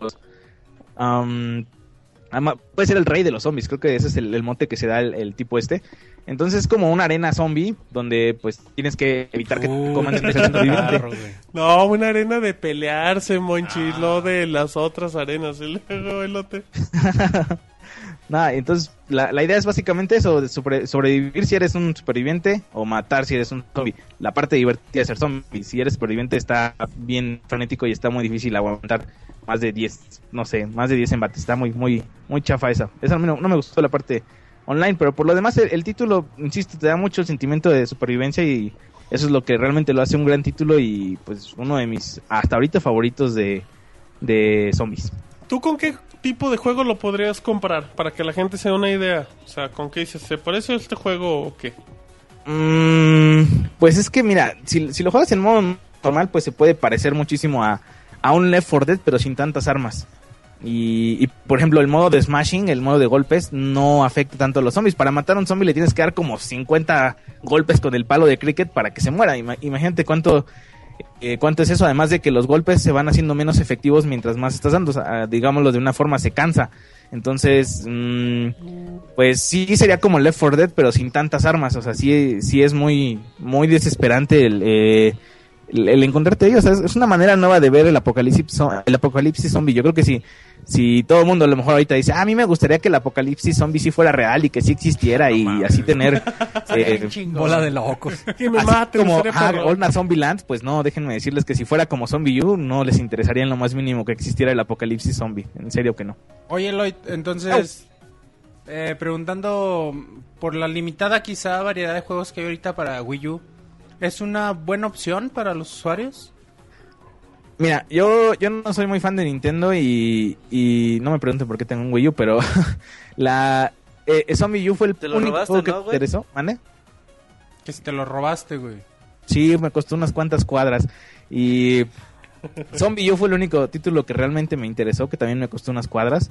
um, puede ser el rey de los zombies. Creo que ese es el, el mote que se da el, el tipo este. Entonces es como una arena zombie donde pues tienes que evitar que te coman claro, no, una arena de pelearse, Monchis, ah. no de las otras arenas. Y luego elote. Nada, entonces la, la idea es básicamente eso, de sobre, sobrevivir si eres un superviviente o matar si eres un zombie. La parte divertida de ser zombie, si eres superviviente está bien frenético y está muy difícil aguantar más de diez, no sé, más de diez embates. Está muy muy muy chafa esa. Esa no, no me gustó la parte online, pero por lo demás el, el título, insisto, te da mucho el sentimiento de supervivencia y eso es lo que realmente lo hace un gran título y pues uno de mis hasta ahorita favoritos de, de zombies. ¿Tú con qué tipo de juego lo podrías comprar? Para que la gente se dé una idea. O sea, ¿con qué dices? ¿Se parece a este juego o qué? Mm, pues es que mira, si, si lo juegas en modo normal, pues se puede parecer muchísimo a, a un Left four Dead, pero sin tantas armas. Y, y, por ejemplo, el modo de smashing, el modo de golpes, no afecta tanto a los zombies. Para matar a un zombie le tienes que dar como cincuenta golpes con el palo de cricket para que se muera. Ima- imagínate cuánto, eh, cuánto es eso. Además de que los golpes se van haciendo menos efectivos mientras más estás dando. O sea, digámoslo de una forma, se cansa. Entonces, mmm, pues sí sería como Left four Dead, pero sin tantas armas. O sea, sí, sí es muy, muy desesperante el... Eh, El, el encontrarte ellos, es, es una manera nueva de ver el apocalipsis, el apocalipsis zombie. Yo creo que sí, si todo el mundo a lo mejor ahorita dice, ah, a mí me gustaría que el apocalipsis zombie sí fuera real y que sí existiera no, y mames. Así tener eh, bola de locos. Que me mate, como una Zombieland, pues no, déjenme decirles que si fuera como Zombie U, no les interesaría en lo más mínimo que existiera el apocalipsis zombie. En serio que no. Oye, Lloyd, entonces, oh. eh, preguntando por la limitada quizá variedad de juegos que hay ahorita para Wii U, ¿es una buena opción para los usuarios? Mira, yo, yo no soy muy fan de Nintendo y, y no me pregunten por qué tengo un Wii U, pero la eh, Zombie U fue el único robaste, juego que ¿no, me interesó, ¿vale? Que si te lo robaste, güey. Sí, me costó unas cuantas cuadras y Zombie U fue el único título que realmente me interesó, que también me costó unas cuadras.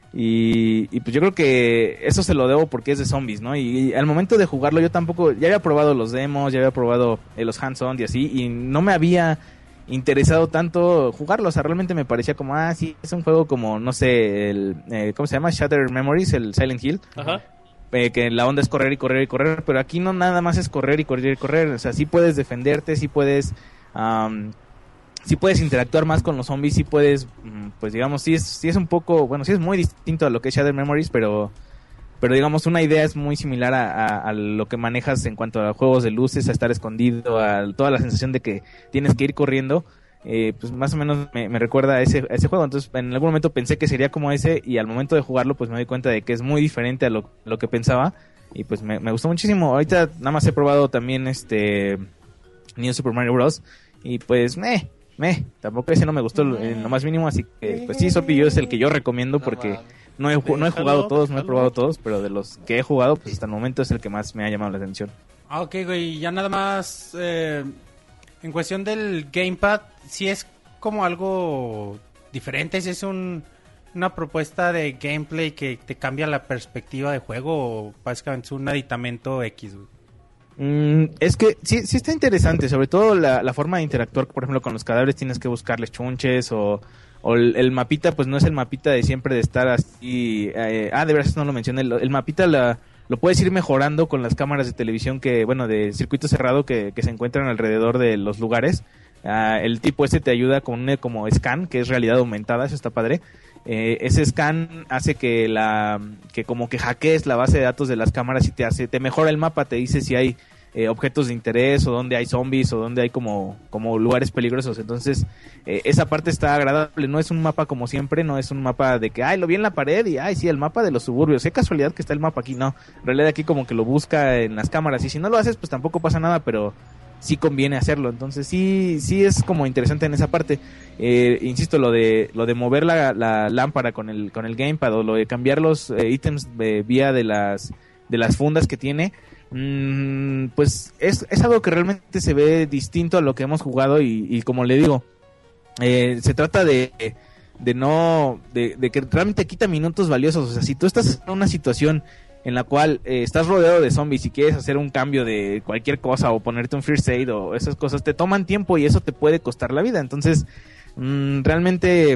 Y, y pues yo creo que eso se lo debo porque es de zombies, ¿no? Y, y al momento de jugarlo yo tampoco, ya había probado los demos, ya había probado eh, los hands-on y así, y no me había interesado tanto jugarlo. O sea, realmente me parecía como, ah, sí, es un juego como, no sé, el, eh, ¿cómo se llama? Shattered Memories, el Silent Hill. Ajá. Eh, que la onda es correr y correr y correr, pero aquí no nada más es correr y correr y correr. O sea, sí puedes defenderte, sí puedes... Um, sí puedes interactuar más con los zombies, sí puedes, pues digamos, sí es, sí es un poco, bueno, sí es muy distinto a lo que es Shattered Memories, pero, pero digamos, una idea es muy similar a, a, a lo que manejas en cuanto a juegos de luces, a estar escondido, a toda la sensación de que tienes que ir corriendo, eh, pues más o menos me, me recuerda a ese, a ese juego. Entonces, en algún momento pensé que sería como ese, y al momento de jugarlo, pues me doy cuenta de que es muy diferente a lo, lo que pensaba, y pues me, me gustó muchísimo. Ahorita nada más he probado también este New Super Mario Bros. Y pues, meh. Me, tampoco ese no me gustó en lo más mínimo, así que pues sí, Zombie U es el que yo recomiendo porque no he, no he jugado todos, no he probado todos, pero de los que he jugado, pues hasta el momento es el que más me ha llamado la atención. Ah, ok, güey, ya nada más eh, en cuestión del gamepad, sí es como algo diferente, si es un, una propuesta de gameplay que te cambia la perspectiva de juego o básicamente es un aditamento X, güey. Mm, es que sí, sí está interesante, sobre todo la, la forma de interactuar, por ejemplo, con los cadáveres tienes que buscarles chunches o, o el, el mapita, pues no es el mapita de siempre de estar así, eh, ah, de verdad no lo mencioné, el, el mapita la, lo puedes ir mejorando con las cámaras de televisión que, bueno, de circuito cerrado que, que se encuentran alrededor de los lugares. Uh, el tipo este te ayuda con un como scan, que es realidad aumentada, eso está padre. Eh, ese scan hace que la que como que hackees la base de datos de las cámaras y te hace te mejora el mapa, te dice si hay eh, objetos de interés o dónde hay zombies o dónde hay como como lugares peligrosos. Entonces eh, esa parte está agradable, no es un mapa como siempre, no es un mapa de que ay lo vi en la pared y ay sí el mapa de los suburbios, qué casualidad que está el mapa aquí, no, en realidad aquí como que lo busca en las cámaras y si no lo haces pues tampoco pasa nada, pero sí conviene hacerlo. Entonces sí sí es como interesante en esa parte. Eh, insisto, lo de lo de mover la, la lámpara con el con el gamepad o lo de cambiar los eh, ítems eh, vía de las de las fundas que tiene, mmm, pues es, es algo que realmente se ve distinto a lo que hemos jugado y, y como le digo, eh, se trata de de no de, de que realmente quita minutos valiosos. O sea, si tú estás en una situación en la cual eh, estás rodeado de zombies y quieres hacer un cambio de cualquier cosa o ponerte un first aid o esas cosas, te toman tiempo y eso te puede costar la vida. Entonces, mmm, realmente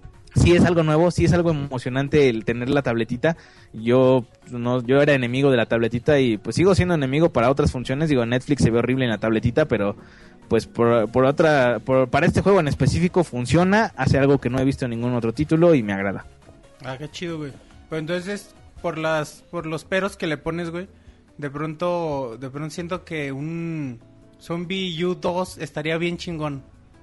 sí es algo nuevo, sí es algo emocionante el tener la tabletita. Yo no, yo era enemigo de la tabletita y pues sigo siendo enemigo para otras funciones. Digo, Netflix se ve horrible en la tabletita, pero pues por, por otra, por, para este juego en específico funciona, hace algo que no he visto en ningún otro título y me agrada. Ah, qué chido, güey. Pues entonces, por las, por los peros que le pones, güey, de pronto, de pronto siento que un Zombie U dos estaría bien chingón.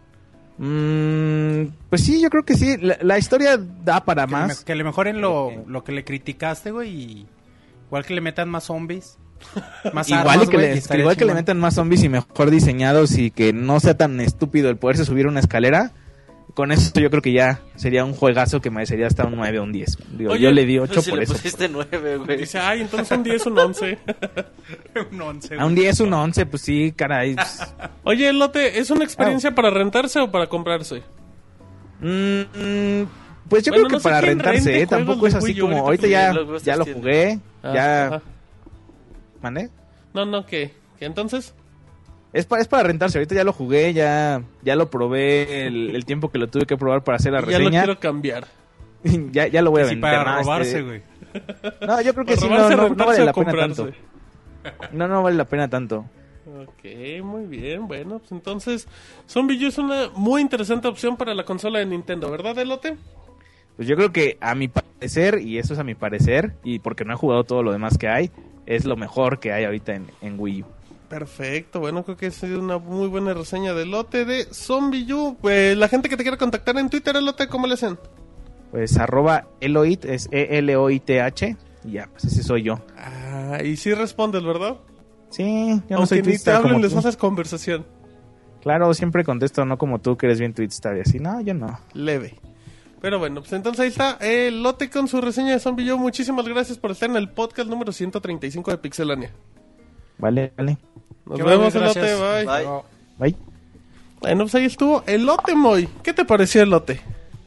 Mm, pues sí, yo creo que sí. La, la historia da para que más. Le, que le mejoren lo, lo que le criticaste, güey, y igual que le metan más zombies. Más igual armas, y que, güey, le, y estaría igual que le chingón. metan más zombies y mejor diseñados y que no sea tan estúpido el poderse subir una escalera. Con eso yo creo que ya sería un juegazo que merecería hasta un nueve o un diez. Digo, Oye, yo le di ocho si por le eso. pusiste nueve, güey. Dice, ay, entonces un diez, un once. un once, A un diez, un once, pues sí, caray. Oye, Lote, ¿es una experiencia para rentarse o para comprarse? Mm, Pues yo Bueno, creo no que sé para quién rentarse, rente ¿eh? Tampoco juegos es de así Wii U como ahorita ahorita que ya, Wii U ya lo tiene. jugué, Ah, ya... ajá. ¿Mané? No, no, ¿qué? ¿Qué entonces? Es para, es para rentarse, ahorita ya lo jugué, ya, ya lo probé el, el tiempo que lo tuve que probar para hacer la Y ya lo reseña. quiero cambiar. ya, ya lo voy a Sí, vender. para ¿no? robarse, Este, güey. No, yo creo que Para sí, no, robarse, no, no rentarse vale o la pena comprarse. tanto. No, no vale la pena tanto. Ok, muy bien, bueno, pues entonces Zombie U es una muy interesante opción para la consola de Nintendo, ¿verdad, Elote? Pues yo creo que a mi parecer, y eso es a mi parecer, y porque no he jugado todo lo demás que hay, es lo mejor que hay ahorita en, en Wii U. Perfecto, bueno, creo que ha sido una muy buena reseña de Elote de Zombie U. Pues la gente que te quiera contactar en Twitter, Elote, ¿cómo le hacen? Pues arroba Eloit, es E L O I T H, y ya, pues ese soy yo. Ah, y sí respondes, ¿verdad? Sí, yo no Aunque soy ni te Twitter hablen, como les tú. haces conversación. Claro, siempre contesto, no como tú que eres bien Twitstar y así. No, yo no. Leve. Pero bueno, pues entonces ahí está Elote con su reseña de Zombie U. Muchísimas gracias por estar en el podcast número ciento treinta y cinco de Pixelania. Vale, vale. Nos Qué vemos, vale, Elote, gracias. bye. Bye. Bye. Bueno, pues ahí estuvo Elote Moy. ¿Qué te pareció, Elote?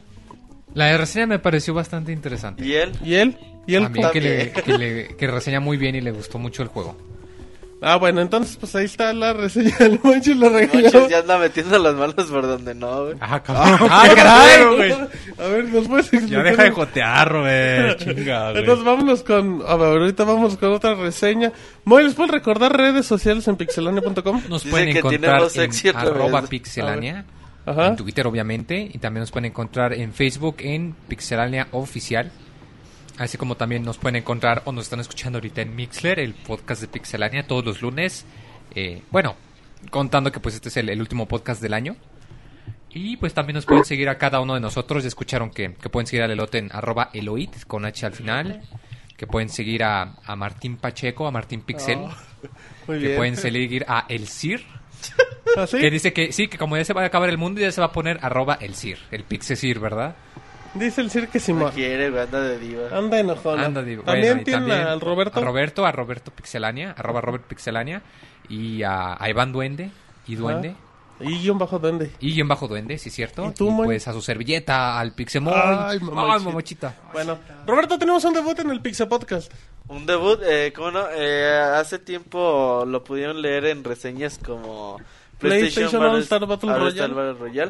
La reseña me pareció bastante interesante. ¿Y él? ¿Y él? ¿Y él? A mí que, le, que, le, que reseña muy bien y le gustó mucho el juego. Ah, bueno, entonces pues ahí está la reseña del Monchi, lo regañó. Monchis ya anda metiendo las manos por donde no, güey. Ah, cabrón. ¡Ah, caray! güey! A ver, ¿nos puedes explicar? Ya deja de jotear, Robert. Chinga, güey. Entonces vámonos con... A ver, ahorita vamos con otra reseña. Moy, ¿les puedes recordar redes sociales en pixelania punto com? Nos Dice pueden que tiene encontrar voz en sexy otra vez. arroba pixelania, Ajá. en Twitter obviamente, y también nos pueden encontrar en Facebook en Pixelania Oficial. Así como también nos pueden encontrar o nos están escuchando ahorita en Mixler, el podcast de Pixelania, todos los lunes. Eh, bueno, contando que pues este es el, el último podcast del año. Y pues también nos pueden seguir a cada uno de nosotros. Ya escucharon que, que pueden seguir al Elote en arroba Eloit con H al final. Que pueden seguir a, a Martín Pacheco, a Martín Pixel. Oh, muy que bien. pueden seguir a El Sir. ¿Ah, sí? Que dice que sí, que como ya se va a acabar el mundo, ya se va a poner arroba El Sir, el Pixesir, ¿verdad? Dice el Sir que No Simón. quiere, güey, anda de diva. Anda enojón. Anda, digo, También bueno, y tiene también al Roberto. A Roberto, a Roberto Pixelania, arroba Robert Pixelania. Y a, a Iván Duende, y Duende. Y guión bajo duende. Y guión bajo Duende, sí, cierto. ¿Y tú, Moy? pues a su servilleta, al Pixemoy. Ay, Ay, mamochita. mamochita. Bueno, Roberto, tenemos un debut en el Pixel Podcast. Un debut, eh, ¿cómo no? Eh, hace tiempo lo pudieron leer en reseñas como PlayStation Battle- All-Star Battle All-Star Royale. Battle Royale.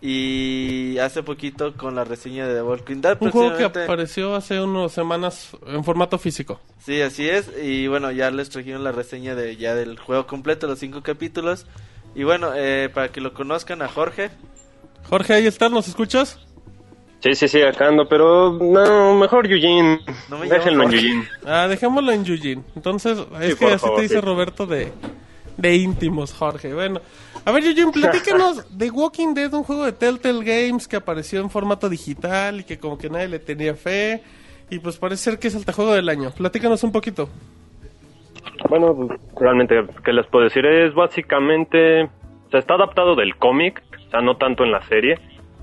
Y hace poquito con la reseña de The Walking Dead. Un juego que próximamente- apareció hace unas semanas en formato físico. Sí, así es. Y bueno, ya les trajeron la reseña de ya del juego completo, los cinco capítulos. Y bueno, eh, para que lo conozcan a Jorge. Jorge, ahí estás, ¿nos escuchas? Sí, sí, sí, acá ando, pero no, mejor Eugene. No me Déjenlo en llamo Eugene. Ah, dejémoslo en Eugene. Entonces, es Sí, que por así favor, te dice sí. Roberto de, de íntimos, Jorge. Bueno, a ver, Eugene, platícanos de Walking Dead, un juego de Telltale Games que apareció en formato digital y que como que nadie le tenía fe. Y pues parece ser que es el juego del año. Platícanos un poquito. Bueno, pues, realmente, ¿qué les puedo decir? Es básicamente... O sea, está adaptado del cómic, o sea, no tanto en la serie.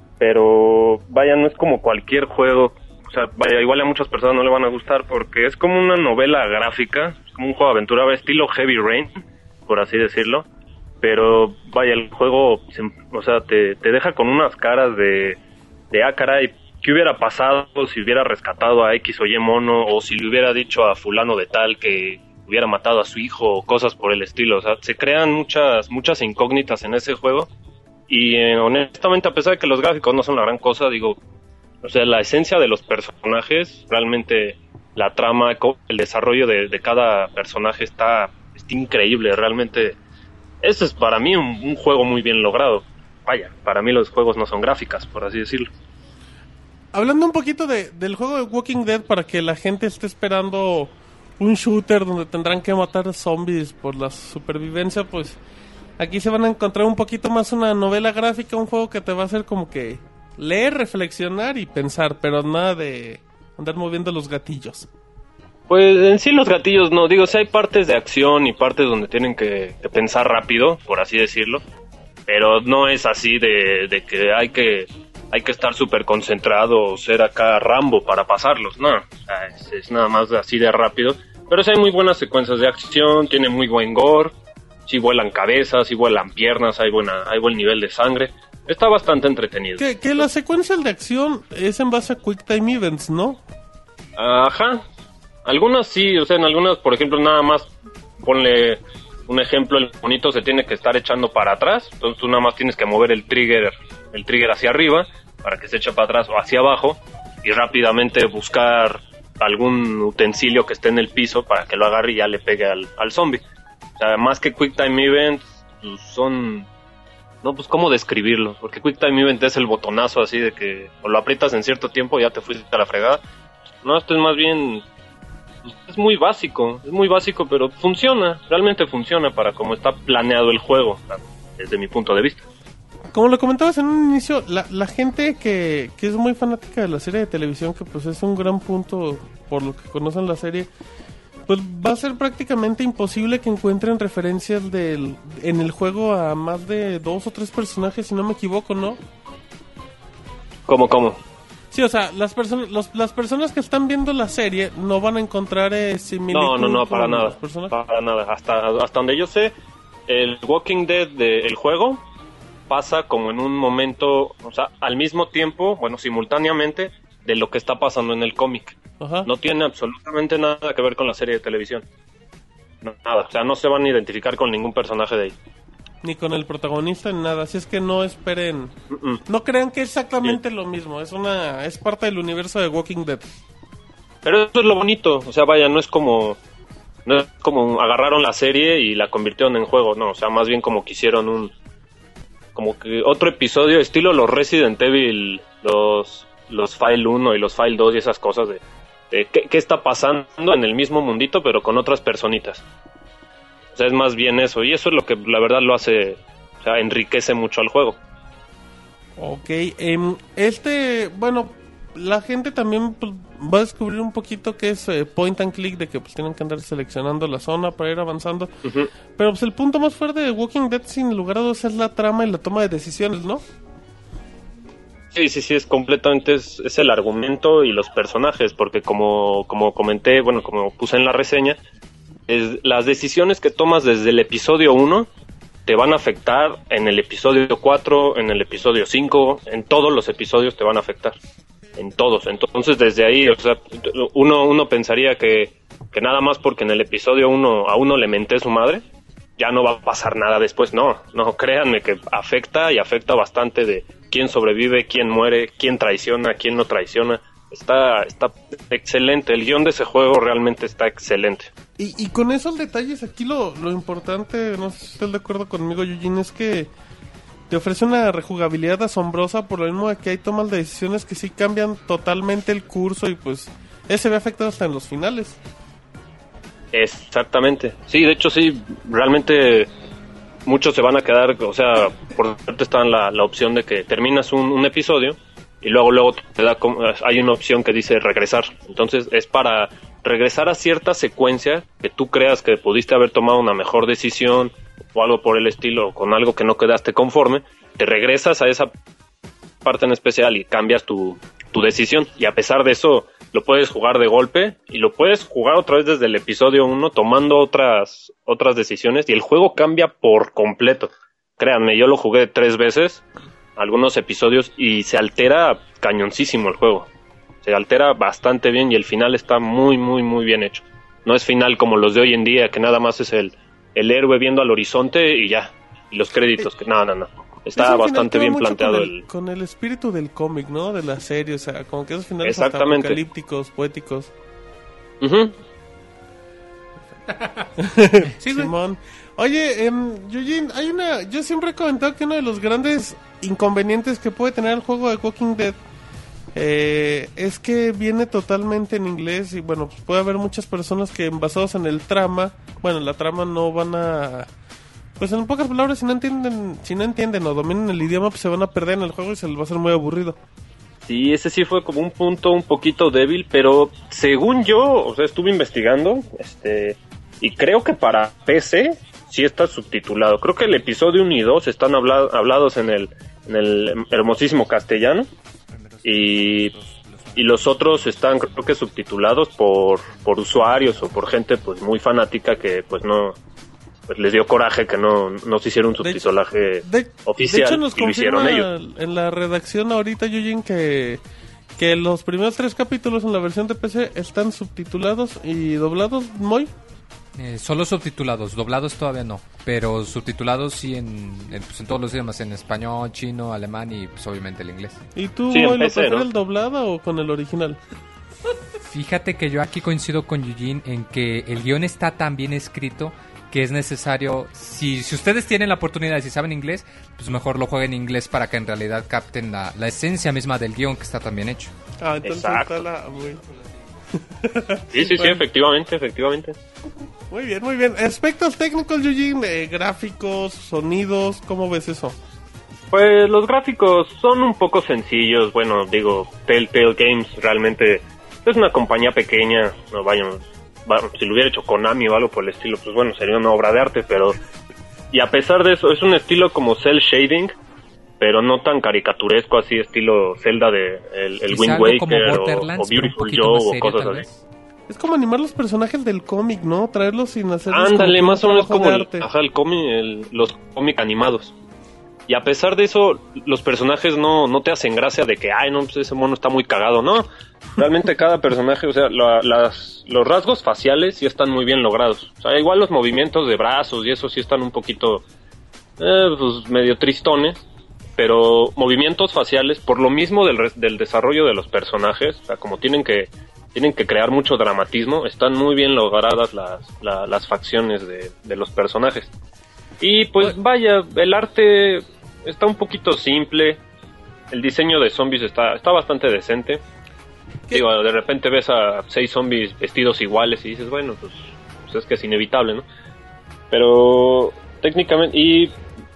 Pero, vaya, no es como cualquier juego. O sea, vaya, igual a muchas personas no le van a gustar porque es como una novela gráfica, es como un juego de aventura, estilo Heavy Rain, por así decirlo. Pero, vaya, el juego, se- o sea, te, te deja con unas caras de, de, ah, caray, ¿qué hubiera pasado si hubiera rescatado a X o Y mono? O si le hubiera dicho a fulano de tal que hubiera matado a su hijo o cosas por el estilo. O sea, se crean muchas, muchas incógnitas en ese juego. Y eh, honestamente, a pesar de que los gráficos no son la gran cosa, digo, o sea, la esencia de los personajes, realmente la trama, co- el desarrollo de, de cada personaje está, está increíble, realmente. Ese es para mí un, un juego muy bien logrado. Vaya, para mí los juegos no son gráficas, por así decirlo. Hablando un poquito de, del juego de Walking Dead para que la gente esté esperando un shooter donde tendrán que matar zombies por la supervivencia, pues aquí se van a encontrar un poquito más una novela gráfica, un juego que te va a hacer como que leer, reflexionar y pensar, pero nada de andar moviendo los gatillos. Pues en sí los gatillos no, digo, sí hay partes de acción y partes donde tienen que, que pensar rápido, por así decirlo, pero no es así de, de que hay que hay que estar súper concentrado o ser acá Rambo para pasarlos, no, o sea, es, es nada más así de rápido, pero sí hay muy buenas secuencias de acción, tiene muy buen gore, sí vuelan cabezas, sí vuelan piernas, hay buena, hay buen nivel de sangre, está bastante entretenido. Que, que la secuencia de acción es en base a Quick Time Events, ¿no? Ajá. Algunas sí, o sea, en algunas, por ejemplo, nada más ponle un ejemplo, el monito se tiene que estar echando para atrás, entonces tú nada más tienes que mover el trigger, el trigger hacia arriba para que se eche para atrás o hacia abajo y rápidamente buscar algún utensilio que esté en el piso para que lo agarre y ya le pegue al, al zombie. O sea, más que Quick Time Events, pues son... No, pues cómo describirlo, porque Quick Time Event es el botonazo así de que o lo aprietas en cierto tiempo y ya te fuiste a la fregada. No, esto es más bien... Es muy básico, es muy básico, pero funciona, realmente funciona para cómo está planeado el juego, desde mi punto de vista. Como lo comentabas en un inicio, la, la gente que, que es muy fanática de la serie de televisión, que pues es un gran punto por lo que conocen la serie, pues va a ser prácticamente imposible que encuentren referencias del, en el juego a más de dos o tres personajes, si no me equivoco, ¿no? ¿Cómo, cómo? Sí, o sea, las personas los, las personas que están viendo la serie no van a encontrar eh, similitud. No, no, no, para nada, para nada. Hasta, hasta donde yo sé, el Walking Dead del juego pasa como en un momento, o sea, al mismo tiempo, bueno, simultáneamente, de lo que está pasando en el cómic. Ajá. No tiene absolutamente nada que ver con la serie de televisión. No, nada, o sea, no se van a identificar con ningún personaje de ahí. Ni con el protagonista ni nada, así es que no esperen, Mm-mm. no crean que es exactamente Bien. lo mismo, es una es parte del universo de Walking Dead. Pero eso es lo bonito, o sea, vaya, no es como no es como agarraron la serie y la convirtieron en juego, no, o sea, más bien como que hicieron un como que otro episodio estilo los Resident Evil, los los File uno y los File dos y esas cosas de, de qué, qué está pasando en el mismo mundito pero con otras personitas. O sea, es más bien eso, y eso es lo que la verdad lo hace, o sea, enriquece mucho al juego. Ok, eh, este, bueno, la gente también pues, va a descubrir un poquito que es eh, point and click, de que pues tienen que andar seleccionando la zona para ir avanzando. Uh-huh. Pero pues el punto más fuerte de Walking Dead, sin lugar a dudas, es la trama y la toma de decisiones, ¿no? Sí, sí, sí, es completamente, es, es el argumento y los personajes, porque como, como comenté, bueno, como puse en la reseña, es, las decisiones que tomas desde el episodio uno te van a afectar en el episodio cuatro, en el episodio cinco, en todos los episodios te van a afectar, en todos. Entonces desde ahí, o sea, uno, uno pensaría que, que nada más porque en el episodio uno a uno le menté su madre, ya no va a pasar nada después. No, no, créanme que afecta y afecta bastante de quién sobrevive, quién muere, quién traiciona, quién no traiciona. Está, está excelente, el guión de ese juego realmente está excelente. Y, y con esos detalles, aquí lo, lo importante, no sé si estás de acuerdo conmigo, Eugene, es que te ofrece una rejugabilidad asombrosa, por lo mismo de que hay tomas de decisiones que sí cambian totalmente el curso y pues ese ve afectado hasta en los finales. Exactamente, sí, de hecho sí, realmente muchos se van a quedar, o sea, por suerte está la, la opción de que terminas un, un episodio y luego luego te da como, hay una opción que dice regresar, entonces es para regresar a cierta secuencia que tú creas que pudiste haber tomado una mejor decisión o algo por el estilo, o con algo que no quedaste conforme, te regresas a esa parte en especial y cambias tu, tu decisión, y a pesar de eso lo puedes jugar de golpe y lo puedes jugar otra vez desde el episodio uno tomando otras otras decisiones y el juego cambia por completo. Créanme, yo lo jugué tres veces, algunos episodios, y se altera cañoncísimo el juego. Se altera bastante bien y el final está muy, muy, muy bien hecho. No es final como los de hoy en día, que nada más es el, el héroe viendo al horizonte y ya, y los créditos. Que no, no, no. Está bastante bien planteado. Con el, el... con el espíritu del cómic, ¿no? De la serie, o sea, como que esos finales hasta Exactamente. apocalípticos, poéticos. Uh-huh. Sí, Simón. Oye, um, Eugene, hay una... Yo siempre he comentado que uno de los grandes inconvenientes que puede tener el juego de Walking Dead eh, es que viene totalmente en inglés y bueno, pues puede haber muchas personas que basados en el trama, bueno, la trama no van a... Pues en pocas palabras, si no entienden, si no entienden o dominan el idioma, pues se van a perder en el juego y se les va a hacer muy aburrido. Sí, ese sí fue como un punto un poquito débil, pero según yo, o sea, estuve investigando, este, y creo que para P C sí está subtitulado. Creo que el episodio uno y dos están habla- hablados en el, en el hermosísimo castellano, y, y los otros están, creo que subtitulados por, por usuarios o por gente pues muy fanática que pues no... pues les dio coraje que no, no se hiciera un subtitulaje de, de, oficial. De hecho, nos y lo hicieron ellos. En la redacción ahorita, Yujin, que, que los primeros tres capítulos en la versión de P C están subtitulados y doblados, ¿Moy? Eh, solo subtitulados, doblados todavía no, pero subtitulados sí en, en, pues en todos los idiomas, en español, chino, alemán y pues obviamente el inglés. ¿Y tú, sí, Moy, lo P C, prefieres ¿no? el doblado o con el original? Fíjate que yo aquí coincido con Yujin en que el guión está tan bien escrito que es necesario, si, si ustedes tienen la oportunidad y si saben inglés, pues mejor lo jueguen en inglés para que en realidad capten la, la esencia misma del guión que está tan bien hecho. Ah, entonces Exacto. está la... Muy... Sí, sí, sí, Bueno. efectivamente, efectivamente. Muy bien, muy bien. Aspectos técnicos, Yujin, eh, gráficos, sonidos, ¿cómo ves eso? Pues los gráficos son un poco sencillos. Bueno, digo, Telltale Games realmente es una compañía pequeña. No vayan, bueno, si lo hubiera hecho Konami o algo por el estilo, pues bueno, sería una obra de arte, pero... Y a pesar de eso, es un estilo como cel shading, pero no tan caricaturesco, así estilo Zelda de el, el Quizá Wind algo Waker como o, Borderlands, o pero un Beautiful poquito Joe más o serio, cosas tal así. vez. Es como animar los personajes del cómic, ¿no? Traerlos sin hacer... Ándale, más o menos como el, arte. ajá, el cómic, el- los cómics animados. Y a pesar de eso, los personajes no, no te hacen gracia de que, ay, no, pues ese mono está muy cagado, ¿no? Realmente cada personaje, o sea, la- las, los rasgos faciales sí están muy bien logrados. O sea, igual los movimientos de brazos y eso sí están un poquito, eh, pues medio tristones. Pero movimientos faciales, por lo mismo del, res- del desarrollo de los personajes, o sea, como tienen que tienen que crear mucho dramatismo, están muy bien logradas las, la- las facciones de, de los personajes. Y pues vaya, el arte está un poquito simple, el diseño de zombies está, está bastante decente. ¿Qué? Digo, de repente ves a seis zombies vestidos iguales y dices, bueno, pues, pues es que es inevitable, ¿no? Pero técnicamente, y,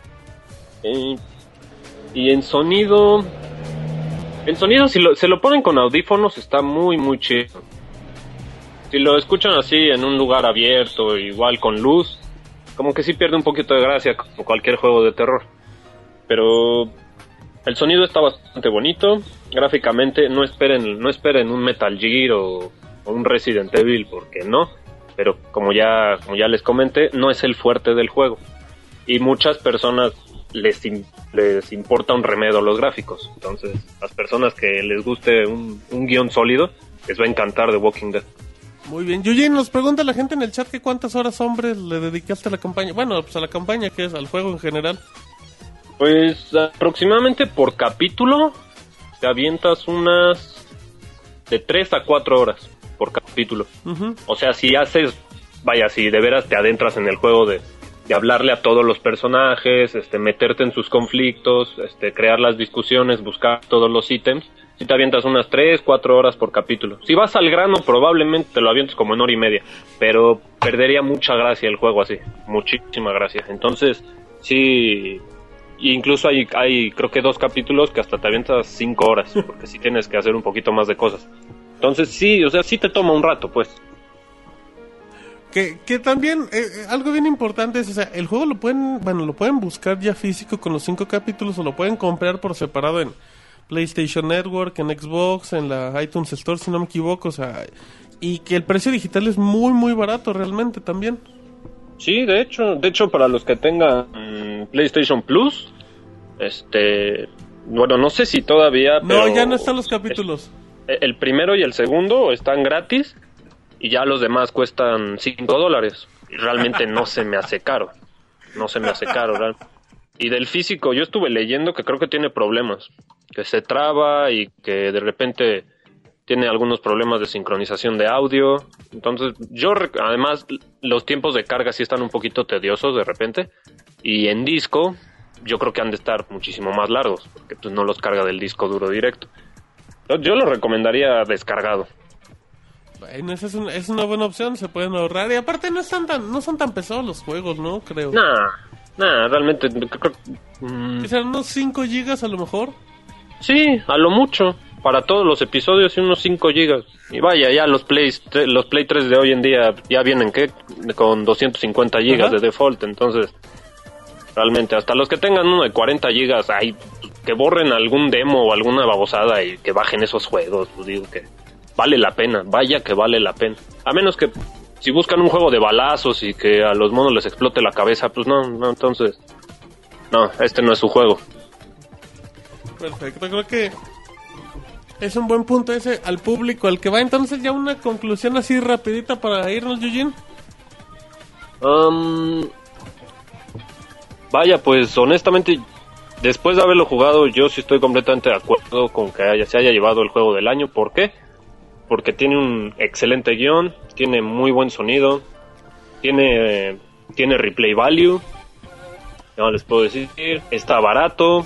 y, y en sonido... En sonido, si lo, se lo ponen con audífonos, está muy, muy chido. Si lo escuchan así en un lugar abierto, igual con luz, como que sí pierde un poquito de gracia, como cualquier juego de terror. Pero el sonido está bastante bonito. Gráficamente, no esperen, no esperen un Metal Gear o, o un Resident Evil, porque no. Pero como ya, como ya les comenté, no es el fuerte del juego. Y muchas personas les, in- les importa un remedio los gráficos. Entonces, las personas que les guste un, un guión sólido, les va a encantar The Walking Dead. Muy bien. Yujin, nos pregunta la gente en el chat que cuántas horas, hombre, le dedicaste a la campaña. Bueno, pues a la campaña, que es al juego en general. Pues aproximadamente por capítulo te avientas unas de tres a cuatro horas por capítulo. Ujú. O sea, si haces, vaya, si de veras te adentras en el juego de, de hablarle a todos los personajes, este, meterte en sus conflictos, este, crear las discusiones, buscar todos los ítems, si te avientas unas tres, cuatro horas por capítulo. Si vas al grano, probablemente te lo avientes como en hora y media, pero perdería mucha gracia el juego así, muchísima gracia. Entonces, sí, incluso hay, hay creo que dos capítulos que hasta te avientas cinco horas, porque sí tienes que hacer un poquito más de cosas. Entonces sí, o sea, sí te toma un rato, pues. Que, que también, eh, eh, algo bien importante es, o sea, el juego lo pueden, bueno, lo pueden buscar ya físico con los cinco capítulos o lo pueden comprar por separado en PlayStation Network, en Xbox, en la iTunes Store, si no me equivoco, o sea, y que el precio digital es muy, muy barato realmente también. Sí, de hecho, de hecho para los que tengan mm, PlayStation Plus, este, bueno, no sé si todavía, No, pero ya no están los capítulos. es- el primero y el segundo están gratis y ya los demás cuestan cinco dólares. Y realmente no se me hace caro, no se me hace caro, real. Y del físico, yo estuve leyendo que creo que tiene problemas, que se traba y que de repente tiene algunos problemas de sincronización de audio. Entonces, yo, rec- además, los tiempos de carga sí están un poquito tediosos de repente. Y en disco, yo creo que han de estar muchísimo más largos, porque pues no los carga del disco duro directo. Yo, yo lo recomendaría descargado. Bueno, esa es una, es una buena opción, se pueden ahorrar. Y aparte no están tan, no son tan pesados los juegos, ¿no? Creo. Nah, nah, realmente, creo, mm, Que serán unos cinco gigas a lo mejor. sí, a lo mucho. Para todos los episodios y unos cinco gigas. Y vaya, ya los Play, los Play tres de hoy en día ya vienen ¿qué? Con doscientos cincuenta gigas Ajá. de default. Entonces, realmente, hasta los que tengan uno de cuarenta gigas, ay, que borren algún demo o alguna babosada y que bajen esos juegos. Pues digo que vale la pena, vaya que vale la pena. A menos que si buscan un juego de balazos y que a los monos les explote la cabeza, pues no, no, entonces, no, este no es su juego. Perfecto, creo que es un buen punto ese al público, al que va. Entonces ya una conclusión así rapidita para irnos, Eugene. Um, vaya, pues honestamente, después de haberlo jugado, yo sí estoy completamente de acuerdo con que haya, se haya llevado el juego del año. ¿Por qué? Porque tiene un excelente guión, tiene muy buen sonido, tiene, eh, tiene replay value, no les puedo decir, está barato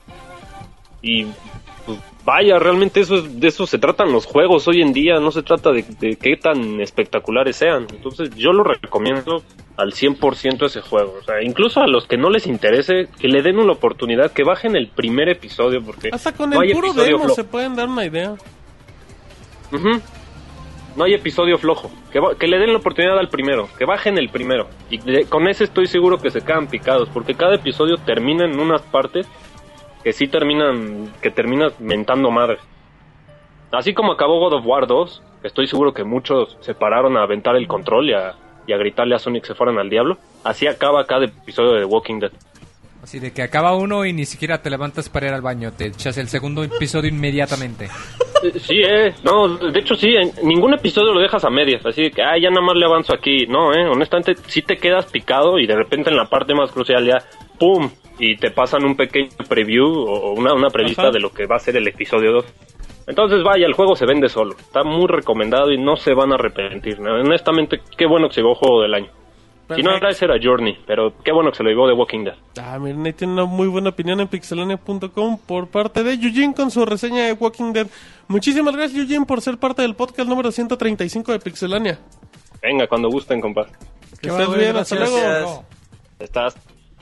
y pues, vaya, realmente eso es, de eso se tratan los juegos hoy en día, no se trata de, de qué tan espectaculares sean. Entonces yo lo recomiendo al cien por ciento ese juego, o sea, incluso a los que no les interese, que le den una oportunidad, que bajen el primer episodio, porque hasta con no el puro demo flojo. Se pueden dar una idea. Uh-huh. No hay episodio flojo, que, va, que le den la oportunidad al primero, que bajen el primero, y de, con ese estoy seguro que se quedan picados, porque cada episodio termina en unas partes que sí terminan, que terminas mentando madre. Así como acabó God of War dos, que estoy seguro que muchos se pararon a aventar el control y a, y a gritarle a Sonic que se fueran al diablo, así acaba cada episodio de The Walking Dead. Así de que acaba uno y ni siquiera te levantas para ir al baño, te echas el segundo episodio inmediatamente. Sí, eh, no, de hecho sí, en ningún episodio lo dejas a medias, así de que, ah, ya nada más le avanzo aquí. No, eh, honestamente sí te quedas picado y de repente en la parte más crucial ya, ¡pum! Y te pasan un pequeño preview o una, una prevista Ajá. de lo que va a ser el episodio dos. Entonces vaya, el juego se vende solo, está muy recomendado y no se van a arrepentir. ¿No? Honestamente, qué bueno que se llevó juego del año. Si no era ese era Journey, pero qué bueno que se lo llevó de Walking Dead. Ah, miren, ahí tiene una muy buena opinión en pixelania punto com por parte de Eugene con su reseña de Walking Dead. Muchísimas gracias, Eugene, por ser parte del podcast número ciento treinta y cinco de Pixelania. Venga, cuando gusten, compadre. Que estés bien, hasta luego. Estás.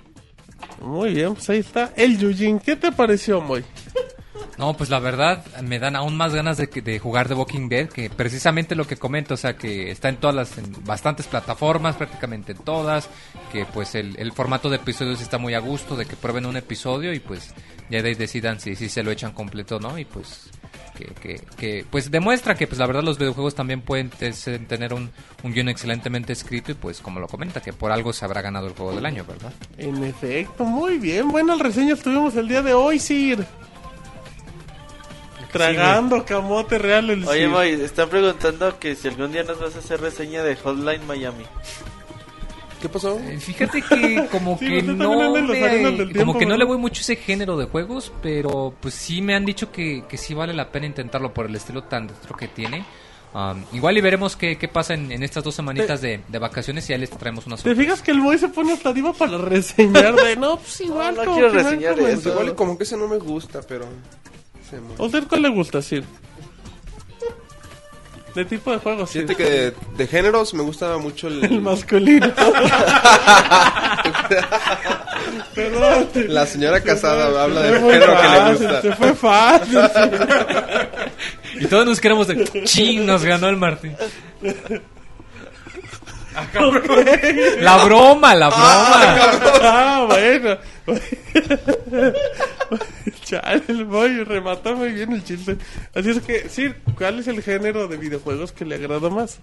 Muy bien, pues ahí está el Eugene. ¿Qué te pareció, Moy? No, pues la verdad me dan aún más ganas de, de jugar The Walking Dead, que precisamente lo que comento, o sea, que está en todas las, en bastantes plataformas, prácticamente en todas, que pues el, el formato de episodios está muy a gusto, de que prueben un episodio y pues ya de ahí decidan si, si se lo echan completo o no, y pues que, que, que pues demuestra que pues la verdad los videojuegos también pueden t- tener un, un guión excelentemente escrito y pues como lo comenta, que por algo se habrá ganado el juego del año, ¿verdad? En efecto, muy bien, buenas reseñas tuvimos el día de hoy, Sir. Tragando sí, camote real el Oye, Moy, están preguntando que si algún día nos vas a hacer reseña de Hotline Miami. ¿Qué pasó? Eh, fíjate que como sí, que no me, como que no le voy mucho ese género de juegos, pero pues sí me han dicho que, que sí vale la pena intentarlo por el estilo tan retro que tiene. Um, igual y veremos qué, qué pasa en, en estas dos semanitas de, de vacaciones y ya les traemos una sorpresa. ¿Te fijas que el Moy se pone hasta arriba para reseñar de no, pues igual no, no quiero reseñar eso. Pues igual y como que ese no me gusta, pero... ¿A usted cuál le gusta, Sir? ¿De tipo de juegos? Fíjate que de, de géneros me gusta mucho el... El masculino. Perdón. La señora casada fue, habla del género fácil, que le gusta. Se fue fácil. Y todos nos queremos de... ¡Ching! Nos ganó el Martín. La broma, la broma. Ah, bueno. Chale, el Moy remató muy bien el chiste. Así es que, sí, ¿cuál es el género de videojuegos que le agrada más?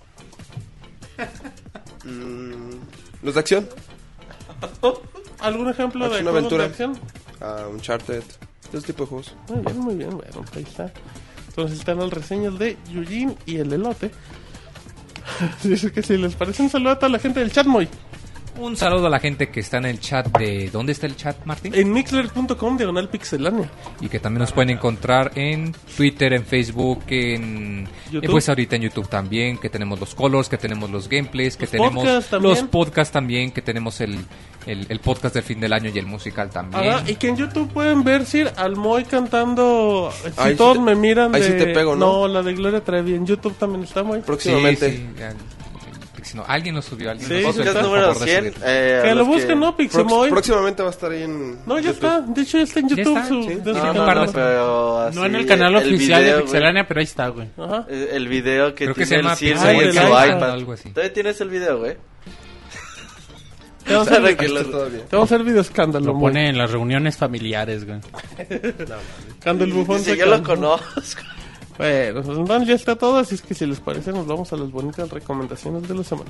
Mm, los de acción. ¿Algún ejemplo acción, de juegos aventura. de acción? Uh, Uncharted, ese tipo de juegos. Muy bien, muy bien, bueno, ahí está. Entonces están las reseñas de Eugene y el elote. Dice que si les parece un saludo a toda la gente del chat, Moy. Un saludo a la gente que está en el chat de... ¿Dónde está el chat, Martín? En mixler punto com, diagonal pixelania. Y que también nos pueden encontrar en Twitter, en Facebook, en... YouTube. Pues ahorita en YouTube también, que tenemos los colors, que tenemos los gameplays, que los tenemos podcast los podcasts también, que tenemos el, el, el podcast del fin del año y el musical también. Ajá, y que en YouTube pueden ver, Sir, al Moy cantando... Si ahí todos sí te, me miran ahí de... sí te pego, ¿no? No, la de Gloria Trevi. En YouTube también está, Moy. Próximamente. Sí, sí, no, alguien lo subió, alguien sí, lo subió. Podcast número cien. Eh, que lo busquen, ¿no? Pixemoy. Próximamente va a estar ahí en No, ya YouTube. está. De hecho, ya está en YouTube. Está? Su, ¿Sí? de No, su no, no, pero así, no en el canal el oficial video, de Pixelania, güey. pero ahí está, güey. Ajá. El, el video que Creo que tiene se llama el Sir Pixel en su Live, iPad. algo así. ¿Todavía tienes el video, güey? Te vamos a hacer, que lo, todavía. te vamos a hacer video escándalo. Lo pone en las reuniones familiares, güey. Cuando el bufón Dice, se yo lo canta. conozco. Bueno, pues entonces ya está todo, así es que si les parece nos vamos a las bonitas recomendaciones de la semana.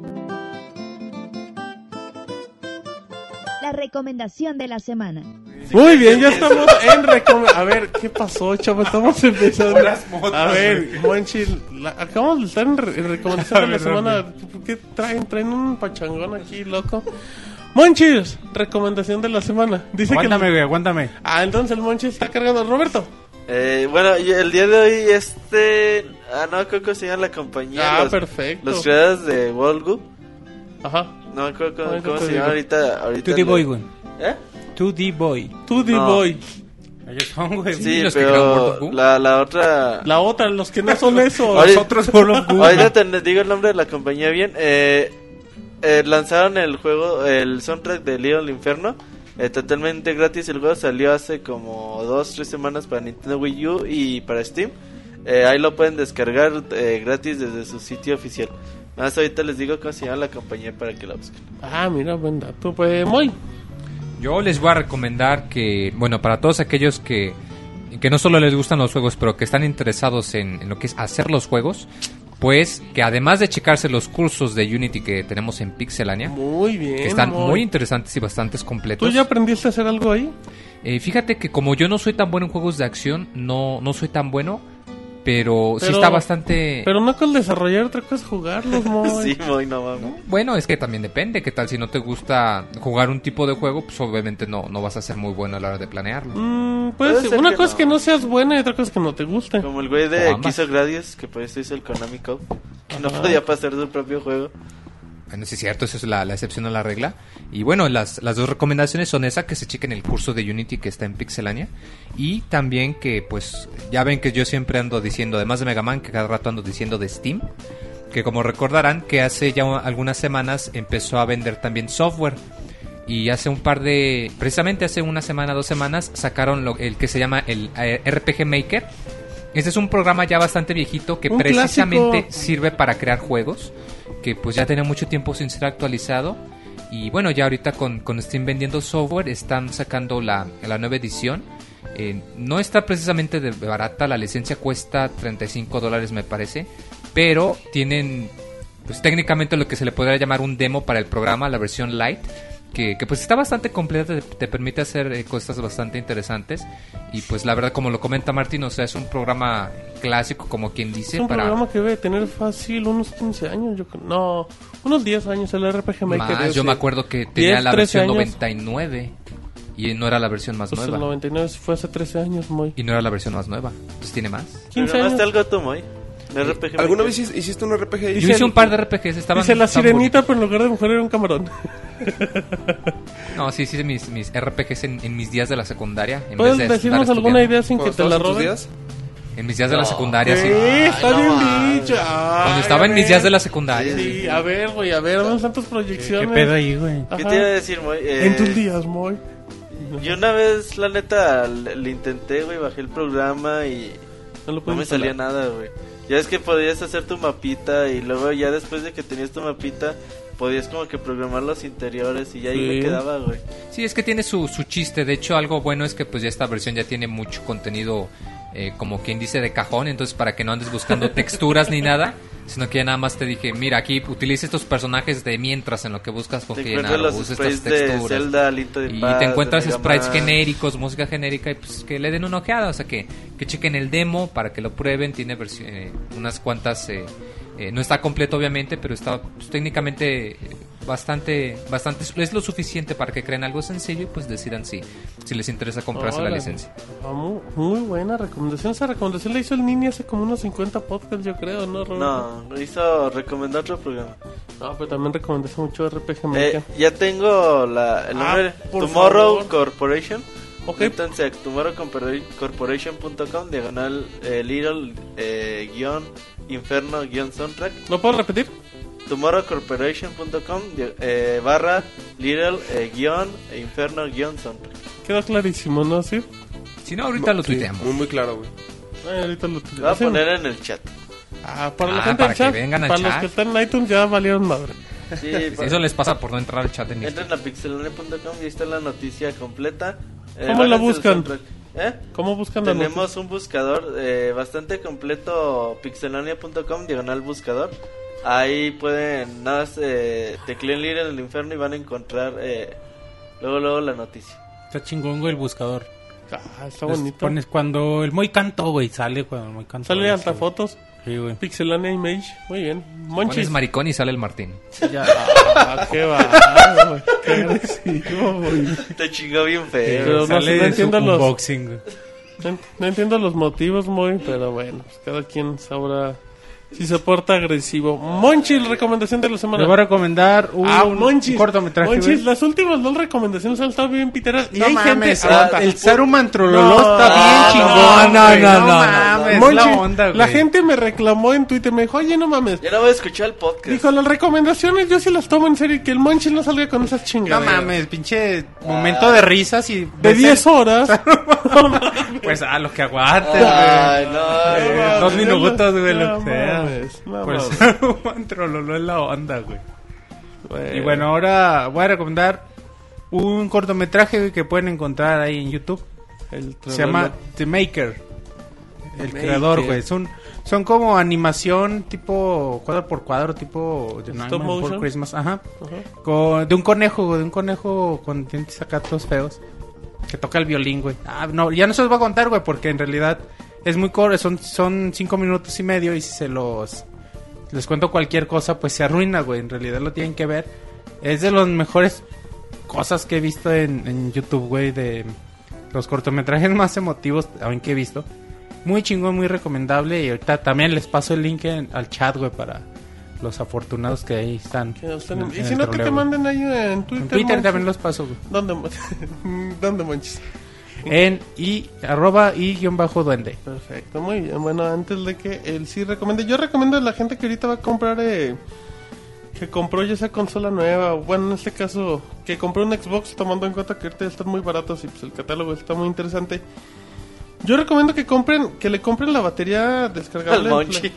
La recomendación de la semana. Muy bien, ya estamos en recomendación. A ver, ¿qué pasó, chavo? Estamos empezando. A ver, Monchi, la... acabamos de estar en, re en recomendación de la semana. ¿Qué traen? Traen un pachangón aquí, loco. Monchis, recomendación de la semana. Dice aguántame, que güey, aguántame. Ah, entonces el Monchi está cargado. Roberto. Eh, bueno, y el día de hoy, este... Ah, no, creo que se llama la compañía. Ah, los, perfecto. Los creadores de World Ajá. No, creo que Ahorita cómo te se digo. llama ahorita. ahorita two D le- Boy, güey. ¿Eh? two D Boy. two D No. Boy. Ellos son, güey. Sí, los que crearon World of pero Goo. la, la otra... La otra, los que no son eso. Ahorita- Nosotros World of Goo. Ahorita te digo el nombre de la compañía bien. Eh, eh, lanzaron el juego, el soundtrack de Little Inferno. Eh, totalmente gratis. El juego salió hace como dos, tres semanas para Nintendo Wii U y para Steam. Eh, ahí lo pueden descargar eh, gratis desde su sitio oficial. Más ahorita les digo cómo se llama la compañía para que la busquen. Ah, mira, buen dato. Pues, muy. Yo les voy a recomendar que, bueno, para todos aquellos que, que no solo les gustan los juegos, pero que están interesados en, en lo que es hacer los juegos, pues que además de checarse los cursos de Unity que tenemos en Pixelania, Muy bien. que están muy. muy interesantes y bastante completos. ¿Tú ya aprendiste a hacer algo ahí? Eh, fíjate que como yo no soy tan bueno en juegos de acción, no, no soy tan bueno, pero, sí Pero- está bastante... Pero no con desarrollar, otra cosa es jugarlos, muy. Sí, muy no mames. Bueno, es que también depende, qué tal si no te gusta jugar un tipo de juego, pues obviamente no, no vas a ser muy bueno a la hora de planearlo. Mm, Puede pues, ser una que cosa no. es que no seas buena y otra cosa es que no te guste. Como el güey O de ambas. Kiso Gradius, que por eso hizo el Konami Cup, que no Ajá. podía pasar su propio juego. Bueno, sí es cierto, eso es la, la excepción a la regla. Y bueno, las, las dos recomendaciones son esa, que se chequen el curso de Unity que está en Pixelania. Y también que, pues, ya ven que yo siempre ando diciendo, además de Mega Man, que cada rato ando diciendo de Steam. Que como recordarán, que hace ya algunas semanas empezó a vender también software. Y hace un par de... Precisamente hace una semana, dos semanas, sacaron lo, el que se llama el eh, R P G Maker. Este es un programa ya bastante viejito que Un precisamente clásico. sirve para crear juegos, que pues ya tenía mucho tiempo sin ser actualizado. Y bueno, ya ahorita con, con Steam vendiendo software están sacando la, la nueva edición. Eh, no está precisamente de barata, la licencia cuesta treinta y cinco dólares me parece, pero tienen pues técnicamente lo que se le podría llamar un demo para el programa, la versión light. Que, que pues está bastante completa, te, te permite hacer eh, cosas bastante interesantes. Y pues la verdad, como lo comenta Martín, o sea, es un programa clásico, como quien dice. Es un para programa que debe tener fácil unos quince años, yo creo. No, unos diez años el R P G Maker. más, ese. yo me acuerdo que tenía diez, la trece versión años. noventa y nueve y no era la versión más Pues el nueva. noventa y nueve fue hace trece años, muy. Y no era la versión más nueva. Entonces tiene más. quince años. ¿Programaste algo tú, Moy? R P G ¿Alguna Maker. vez hici- hiciste un R P G? Yo hice un par de R P Gs, estaban... Dice la estaban sirenita, pero en lugar de mujer era un camarón. bonitos. No, sí, sí, hice mis, mis R P Gs en, en mis días de la secundaria. En ¿Puedes vez de decirnos estar alguna estudiando. idea sin que ¿Cuando te la estabas en tus roben? días? En mis días de la secundaria, sí. Sí, está no bien mames. dicho. Ay, Cuando estaba a en mis ver. días de la secundaria. Sí, a ver, güey, a ver, vamos tantas proyecciones. ¿Qué pedo ahí, güey? ¿Qué Ajá. te iba a decir, Moy? Eh, En tus días, muy. Yo una vez, la neta, le, le intenté, güey, bajé el programa y No, lo no puedes me salía instalar. nada, güey. Ya es que podías hacer tu mapita y luego ya después de que tenías tu mapita, podías como que programar los interiores y ya ahí Sí. me quedaba, güey. Sí, es que tiene su, su chiste. De hecho, algo bueno es que pues ya esta versión ya tiene mucho contenido, eh, como quien dice, de cajón. Entonces, para que no andes buscando texturas ni nada, sino que ya nada más te dije, mira, aquí utiliza estos personajes de mientras en lo que buscas con Te que encuentras llenar, los usa sprites estas de texturas. Zelda, Lito de Y Paz, te de encuentras Mega sprites Man. genéricos, música genérica, y pues que le den una ojeada, o sea que, que chequen el demo para que lo prueben. Tiene versi- eh, unas cuantas, eh, eh, no está completo obviamente, pero está pues, técnicamente eh, bastante, bastante, es lo suficiente para que creen algo sencillo y pues decidan si, si les interesa comprarse la Órale. licencia. Ah, muy, muy buena recomendación. Esa recomendación la hizo el Nini hace como unos cincuenta podcasts, yo creo, ¿no, Roberto? No, lo hizo recomendar otro programa. No, pero también recomendaste mucho R P G Eh, Maker. ya tengo la, el Ah, nombre, por Tomorrow favor. Corporation. Ok. Entonces, tomorrow corporation punto com, diagonal eh, little eh, guión inferno guión soundtrack. ¿Lo puedo repetir? tomorrow corporation punto com eh, barra little eh, guión e inferno guión soundtrack. Quedó clarísimo, ¿no? Sí. Si no, ahorita lo Sí, tuiteamos. muy, muy claro, güey. Ay, ahorita lo Lo voy a sí. poner en el chat. Ah, para la Ah, gente para del que chat, vengan al para los chat. que están en iTunes ya valieron madre. Sí, Si eso les pasa por no entrar al chat en entren a pixelania punto com y ahí está la noticia completa. Eh, ¿Cómo la bájense el buscan? soundtrack. ¿Eh? ¿Cómo buscan? Tenemos un buscador eh, bastante completo, pixelania punto com, diagonal buscador. Ahí pueden, nada más eh, tecleen Líder en el Infierno y van a encontrar eh, luego luego la noticia. Está chingón, güey, el buscador. Ah, está bonito. Pones cuando el Moy cantó, güey, sale cuando el Moy cantó. Sale güey, alta fotos. Sí, güey. Pixelania Image. Muy bien. Monchis. Pones maricón y sale el Martín. Ya. Ah, qué va, güey. Qué agresivo, güey. Te chingó bien feo. Pero no, Sale no de entiendo su los unboxing, güey. no, no entiendo los motivos, muy, pero bueno, pues cada quien sabrá si se porta agresivo. Monchis, recomendación de la semana. Le voy a recomendar un, ah, Monchis, un cortometraje, Monchis, güey. las últimas dos recomendaciones han estado bien piteras. Y No hay mames, gente... ah, aguanta. el Saruman Trololó No, está no, bien chingón. no, güey, no, no, no, mames, Monchis, la onda, güey. la gente me reclamó en Twitter, me dijo, oye, no mames. Ya no voy a escuchar el podcast. Dijo, las recomendaciones yo sí las tomo en serio y que el Monchis no salga con esas No chingaderas. mames, pinche momento de risas y... De diez horas. Pues a lo que aguantes, Ay, güey. no, Eh, mames, dos no minutos, güey, no lo que sea. mames, no Pues mames. Saruman Trololó es la onda, güey. Y bueno, ahora voy a recomendar un cortometraje, güey, que pueden encontrar ahí en YouTube. El Se llama The Maker. El Maker. creador, güey. Son, son como animación tipo cuadro por cuadro, tipo The Stop Nightmare Before motion. Christmas. Ajá. Ajá. Con- de un conejo, güey. De un conejo con dientes acá todos feos. Que toca el violín, güey. Ah, no, ya no se los voy a contar, güey, porque en realidad es muy corto. Son, son cinco minutos y medio. Y si se los les cuento cualquier cosa, pues se arruina, güey. En realidad lo tienen que ver. Es de las mejores cosas que he visto en, en YouTube, güey. De los cortometrajes más emotivos también que he visto. Muy chingón, muy recomendable. Y ahorita también les paso el link en- al chat, güey, para los afortunados que ahí están. Que nos están- en- y en si el no, que troleo, te güey. manden ahí en Twitter. En Twitter Monchis. también los paso, güey. ¿Dónde, ¿Dónde, Monchis? En y arroba y guión bajo duende. Perfecto, muy bien. Bueno, antes de que él sí recomiende, yo recomiendo a la gente que ahorita va a comprar, eh, que compró ya esa consola nueva, o bueno, en este caso, que compró un Xbox, tomando en cuenta que ahorita están muy baratos y pues el catálogo está muy interesante. Yo recomiendo que compren, que le compren la batería descargable. Al Monchis.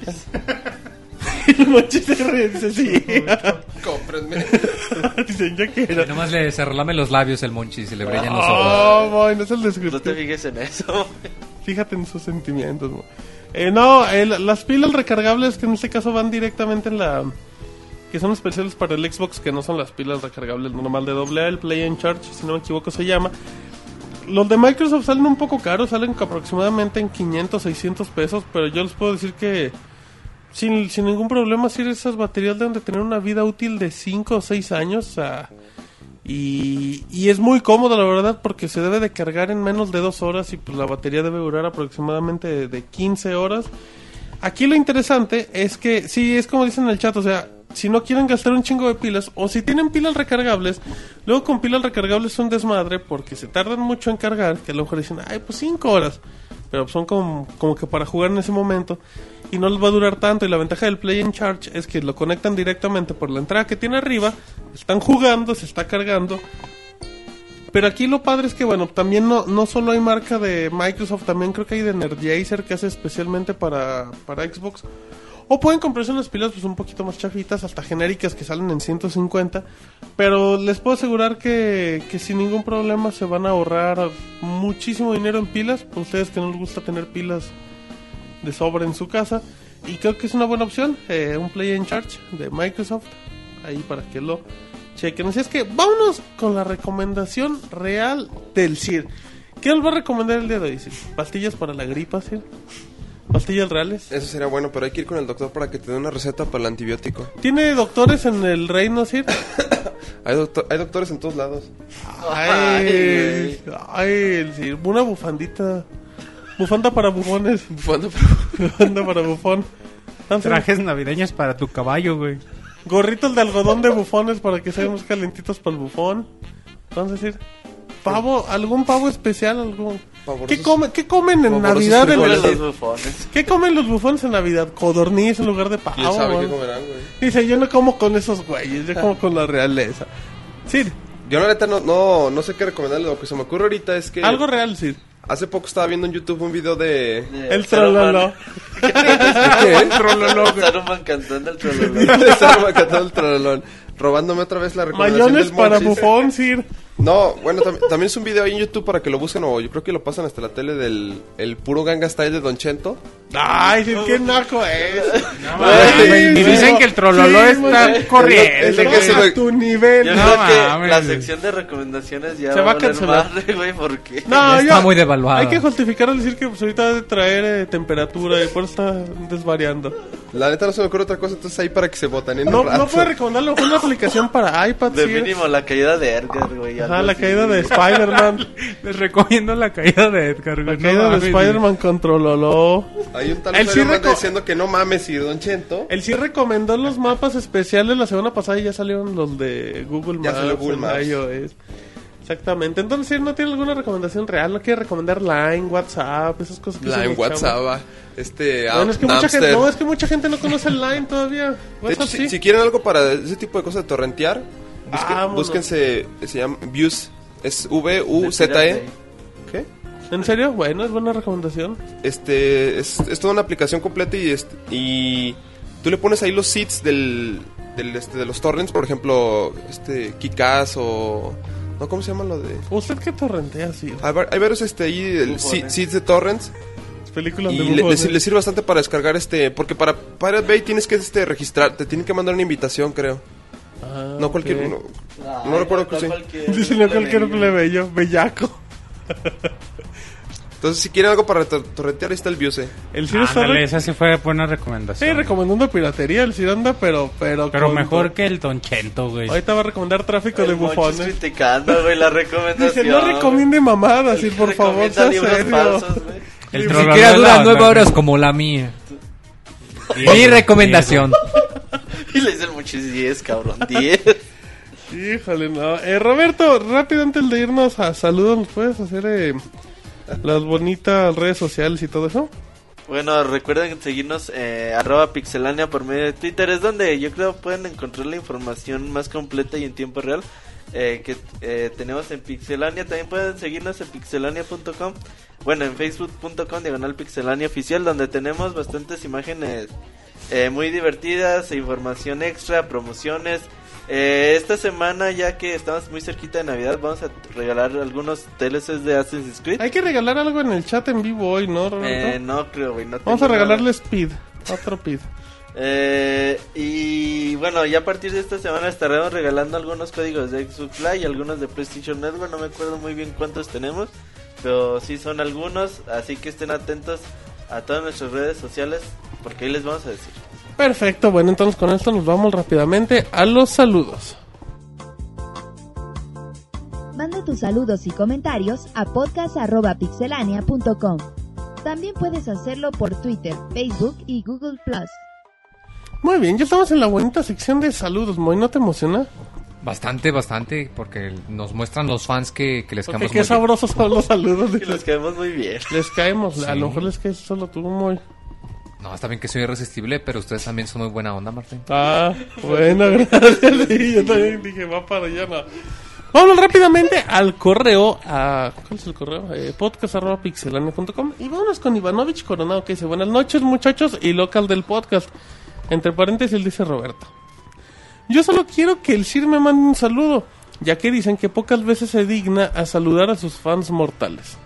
El Monchis se ríe, dice sí. Cómprenme. Dicen, yo Y quiero. nomás le se relame los labios el Monchis y le brillan los ojos. Oh, boy, no es el No te descriptivo. fijes en eso. Fíjate en sus sentimientos. mo. Eh, no, el- las pilas recargables que en este caso van directamente en la... Que son especiales para el Xbox, que no son las pilas recargables normal de doble A, el Play and Charge, si no me equivoco se llama. Los de Microsoft salen un poco caros, salen aproximadamente en quinientos, seiscientos pesos, pero yo les puedo decir que sin, sin ningún problema, si esas baterías deben de tener una vida útil de cinco o seis años, o sea, y, y es muy cómodo la verdad, porque se debe de cargar en menos de dos horas y pues la batería debe durar aproximadamente de, de quince horas. Aquí lo interesante es que, sí, es como dicen en el chat, o sea, si no quieren gastar un chingo de pilas, o si tienen pilas recargables, luego con pilas recargables es un desmadre porque se tardan mucho en cargar, que a lo mejor dicen, ay, pues cinco horas, pero son como, como que para jugar en ese momento, y no les va a durar tanto, y la ventaja del Play and Charge es que lo conectan directamente por la entrada que tiene arriba, están jugando, se está cargando. Pero aquí lo padre es que, bueno, también no, no solo hay marca de Microsoft, también creo que hay de Energizer que hace especialmente para, para Xbox. O pueden comprarse unas pilas pues un poquito más chafitas, hasta genéricas que salen en ciento cincuenta. Pero les puedo asegurar que, que sin ningún problema se van a ahorrar muchísimo dinero en pilas. Para ustedes que no les gusta tener pilas de sobra en su casa. Y creo que es una buena opción, eh, un Play and Charge de Microsoft. Ahí para que lo chequen. Así es que vámonos con la recomendación real del Sir. ¿Qué nos va a recomendar el día de hoy, Sir? ¿Pastillas para la gripa, Sir? ¿Pastillas reales? Eso sería bueno, pero hay que ir con el doctor para que te dé una receta para el antibiótico. ¿Tiene doctores en el reino, Sir? Hay, doctor- hay doctores en todos lados. Ay, ay, el Sir. Una bufandita. Bufanda para bufones. Bufanda, Bufanda para bufón. Entonces, Trajes navideños para tu caballo, güey. gorritos de algodón de bufones para que sean más calentitos para el bufón. Entonces, Sir. Pavo, algún pavo especial, algún... Pavorosos- ¿Qué, come, ¿Qué comen en pavorosos Navidad? En Hola, el- los bufones. ¿Qué comen los bufones en Navidad? Codorniz en lugar de pavo. ¿Quién sabe güey. qué comerán, güey? Dice, yo no como con esos güeyes, yo como con la realeza. Sir, Yo la neta no, no, no sé qué recomendarle. Lo que se me ocurre ahorita es que... algo real, Sir. Hace poco estaba viendo en YouTube un video de... El trololo. ¿Qué? Saruman cantando el trololó. de Saruman cantando el trololón. Robándome otra vez la recomendación Mayones del para Monchis. bufón, Sir. No, bueno, tam- también es un video ahí en YouTube para que lo busquen o yo creo que lo pasan hasta la tele del el puro Ganga Style de Don Chento. Ay, sí, qué naco es. No, mames, y dicen que el trololó Sí, está güey. corriendo. Es lo que se a me- tu nivel. Yo No, creo que mames. la sección de recomendaciones ya Se va a valer cancelar. madre, güey, porque... No, Está yo- muy devaluado. Hay que justificar al decir que pues, ahorita debe traer eh, temperatura y por eso está desvariando. La neta no se me ocurre otra cosa, entonces ahí para que se voten en No, un rato. no puede recomendarlo, fue una aplicación para iPad. De sí. mínimo la caída de Edgar, güey. Ajá, algo la así. caída de Spider-Man. Les recomiendo la caída de Edgar, güey. La caída No de mames, Spider-Man controló. Hay un tal Él sí Spider-Man reco- diciendo que no mames y Don Chento. Él sí recomendó los mapas especiales la semana pasada y ya salieron los de Google Ya Maps. salió Google en Maps. iOS. Exactamente. Entonces, si no tiene alguna recomendación real, no quiere recomendar Line, WhatsApp, esas cosas que La usan en los WhatsApp, chavos. va. Este, Bueno, es que, mucha Napster. gente, no, es que mucha gente no conoce el Line todavía. De WhatsApp hecho, si, sí. si quieren algo para ese tipo de cosas de torrentear, busquen, Vámonos. búsquense, se llama Views, es V U Z E. ¿Qué? ¿En serio? Bueno, es buena recomendación. Este, es, es toda una aplicación completa y, este, y tú le pones ahí los seeds del, del este, de los torrents, por ejemplo, este, Kikaz o... ¿No? ¿Cómo se llama lo de...? ¿Usted qué torrentea así? Hay, var- hay varios este, ahí, el, Bufones. se- seeds de torrents. Películas Y de le, le, bufones. le sirve bastante para descargar este... Porque para Pirate Bay tienes que este, registrar, te tienen que mandar una invitación, creo. Ah, No cualquier... ok. No, Ay, no recuerdo que cual- sí. cualquier Dice no cualquier plebeyo. plebeyo, bellaco. Entonces, si quieren algo para tor- torrentear, ahí está el Viuse. El Ciro está... Ándale, re- esa sí fue buena Sí, recomendación. recomendando piratería, el Ciro anda, pero... Pero, Pero con- mejor que el Don Chento, güey. Ahorita va a recomendar tráfico de El Monchis bufones. criticando, güey, la recomendación. Dice, no recomiende mamadas, güey. y por favor, Recomienda sea libros serio. falsos, güey. El Ni trololó siquiera es dura la nueve onda, horas güey. como la mía. Diez, Mi diez, recomendación. Y le dice el Monchis diez, cabrón, diez. Híjole, no. Eh, Roberto, rápido antes de irnos a saludos, ¿nos puedes hacer eh, las bonitas redes sociales y todo eso? Bueno, recuerden seguirnos eh, arroba pixelania por medio de Twitter. Es donde yo creo pueden encontrar la información más completa y en tiempo real eh, que eh, tenemos en Pixelania. También pueden seguirnos en pixelania punto com. Bueno, en facebook punto com diagonal pixelania oficial, donde tenemos bastantes imágenes eh, muy divertidas, e información extra, promociones. Eh, esta semana, ya que estamos muy cerquita de Navidad, vamos a regalar algunos D L Cs de Assassin's Creed. Hay que regalar algo en el chat en vivo hoy, ¿no, Roberto? Eh, no creo, güey. No Vamos tengo a regalarle nada. Speed, otro Speed. Eh, y bueno, ya a partir de esta semana estaremos regalando algunos códigos de Xbox Live y algunos de PlayStation Network. No me acuerdo muy bien cuántos tenemos, pero sí son algunos. Así que estén atentos a todas nuestras redes sociales, porque ahí les vamos a decir. Perfecto, bueno, entonces con esto nos vamos rápidamente a los saludos. Manda tus saludos y comentarios a podcast arroba pixelania punto com. También puedes hacerlo por Twitter, Facebook y Google plus. Muy bien, ya estamos en la bonita sección de saludos, Moy, ¿no te emociona? Bastante, bastante, porque nos muestran los fans que, que les Porque caemos qué muy bien. sabrosos son los saludos. Y los caemos muy bien. Les caemos, a Sí. lo mejor les caes solo tú, Moy. No, está bien que soy irresistible, pero ustedes también son muy buena onda, Martín. Ah, bueno, gracias. Sí, yo también dije, va para allá, no. Vámonos rápidamente al correo, a... ¿Cuál es el correo? Eh, podcast arroba pixelania punto com. Y vámonos con Ivanovich Coronado, que dice, buenas noches, muchachos, y local del podcast. Entre paréntesis dice Roberto. Yo solo quiero que el Sir me mande un saludo, ya que dicen que pocas veces se digna a saludar a sus fans mortales.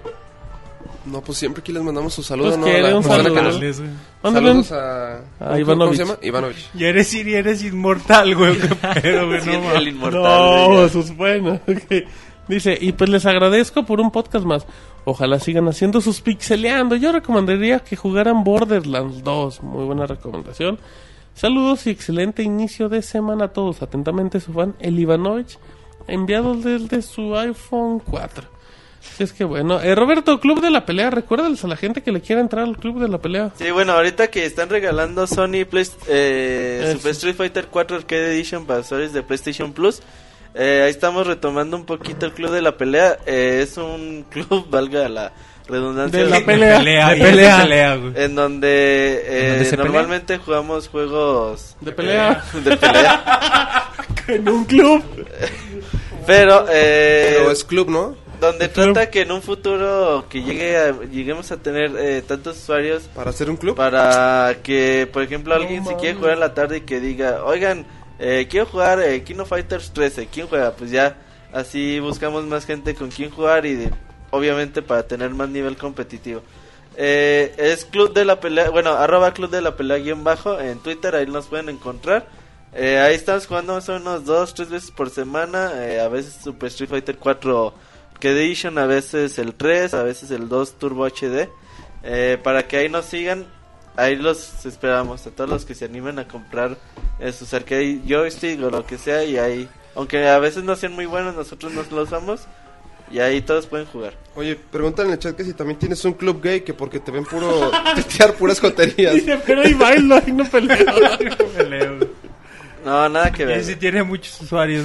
No, pues siempre aquí les mandamos sus saludos. Pues ¿no? quiere La- un pues, saludo. la- Dales, güey. Mándale un- Saludos a... a ¿cómo- Ivanovich. ¿Cómo se llama? Ivanovich. Y eres, y eres inmortal, güey. Qué pedo, güey. Sí, No, el mames. inmortal. No, güey, ya. eso es bueno. Ok. Dice, y pues les agradezco por un podcast más. Ojalá sigan haciendo sus pixeleando. Yo recomendaría que jugaran Borderlands dos. Muy buena recomendación. Saludos y excelente inicio de semana a todos. Atentamente su fan, el Ivanovich, enviado desde su iPhone cuatro. Es que bueno. Eh, Roberto, Club de la Pelea. Recuérdales a la gente que le quiera entrar al Club de la Pelea. Sí, bueno, ahorita que están regalando Sony Play, eh, Eso. Super Street Fighter cuatro Arcade Edition para usuarios de PlayStation Plus. Eh, ahí estamos retomando un poquito el Club de la Pelea. Eh, es un club, valga la redundancia, De la De pelea. pelea, De de pelea. pelea, güey. en donde, eh, ¿En donde se pelea? normalmente jugamos juegos De pelea. de pelea. En un club. Pero, eh, Pero es club, ¿no? donde el club. trata que en un futuro que llegue a- lleguemos a tener eh, tantos usuarios Para hacer un club. para que, por ejemplo, alguien No si quiere mames. jugar en la tarde y que diga, oigan, eh, quiero jugar eh, King of Fighters trece, ¿quién juega? Pues ya Así buscamos más gente con quien jugar y de, obviamente para tener más nivel competitivo. Eh, es Club de la Pelea, bueno, arroba Club de la Pelea guión bajo en Twitter, ahí nos pueden encontrar. Eh, ahí estamos jugando más o menos dos, tres veces por semana, eh, a veces Super Street Fighter cuatro Edition, a veces el tres, a veces el dos Turbo H D. Eh, para que ahí nos sigan, ahí los esperamos, a todos los que se animen a comprar eh, sus arcade joystick o lo que sea, y ahí, aunque a veces no sean muy buenos, nosotros nos los usamos. Y ahí todos pueden jugar. Oye, preguntan en el chat que si también tienes un club gay, que porque te ven puro testear puras joterías. Dice, pero ahí bailo, ahí no peleo. No peleo. No, nada que ver. Y si tiene muchos usuarios.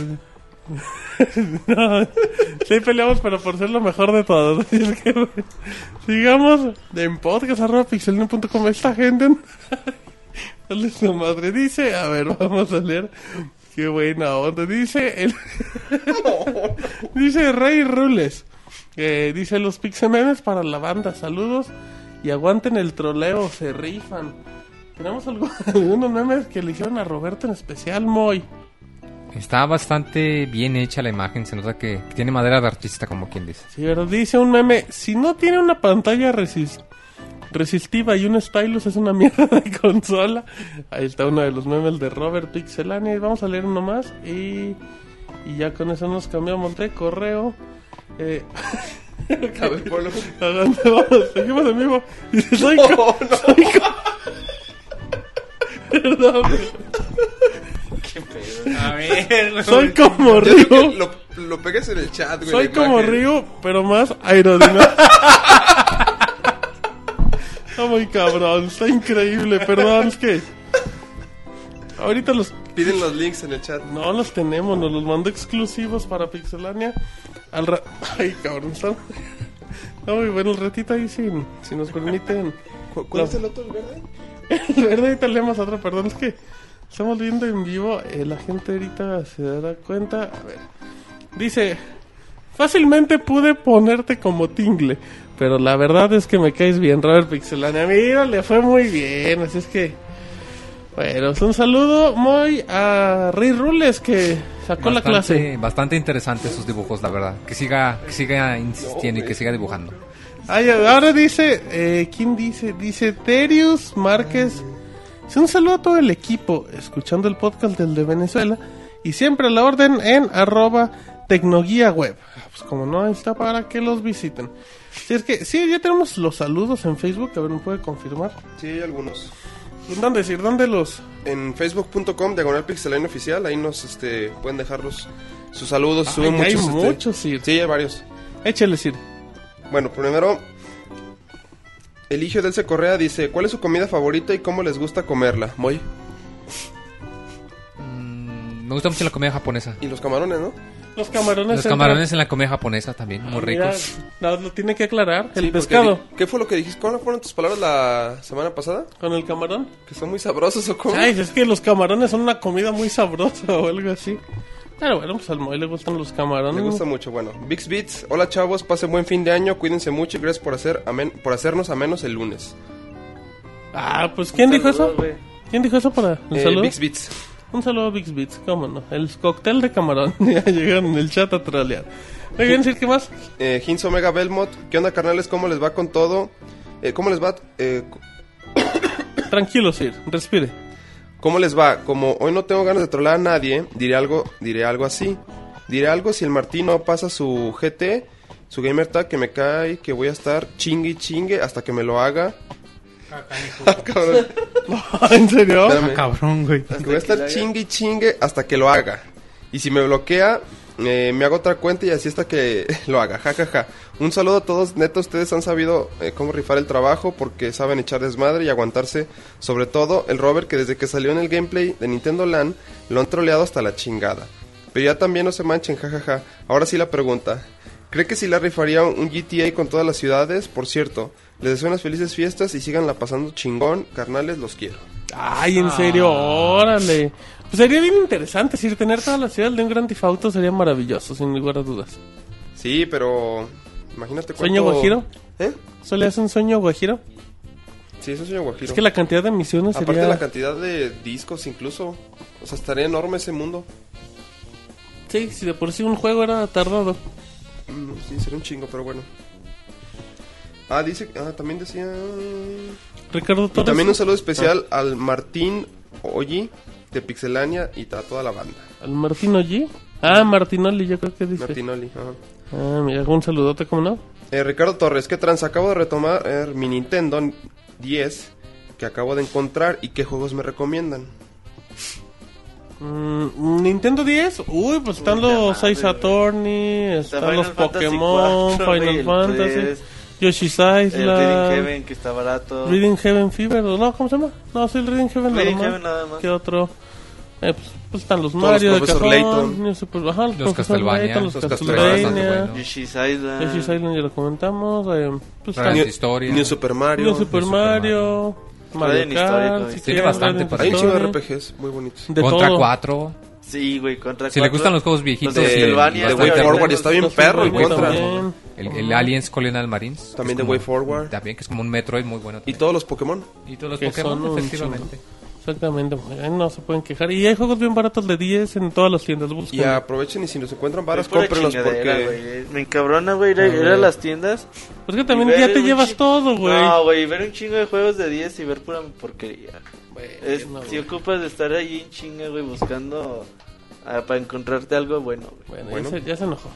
No, sí peleamos, pero por ser lo mejor de todos. Así es que, sigamos en podcast arroba pixelania punto com. Esta gente, dale su madre. Dice, a ver, vamos a leer. Qué buena onda. Dice el dice Rey Rules. Eh, dice los pixememes para la banda. Saludos y aguanten el troleo, se rifan. Tenemos algo, algunos memes que le hicieron a Roberto en especial, Moy. Está bastante bien hecha la imagen, se nota que, que tiene madera de artista, como quien dice. Sí, pero dice un meme, si no tiene una pantalla resist resistiva y un stylus es una mierda de consola. Ahí está uno de los memes de Robert Pixelania. Y vamos a leer uno más y, y ya con eso nos cambiamos de correo. Eh... A ver, ponlo. ¿A dónde vamos? Seguimos en vivo. Dice, soy co- No, no. soy co- Perdón. Qué pedo. A ver, Soy como Yo digo que Ryu. lo, lo pegues en el chat, güey. Soy la como imagen. Ryu, pero más aerodinámico. Está muy cabrón, está increíble. Perdón, es que ahorita los Piden los links en el chat. no los tenemos, nos los mando exclusivos para Pixelania. Al ra- Ay, cabrón, está, está muy bueno el ratito ahí, si, si nos permiten. ¿Cu- ¿Cuál No. es el otro, el verde? El verde, ahorita leemos otro, perdón, es que estamos viendo en vivo, eh, la gente ahorita se dará cuenta. A ver, dice, fácilmente pude ponerte como Tingle, pero la verdad es que me caes bien, Robert Pixelania. Mira, le fue muy bien, así es que, bueno, un saludo muy a Rey Rules que sacó la clase. Bastante interesante sus dibujos, la verdad. Que siga, que siga insistiendo y que siga dibujando. Ay, ahora dice, eh, ¿quién dice? Dice Terius Márquez. Dice, un saludo a todo el equipo, escuchando el podcast del de Venezuela. Y siempre a la orden en arroba Tecnoguía Web. Pues como no, ahí está para que los visiten. Si es que, sí, ya tenemos los saludos en Facebook, a ver, ¿me puede confirmar? Sí, hay algunos. ¿Dónde decir? ¿Dónde los...? En facebook punto com, diagonal pixelania oficial, ahí nos este, pueden dejar los, sus saludos. Ay, Suben hay muchos. este, muchos, Sir. Sí, hay varios. Échale, Sir. Bueno, primero, Eligio Delce Correa dice, ¿cuál es su comida favorita y cómo les gusta comerla? Moy. Mm, me gusta mucho la comida japonesa. Y los camarones, ¿no? Los camarones... Los entran- camarones en la comida japonesa también, muy Mira, ricos. no, lo tiene que aclarar. El Sí, porque pescado di- ¿Qué fue lo que dijiste? ¿Cuáles fueron tus palabras la semana pasada? con el camarón. ¿Que son muy sabrosos o cómo? Ay, es que los camarones son una comida muy sabrosa o algo así. Pero bueno, pues al Moy le gustan los camarones. Me gusta mucho, bueno. Vix Beats, hola chavos, pasen buen fin de año, cuídense mucho y gracias por hacer amen- por hacernos a menos el lunes. Ah, pues ¿quién dijo eso? Saludos, güey. ¿Quién dijo eso para un Eh, saludo? Vix Beats. Un saludo a Vix Beats, cómo no. El cóctel de camarón. Ya llegaron en el chat a trolear. Muy bien, Sir, ¿qué más? Eh, Hinz Omega Belmont, ¿qué onda carnales? ¿Cómo les va con todo? Eh, ¿Cómo les va? Eh, Tranquilo, Sir, respire. ¿Cómo les va? Como hoy no tengo ganas de trolar a nadie, diré algo, diré algo así. Diré algo si el Martín no pasa su G T, su gamer tag que me cae, que voy a estar chingue y chingue hasta que me lo haga. Ah, cabrón. ¿En serio? Espérame. Cabrón, güey. Que voy a estar chingue y chingue hasta que lo haga. Y si me bloquea, eh, me hago otra cuenta y así hasta que lo haga. Ja, ja, ja. Un saludo a todos. Neta, ustedes han sabido eh, cómo rifar el trabajo porque saben echar desmadre y aguantarse. Sobre todo el Robert, que desde que salió en el gameplay de Nintendo Land, lo han troleado hasta la chingada. Pero ya también no se manchen, ja, ja, ja. Ahora sí la pregunta. ¿Cree que si la rifaría un G T A con todas las ciudades? Por cierto, les deseo unas felices fiestas y síganla pasando chingón. Carnales, los quiero. Ay, en serio, órale. Pues sería bien interesante, Sir, tener toda la ciudad de un Grand Theft Auto sería maravilloso, sin lugar a dudas. Sí, pero imagínate cuánto... ¿Sueño guajiro? ¿Eh? ¿Eso le hace un sueño guajiro? Sí, eso es sueño guajiro. Es que la cantidad de misiones sería... Aparte la cantidad de discos incluso. O sea, estaría enorme ese mundo. Sí, Sí, si de por sí un juego era tardado. Mm, sí, sería un chingo, pero bueno. Ah, dice... Ah, también decía... Ricardo Y Torres. también un saludo especial ah. al Martín Oyi de Pixelania y a toda la banda. ¿Al Martín Oyi? Ah, Martinoli, yo creo que dice. Martinoli, ajá. Ah, mira, un saludote, ¿cómo no? Eh, Ricardo Torres, ¿qué trans? Acabo de retomar eh, mi Nintendo diez que acabo de encontrar y qué juegos me recomiendan. Mm, Nintendo diez, uy, pues están Uy, los madre, Ace Attorney, están Final los Fantasy Pokémon, cuatro, Final el Fantasy, tres, Yoshi's el Island, Reading Heaven que está barato. Reading Heaven Fever, no, ¿cómo se llama? No, sí, el Reading Heaven Reading normal. Heaven nada más. ¿Qué otro? Eh, pues, pues están los Todos Mario los de Professor cajón, Layton. New Super, ajá, los Los Professor Castlevania, Layton, los los Castlevania, Castlevania. Yoshi's Island. Yoshi's Island ya lo comentamos, eh, pues Radiant están Historia. New Super Mario. New Super New Super Mario, Mario Radiant Historia, Kart, ¿no? si Tiene quieren, bastante Radiant para Hay un chingo de Story, R P Gs muy bonitos. de Contra todo. cuatro. Sí, güey, Contra Si le cuatro. gustan los juegos viejitos, Los de sí, Castlevania, De bastante Way Way Forward está bien perro y Muy Contra. también. El, el Aliens Colonial Marines. que También es de como- Way Forward. También, que es como un Metroid muy bueno. Y también. todos los Pokémon. Y todos los Que son Pokémon, un efectivamente. Exactamente, ahí no se pueden quejar. Y hay juegos bien baratos de diez en todas las tiendas. Busquen. Y aprovechen y si nos encuentran varas, Es pura cómprenlos chingadera, porque... güey. Me encabrona, güey, ir a, ir a las tiendas. Pues que también y ver ya te un llevas chi- todo, güey. No, güey, ver un chingo de juegos de diez y ver pura porquería. Es, no, si güey. ocupas de estar ahí en chinga, güey, buscando ah, para encontrarte algo bueno, güey. Bueno, Bueno. Ya, se, ya se enojó.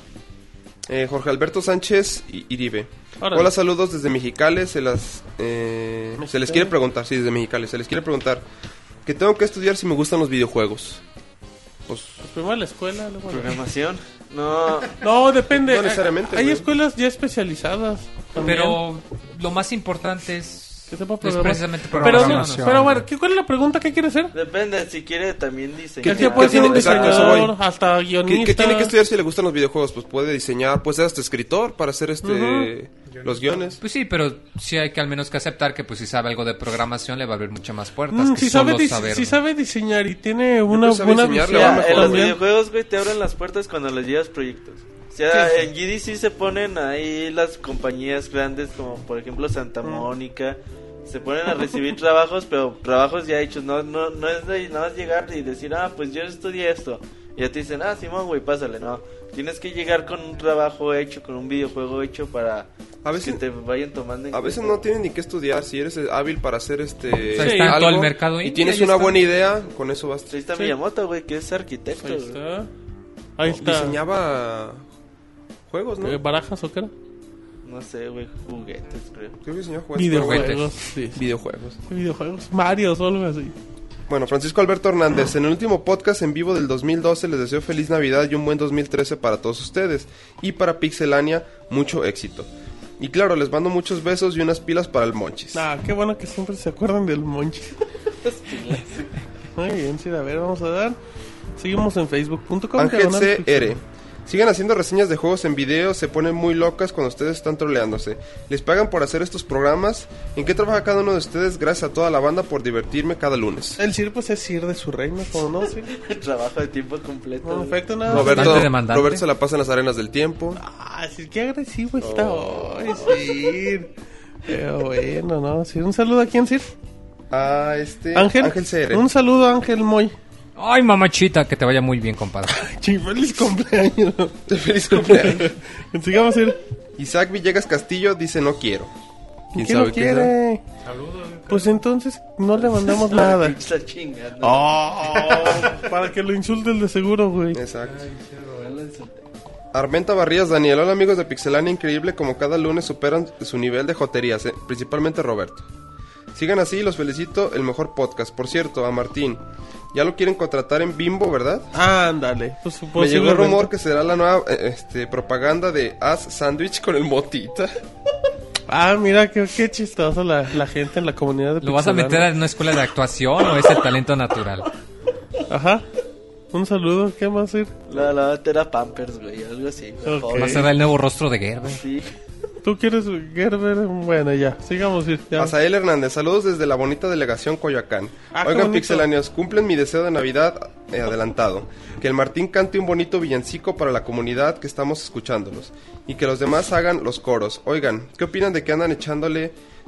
Eh, Jorge Alberto Sánchez y Iribe. Órale. Hola, saludos desde Mexicali. Se las eh, se les quiere preguntar, sí, desde Mexicali. Se les quiere preguntar que tengo que estudiar si me gustan los videojuegos. Pues Pues primero la escuela, luego la- Programación. No, No, depende. No necesariamente, Hay güey. escuelas ya especializadas. también, Pero lo más importante es, que sepa es programar. precisamente Pero, no, programación. pero bueno, ¿qué, ¿cuál es la pregunta? ¿Qué quiere hacer? depende, si quiere también diseñar. Que ¿Qué- aquí qué puede ser un tiene- exacto, eso diseñador, voy. hasta ¿Qué, guionista. qué tiene que estudiar si le gustan los videojuegos? Pues puede diseñar, puede ser hasta escritor para hacer este Ujú. los guiones. Pues sí, pero sí hay que al menos que aceptar que pues si sabe algo de programación le va a abrir muchas más puertas Mm, que si, solo sabe dis- saber. si sabe diseñar y tiene una que sabe buena diseñar, le visión va Ya, mejor en los también. videojuegos, güey, te abren las puertas cuando les llevas proyectos. O sea, en G D C se ponen ahí las compañías grandes como por ejemplo Santa Mónica. Se ponen a recibir trabajos, pero trabajos ya hechos. No no no es de nada más llegar y decir, ah, pues yo estudié esto. Y ya te dicen, ah, Simón, güey, pásale. No, tienes que llegar con un trabajo hecho, con un videojuego hecho para A veces- que te vayan tomando en A veces cuenta. no tienen ni que estudiar. Si eres eh, hábil para hacer este sea, está en todo algo el mercado y indie, tienes ahí una está. buena idea, con eso basta. Ahí está Sí. Miyamoto, güey, que es arquitecto. Ahí güey. está. Ahí está. Diseñaba juegos, ¿no? Eh, ¿Barajas o qué era? No sé, güey, juguetes, creo. Creo que diseñaba juegos. Videojuegos. Sí, sí. Videojuegos. Videojuegos. Mario o algo así. Bueno, Francisco Alberto Hernández, en el último podcast en vivo del dos mil doce les deseo feliz Navidad y un buen dos mil trece para todos ustedes. Y para Pixelania, mucho éxito. Y claro, les mando muchos besos y unas pilas para el Monchis. Ah, qué bueno que siempre se acuerdan del Monchi. Muy bien, sí, a ver, vamos a dar. Seguimos en facebook punto com. Ángel C R. Sigan haciendo reseñas de juegos en video, se ponen muy locas cuando ustedes están troleándose. ¿Les pagan por hacer estos programas? ¿En qué trabaja cada uno de ustedes? Gracias a toda la banda por divertirme cada lunes. El Sir, pues es Sir de su reino, como no, sí. Trabajo de tiempo completo. No, en güey. efecto, nada. Roberto, Bastante demandante. Roberto se la pasa en las arenas del tiempo. Ah, sí, qué agresivo está hoy, Sir. Pero bueno, ¿no? Sí, un saludo a quién, Sir. Ah, este... Ángel. Ángel C R. Un saludo a Ángel Moy. Ay, mamachita, que te vaya muy bien, compadre. Sí, feliz cumpleaños. Feliz cumpleaños. Sigamos, Sir. Isaac Villegas Castillo dice no quiero. ¿Quién ¿Quién sabe lo qué será? quiere? Pues entonces no le mandamos nada. Está chingando. Oh, para que lo insulte el de seguro, güey. Exacto. Armenta Barrías, Daniel. Hola amigos de Pixelania, increíble como cada lunes superan su nivel de joterías, eh, principalmente Roberto. Sigan así, los felicito, el mejor podcast. Por cierto, a Martín, ya lo quieren contratar en Bimbo, ¿verdad? Ándale. Pues, Me llegó el posiblemente. rumor que será la nueva eh, este, propaganda de As Sandwich con el Motita. Ah, mira, qué, qué chistoso la, la gente en la comunidad de ¿Lo vas a Pixelania. meter en una escuela de actuación o es el talento natural? Ajá. Un saludo, ¿qué más, Sir? La, la otra era Pampers, güey, algo así. güey. Ok. Va a ser el nuevo rostro de Gerber. Sí. ¿Tú quieres Gerber? Bueno, ya. Sigamos, Sir. Ya. Azael Hernández, saludos desde la bonita delegación Coyoacán. Ah, qué Oigan, bonito. Pixelanios, cumplen mi deseo de Navidad eh, adelantado. Que el Martín cante un bonito villancico para la comunidad que estamos escuchándolos. Y que los demás hagan los coros. Oigan, ¿qué opinan de que andan echándole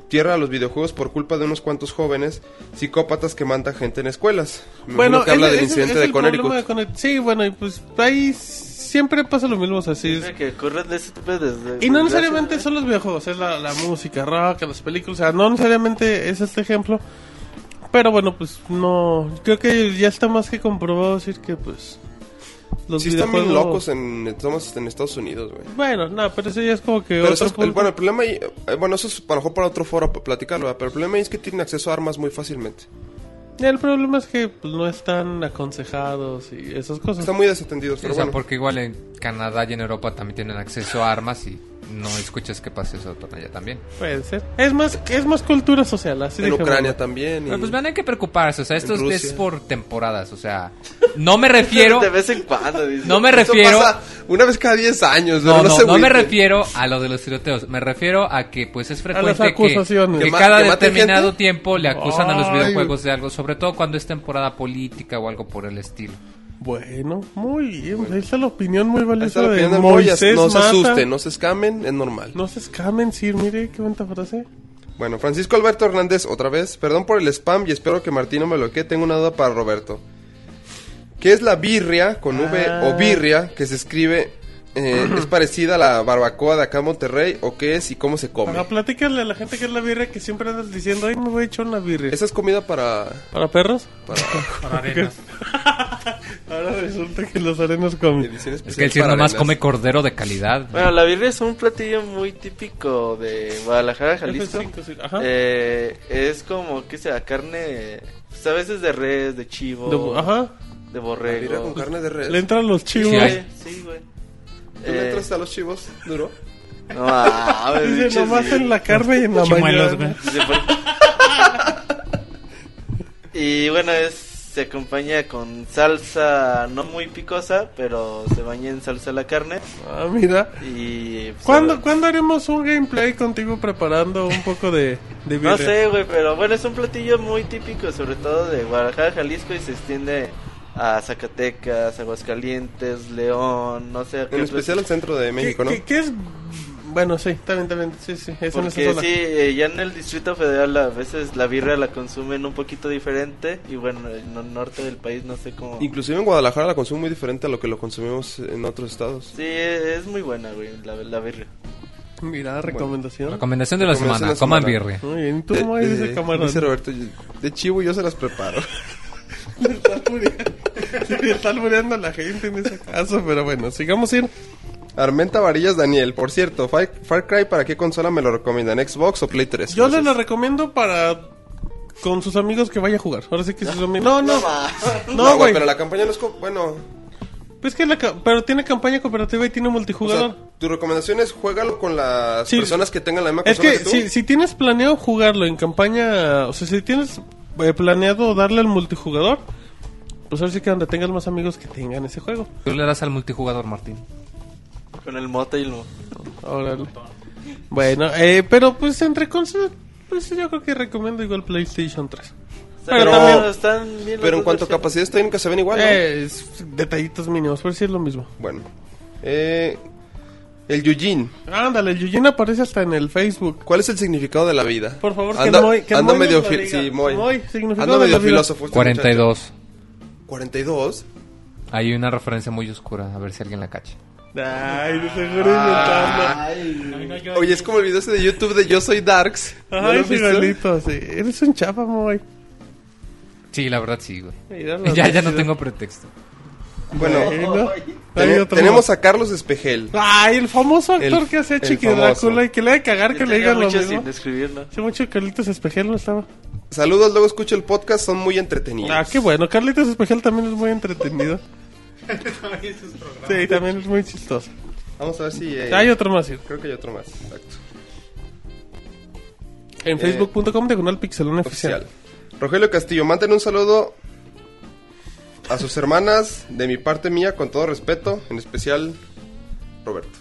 tierra a los videojuegos por culpa de unos cuantos jóvenes psicópatas que matan gente en escuelas. Me Bueno, que habla ese- del ese- incidente ese de es el problema Connecticut. de Connecticut. Sí, bueno, y pues ahí siempre pasa lo mismo, o sea, sí. Tiene que ocurre de ese tipo de desde- Y no desgracias, necesariamente ¿no? son los videojuegos, es la, la música, rock, las películas, o sea, no necesariamente es este ejemplo. Pero bueno, pues no, creo que ya está más que comprobado decir que pues los Sí están bien videojuegos... locos en, estamos en Estados Unidos, güey. Bueno, no, pero eso ya es como que Pero otro eso es- el, punto. bueno, el problema ahí, eh, bueno, eso es a lo mejor para otro foro para platicarlo, ¿verdad? Pero el problema ahí es que tienen acceso a armas muy fácilmente. El problema es que pues, no están aconsejados y esas cosas. Están muy desatendidos, O pero sea, bueno. porque igual en Canadá y en Europa también tienen acceso a armas y no escuchas que pase eso allá también. Puede ser. Es más, es más cultura social, así En dejémoslo. Ucrania también. y- Pero pues vean, hay que preocuparse, o sea, esto En es, es Rusia. por temporadas, o sea, no me refiero, De vez en cuando, dice. no me Eso refiero, pasa una vez cada diez años. no, pero no, se no me agüiten. refiero a lo de los tiroteos, me refiero a que pues es frecuente que, acusaciones. que ¿Que ma- cada que maten determinado gente? tiempo le acusan a los Ay. videojuegos de algo, sobre todo cuando es temporada política o algo por el estilo. Bueno, muy bien. Ahí está la opinión muy Ahí valiosa está la de opinión de Moy, Moisés no se Mata. asusten, no se escamen, es normal. No se escamen, sí, mire qué bonita frase. Bueno, Francisco Alberto Hernández, otra vez. Perdón por el spam y espero que Martín no me bloquee. Tengo una duda para Roberto. ¿Qué es la birria con V Ah. o birria que se escribe? eh, ¿Es parecida a la barbacoa de acá en Monterrey o qué es y cómo se come? Ajá, platícale a la gente que es la birria, que siempre andas diciendo, ay, me voy a echar una birria. Esa es comida para... ¿Para perros? para Para arenas. Ahora resulta que los arenos comen. edición Es especial que el Cid para nomás arenas. come cordero de calidad. Bueno, la birria es un platillo muy típico de Guadalajara, Jalisco. F cinco, sí. Ajá. Eh, es como, ¿qué sea? Carne, pues a veces de res, de chivo, De- ajá. de Birria borrego. con carne de res. Le entran los chivos. Sí, Sí, hay. güey, sí, güey. ¿Tú le Eh, entras a los chivos duro? No, ah, güey, Dice, bicho, nomás sí. en la carne y en la Chimuelos, mañana. güey. Se pone- Y bueno, es se acompaña con salsa no muy picosa, pero se baña en salsa la carne Ah, mira. y pues, ¿Cuándo, sabe- ¿Cuándo haremos un gameplay contigo preparando un poco de, de birria? No sé, güey, pero bueno, es un platillo muy típico, sobre todo de Guadalajara, Jalisco, y se extiende a Zacatecas, Aguascalientes, León, no sé. a qué En otros- especial al centro de ¿Qué, México, ¿no? qué- qué es? Bueno, sí, también, también, sí, sí, es en esa Porque zona. sí, eh, ya en el Distrito Federal a veces la birria la consumen un poquito diferente y bueno, en el norte del país no sé cómo... Inclusive en Guadalajara la consumo muy diferente a lo que lo consumimos en otros estados. Sí, es muy buena, güey, la, la birria. Mira, recomendación. Recomendación de la Recomendación semana, de la coman semana. birria. Muy bien, ¿tú De- cómo eres de- ese camarón? Dice Roberto, de chivo yo se las preparo. Le está albureando. Sí, le está albureando a la gente en ese caso, pero bueno, sigamos ir. Armenta Varillas Daniel, por cierto, Far, Far Cry, ¿para qué consola me lo recomiendan? ¿Xbox o Play tres? Yo les Gracias. lo recomiendo para con sus amigos que vaya a jugar. Ahora sí que sus amigos. No, no. No, No, güey, güey. pero la campaña no es... co- Bueno, Pues que la ca- pero tiene campaña cooperativa y tiene o multijugador. sea, tu recomendación es juégalo con las Sí. personas que tengan la misma Es consola que que, tú. si, si tienes planeado jugarlo en campaña, o sea, si tienes eh, planeado darle al multijugador, pues ahora sí que donde tengas más amigos que tengan ese juego. Tú le das al multijugador, Martín. Con el mote y lo... Órale. Bueno, eh, pero pues entre consolas, pues yo creo que recomiendo igual PlayStation tres. Pero, Pero- también están bien las Pero en dos cuanto a versiones. capacidades técnicas se ven igual, ¿no? Eh, es detallitos mínimos, pero sí es lo mismo. Bueno. Eh, el Yujin. Ándale, el Yujin aparece hasta en el Facebook. ¿Cuál es el significado de la vida? Por favor, que anda, Moy- que anda Moy medio nos lo fi- diga. sí, Moy. Moy, significado Anda de la medio vida. filósofo este cuarenta y dos. muchacho. ¿cuarenta y dos? Hay una referencia muy oscura, a ver si alguien la cacha. Ay, de seguro inventando. No, no, yo- Oye, es como el video ese de YouTube de Yo Soy Darks. ¿No lo Ay, has visto? igualito, sí. Eres un chapa, Moy. Sí, la verdad sí, güey. Mira la Ya, ya no necesidad. tengo pretexto. Bueno, Bueno, Ten- hay otro tenemos más. a Carlos Espejel. Ay, el famoso actor El- que hacía el Chiqui famoso. Drácula y que le ha de cagar Yo que le tenía digan lo mucho mismo. sin escribirlo. Hace mucho Carlitos Espejel no estaba. Saludos, luego escucho el podcast, son muy entretenidos. Ah, qué bueno. Carlitos Espejel también es muy entretenido. Sí, también es muy chistoso. Vamos a ver si... eh, Hay otro más. sí. Creo que hay otro más, exacto. En Eh, facebook punto com diagonal pixelón oficial. Oficial. Rogelio Castillo, manden un saludo a sus hermanas de mi parte mía, con todo respeto, en especial Roberto.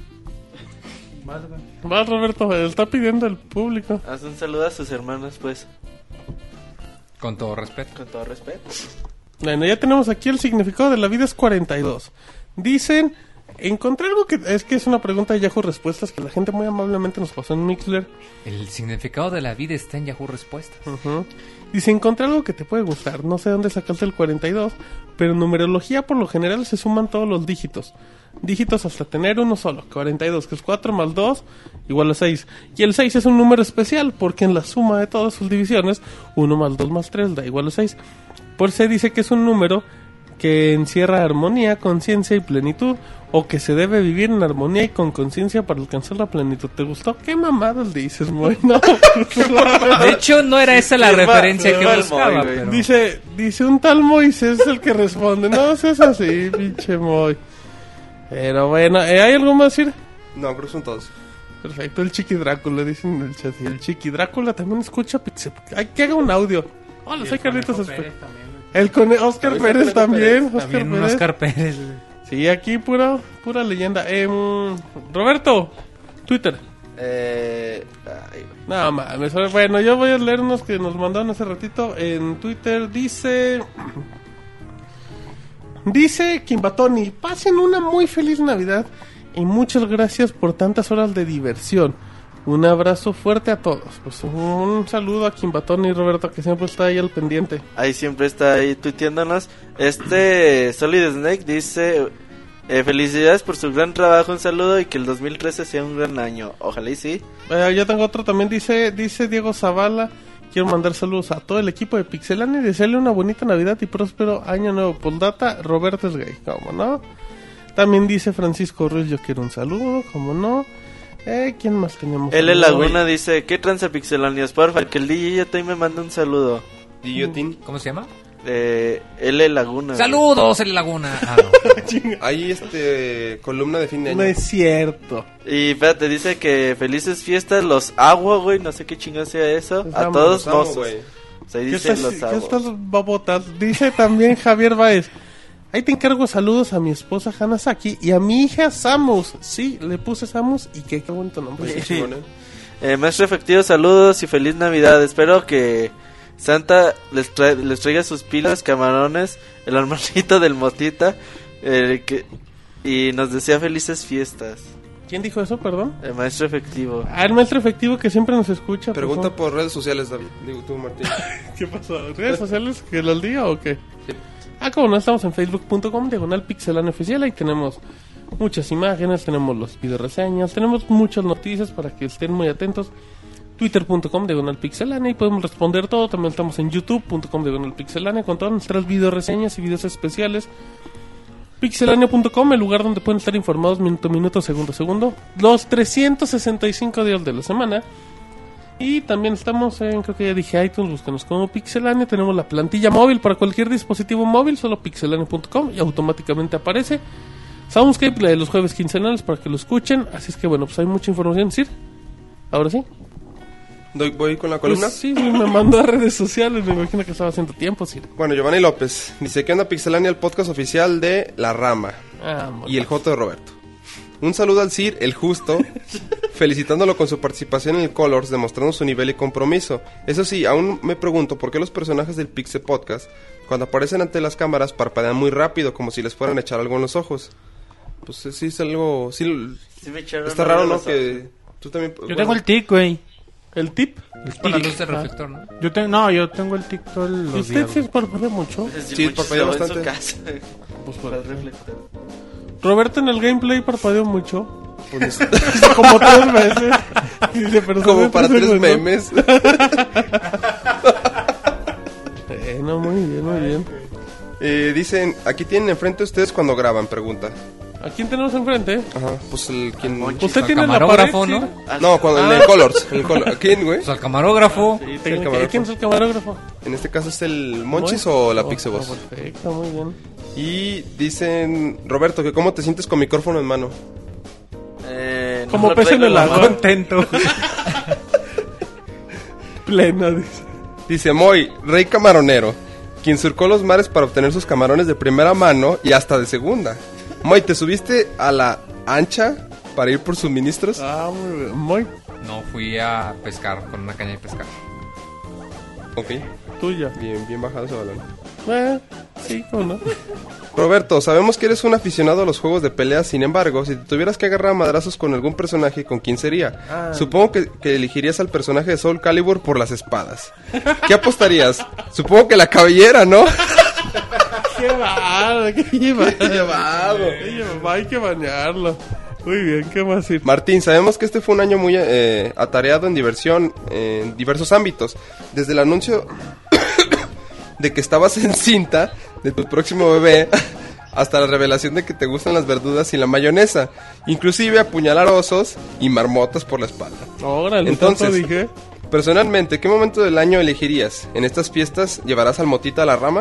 Va, Roberto, le está pidiendo el público. Haz un saludo a sus hermanos, pues, Con todo respeto. con todo respeto. Bueno, ya tenemos aquí el significado de la vida es cuarenta y dos. Dicen encontré algo que es que es una pregunta de Yahoo Respuestas que la gente muy amablemente nos pasó en Mixler. El significado de la vida está en Yahoo Respuestas. Uh-huh. Dice, encontré algo que te puede gustar. No sé dónde sacaste el cuarenta y dos, pero en numerología por lo general se suman todos los dígitos. Dígitos hasta tener uno solo, cuarenta y dos, que es cuatro más dos, igual a seis. Y el seis es un número especial, porque en la suma de todas sus divisiones, uno más dos más tres da igual a seis. Por eso se dice que es un número que encierra armonía, conciencia y plenitud, o que se debe vivir en armonía y con conciencia para alcanzar la plenitud. ¿Te gustó? ¿Qué mamadas dices, Moy? No. De hecho, no era esa la Qué referencia mal, que qué buscaba. mal, Moy, pero... Dice, dice un tal Moisés es el que responde. No, si es así, pinche Moy. Pero bueno, ¿eh, ¿hay algo más, Sir? No, creo que son todos. Perfecto, el Chiqui Drácula, dicen en el chat. Y el Chiqui Drácula también escucha Pixel. Hay que haga un audio. Hola, soy Carlitos Espe- El con Oscar También Pérez Conejo también. Pérez. Oscar También un Pérez. Oscar Pérez. Sí, aquí pura, pura leyenda. Eh, Roberto, Twitter. Eh, ay, No mames, bueno, yo voy a leer unos que nos mandaron hace ratito. En Twitter dice... Dice Kimbatoni, pasen una muy feliz Navidad y muchas gracias por tantas horas de diversión. Un abrazo fuerte a todos. Pues un saludo a Kimbatoni y Roberto, que siempre está ahí al pendiente. ahí siempre está ahí tuiteándonos. Este Solid Snake dice: eh, felicidades por su gran trabajo, un saludo y que el dos mil trece sea un gran año. Ojalá y sí. Eh, yo tengo otro también, dice dice Diego Zavala. Quiero mandar saludos a todo el equipo de Pixelania y desearle una bonita Navidad y próspero año nuevo. Postdata, Roberto es gay, ¿cómo no? También dice Francisco Ruiz, yo quiero un saludo, ¿cómo no? Eh, ¿quién más tenemos? L Laguna dice: ¿qué tranza Pixelanios? Porfa, que el D J Yotay me manda un saludo. Guillotín. ¿Cómo se llama? Eh, L Laguna. ¡Saludos, en Laguna! Ah, no. Hay este columna de fin de año. No es cierto. Y espérate, dice que felices fiestas, los agua, güey, no sé qué chingón sea eso. Los A amo, todos Los amo, mozos. güey. Se ¿Qué dice estás, los ¿qué agua. estás babotas? Dice también Javier Baez. Ahí te encargo saludos a mi esposa Hanasaki y a mi hija Samus. Sí, le puse Samus y qué, qué bonito nombre. Pues, chingón, ¿eh? Eh, maestro efectivo, saludos y feliz Navidad. Espero que Santa les, trae, les traiga sus pilas, camarones, el hermanito del Motita, eh, que, y nos desea felices fiestas. ¿Quién dijo eso, perdón? El maestro efectivo. Ah, el maestro efectivo que siempre nos escucha. Pregunta por por redes sociales, David. Digo tú, Martín. favor. ¿Qué pasó? ¿Redes sociales que los diga o qué? Ah, como no, estamos en facebook punto com, diagonal Pixelania Oficial. Ahí tenemos muchas imágenes, tenemos los video reseñas, tenemos muchas noticias para que estén muy atentos. twitter punto com, diagonal Pixelania, y podemos responder todo. También estamos en youtube punto com, diagonal Pixelania, con todas nuestras video reseñas y videos especiales. Pixelania punto com, el lugar donde pueden estar informados minuto a minuto, segundo a segundo, los trescientos sesenta y cinco días de la semana. Y también estamos en, creo que ya dije, iTunes, búscanos como Pixelania. Tenemos la plantilla móvil para cualquier dispositivo móvil, solo pixelania punto com, y automáticamente aparece Soundscape, la de los jueves quincenales, para que lo escuchen. Así es que bueno, pues hay mucha información, ¿sí? Ahora sí. Doy, voy con la columna. Pues sí, me mandó a redes sociales, me imagino que estaba haciendo tiempo, sí. Bueno, Giovanni López dice: ¿qué onda Pixelania? El podcast oficial de La Rama Ah, y el Joto de Roberto. Un saludo al Sir, el justo, felicitándolo con su participación en el Colors, demostrando su nivel y compromiso. Eso sí, aún me pregunto por qué los personajes del Pixel Podcast, cuando aparecen ante las cámaras, parpadean muy rápido, como si les fueran a echar algo en los ojos. Pues sí, es algo... Sí, Sí me echaron está algo raro, en ¿no? los Que tú también... Yo tengo el tic, güey. ¿El tip? Con la luz de reflector, ¿no? Yo tengo, no, yo tengo el tic todos ¿Y los usted días. sí güey. parpadea mucho? ojos. Sí, mucho parpadea se va en bastante. su casa. Pues Para por el reflector. Roberto en el gameplay parpadeó mucho. Como tres veces. Y dice, pero Como solo para tres tres segundos. memes. Eh, no, muy bien, muy bien. Eh, dicen, aquí tienen enfrente ustedes cuando graban, pregunta. ¿A quién tenemos enfrente? Ajá, pues el... ¿quién? Usted Al tiene la pared, camarógrafo, sí? ¿no? No, cuando en el Colors. En el Colors. ¿A quién, güey? Pues al camarógrafo. ¿Eh, el camarógrafo. ¿Quién es el camarógrafo? En este caso es el Monchis ¿Moy? o la Oh, Pixeboss. oh, perfecto, muy bien. Y dicen, Roberto, que cómo te sientes con micrófono en mano. Eh, no Como lo pez en traigo el la agua. mano. Contento. Pleno, dice. Dice Moy, rey camaronero, quien surcó los mares para obtener sus camarones de primera mano y hasta de segunda. Moy, ¿te subiste a la ancha para ir por suministros? Ah, muy bien. Muy No, fui a pescar con una caña de pescar. Ok, tuya. bien, bien bajado ese balón. Eh, Sí, ¿cómo no? Roberto, sabemos que eres un aficionado a los juegos de pelea, sin embargo, si te tuvieras que agarrar a madrazos con algún personaje, ¿con quién sería? Ah. Supongo que, que elegirías al personaje de Soul Calibur por las espadas. ¿Qué apostarías? Supongo que la cabellera, ¿no? ¡Qué llevado! ¡Qué llevado! ¡Qué llevado! Hay que bañarlo. Muy bien, ¿qué más ir? Martín, sabemos que este fue un año muy eh, atareado en diversión, eh, en diversos ámbitos. Desde el anuncio de que estabas en cinta de tu próximo bebé hasta la revelación de que te gustan las verduras y la mayonesa, inclusive apuñalar osos y marmotas por la espalda. Órale, entonces, dije. Personalmente, ¿qué momento del año elegirías? ¿En estas fiestas llevarás al motita a la rama?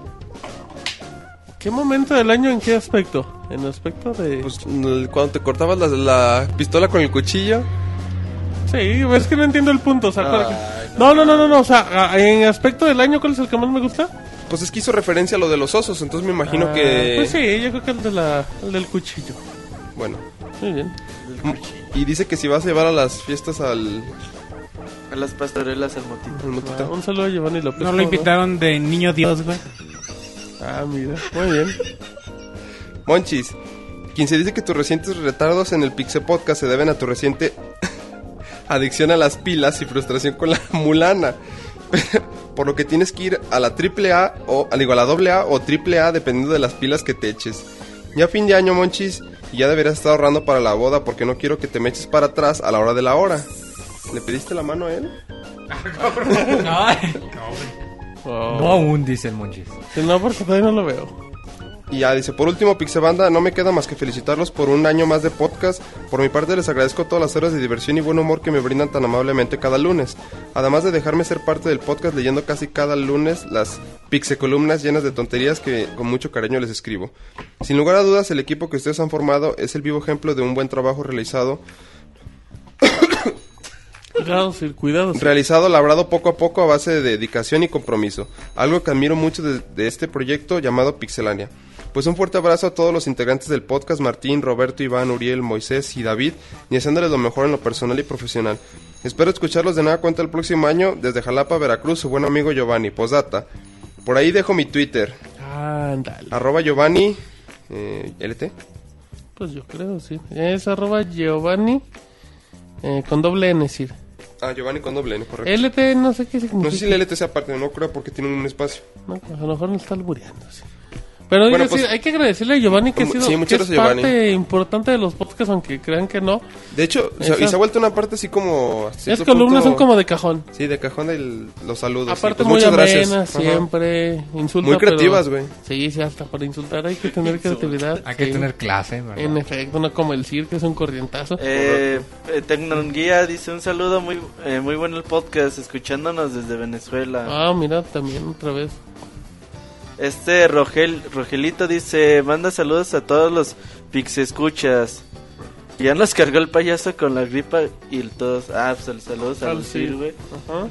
¿Qué momento del año en qué aspecto? En el aspecto de... Pues cuando te cortabas la, la pistola con el cuchillo. Sí, es que no entiendo el punto, o sea, Ay, no. no, no, no, no, o sea, en aspecto del año, ¿cuál es el que más me gusta? Pues es que hizo referencia a lo de los osos, entonces me imagino ah, que... Pues sí, yo creo que el, de la, el del cuchillo. Bueno. Muy bien. Y dice que si vas a llevar a las fiestas al... A las pastorelas al motito. Al motito. Ah, un saludo a Giovanni López. No lo invitaron de niño Dios, güey. Ah, mira, muy bien. Monchis, quien se dice que tus recientes retardos en el Pixel Podcast se deben a tu reciente adicción a las pilas y frustración con la Mulana. Por lo que tienes que ir a la triple A o digo, a la doble A o triple A dependiendo de las pilas que te eches. Ya fin de año, Monchis, y ya deberías estar ahorrando para la boda porque no quiero que te me eches para atrás a la hora de la hora. ¿Le pediste la mano a él? No, oh. No aún, dice el Monchis. Si no, porque todavía no lo veo. Y ya dice, por último, Pixebanda, no me queda más que felicitarlos por un año más de podcast. Por mi parte les agradezco todas las horas de diversión y buen humor que me brindan tan amablemente cada lunes. Además de dejarme ser parte del podcast leyendo casi cada lunes las pixecolumnas llenas de tonterías que con mucho cariño les escribo. Sin lugar a dudas, el equipo que ustedes han formado es el vivo ejemplo de un buen trabajo realizado. Cuidado, sí, cuidado. Sí. Realizado, labrado poco a poco a base de dedicación y compromiso. Algo que admiro mucho de, de este proyecto llamado Pixelania. Pues un fuerte abrazo a todos los integrantes del podcast, Martín, Roberto, Iván, Uriel, Moisés y David, y deseándoles lo mejor en lo personal y profesional. Espero escucharlos de nueva cuenta el próximo año desde Jalapa, Veracruz, su buen amigo Giovanni. Postdata. Por ahí dejo mi Twitter. Ándale. Arroba Giovanni eh, L T. Pues yo creo, sí. Es arroba Giovanni eh, con doble N, sí. Ah, Giovanni con doble N, correcto. L T, no sé qué significa. No sé si la L T sea parte, no creo porque tiene un espacio. No, a lo mejor no está albureando, sí. Pero bueno, pues, sí, hay que agradecerle a Giovanni que ha sido sí, que es Giovanni. parte importante de los podcasts, aunque crean que no. De hecho, Esa... y se ha vuelto una parte así como... Las columnas punto... son como de cajón. Sí, de cajón de los saludos. Aparte pues muy muchas amenas, gracias. siempre, insulta, muy creativas, güey. Sí, sí, hasta para insultar hay que tener creatividad. Hay que sí. tener clase, ¿verdad? En efecto, no como el circo, es un corrientazo. Eh, eh, Tecnología dice un saludo, muy eh, muy bueno el podcast, escuchándonos desde Venezuela. Ah, mira, también otra vez. Este Rogel, Rogelito dice, manda saludos a todos los pixescuchas. Ya nos cargó el payaso con la gripa y el todos. Ah, pues saludos a Lucir, güey. Ajá.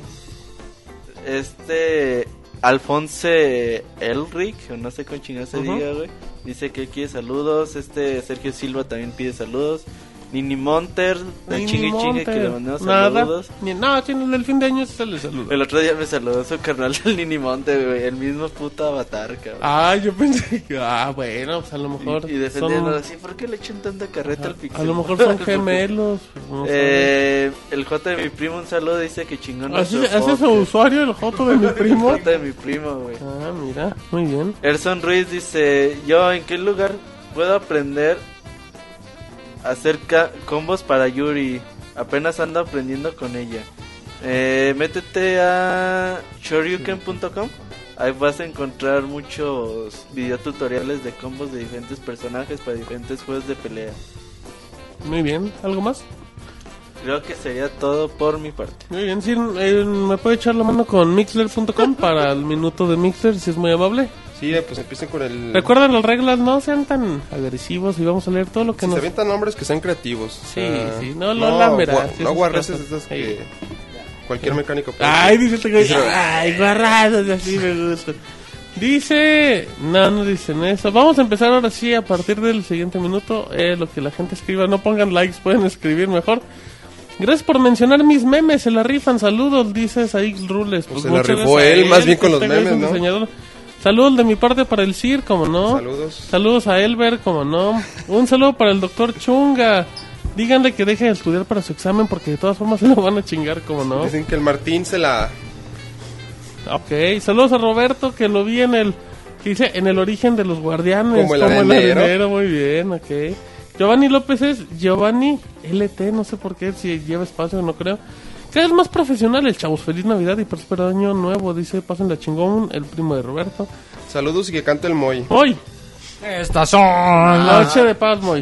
Este Alfonse Elric, o no sé con chingada se uh-huh. diga, güey. Dice que quiere saludos. Este Sergio Silva también pide saludos. Nini Monter, el chingue chingue que le mandamos saludos. Ni, no, tiene el fin de año se le saluda. El otro día me saludó su carnal del Nini Monter, güey, el mismo puto avatar, cabrón. Ah, yo pensé que, ah, bueno, pues a lo mejor. Y, y defendiendo son... así, ¿por qué le echan tanta carreta a, al pixel? A lo mejor son gemelos. No eh, el J de mi primo, un saludo, dice que chingón. ¿Así es su usuario, el J de mi primo? El J de mi primo, güey. Ah, mira, muy bien. Erson Ruiz dice, yo, ¿en qué lugar puedo aprender hacer ca- combos para Yuri? Apenas ando aprendiendo con ella. Eh, métete a shoryuken punto com. Ahí vas a encontrar muchos videotutoriales de combos de diferentes personajes para diferentes juegos de pelea. Muy bien, ¿algo más? Creo que sería todo por mi parte. Muy bien, sí, eh, me puede echar la mano con mixler punto com para el minuto de Mixler, si es muy amable. Sí, pues empiecen con el... Recuerden las reglas, no sean tan agresivos y vamos a leer todo lo que si nos... se avientan nombres que sean creativos. Sí, uh, sí, no, no, la mera. Gua- no guarreces esas que cualquier mecánico puede Ay, dice este güey, ay, guarradas, así me gusta. Dice, no, no dicen eso. Vamos a empezar ahora sí, a partir del siguiente minuto, eh, lo que la gente escriba. No pongan likes, pueden escribir mejor. Gracias por mencionar mis memes, se la rifan, saludos, dice Saig Rules. Pues se la rifó él, él, más bien con los memes, ¿no? Diseñador. Saludos de mi parte para el Sir, como no. Saludos. Saludos a Elber, como no. Un saludo para el doctor Chunga. Díganle que deje de estudiar para su examen porque de todas formas se lo van a chingar, como no. Dicen que el Martín se la... Ok, saludos a Roberto, que lo vi en el... que dice, en el origen de los guardianes. Como el arenero. Muy bien, ok. Giovanni López es Giovanni L T, no sé por qué, si lleva espacio, no creo. Cada vez más profesional el chavos. Feliz Navidad y próspero año nuevo, dice, pasen la chingón, el primo de Roberto. Saludos y que cante el Moy. Hoy. Estas son Noche de paz, Moy.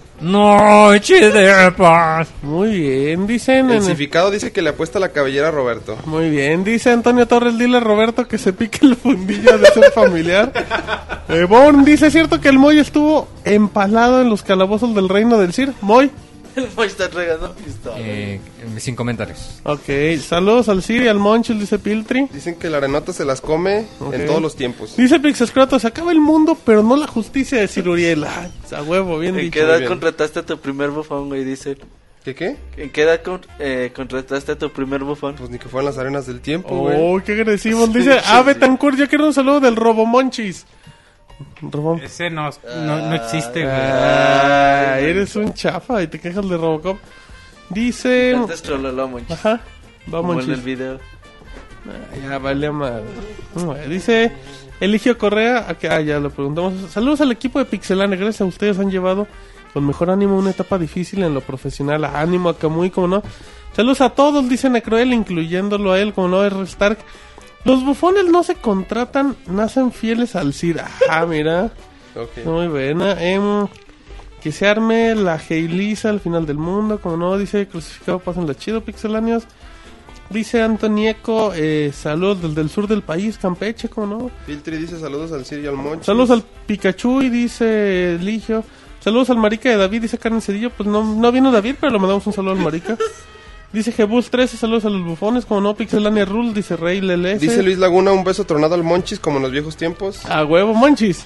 Noche de paz. Muy bien, dicen... El en significado dice que le apuesta la cabellera a Roberto. Muy bien, dice Antonio Torres, dile a Roberto que se pique el fundillo de ser familiar. eh, Bon dice, ¿es cierto que el Moy estuvo empalado en los calabozos del reino del Sir? Moy. El Moy está regando pistola. Eh, sin comentarios. Ok, saludos al Sir y al Monchil, dice Piltri. Dicen que la arenota se las come Ok. en todos los tiempos. Dice Pixescroto, se acaba el mundo, pero no la justicia de Sir Uriel. Ah, a huevo, bien ¿En dicho. qué edad bien. contrataste a tu primer bufón, güey? Dice. ¿Qué qué? ¿En qué edad con- eh, contrataste a tu primer bufón? Pues ni que fueran las arenas del tiempo, güey. Oh, qué agresivo. Dice, Sí, ah, sí. Betancourt, yo quiero un saludo del Robomonchis. Robo... Ese no, no, no existe, güey. Ah, eres un chafa y te quejas de Robocop. Dice... Antes trololó mucho. Ajá, Como vamos, en el video. Ah, ya vale madre. Bueno, dice Eligio Correa, a que- ah, ya lo preguntamos. Saludos al equipo de Pixelania, gracias a ustedes han llevado con mejor ánimo una etapa difícil en lo profesional. Ánimo a Kamui, como no. Saludos a todos, dice Necroel, incluyéndolo a él, como no, R. Stark. Los bufones no se contratan, nacen fieles al Sir. Ah, mira, Ok. muy buena. Em, que se arme la Heilisa al final del mundo, como no, dice Crucificado, pásenla chido, Pixelanios. Dice Antonieco, eh, saludos desde el sur del país, Campeche, como no. Filtri dice saludos al Sir y al Monchis. Saludos al Pikachu y dice Ligio. Saludos al marica de David, dice Karen Cedillo. Pues no, no vino David, pero le mandamos un saludo al marica. Dice Jebus trece, saludos a los bufones, como no. Pixelania Rule, dice Rey Lele. Dice Luis Laguna, un beso tronado al Monchis como en los viejos tiempos. A huevo, Monchis.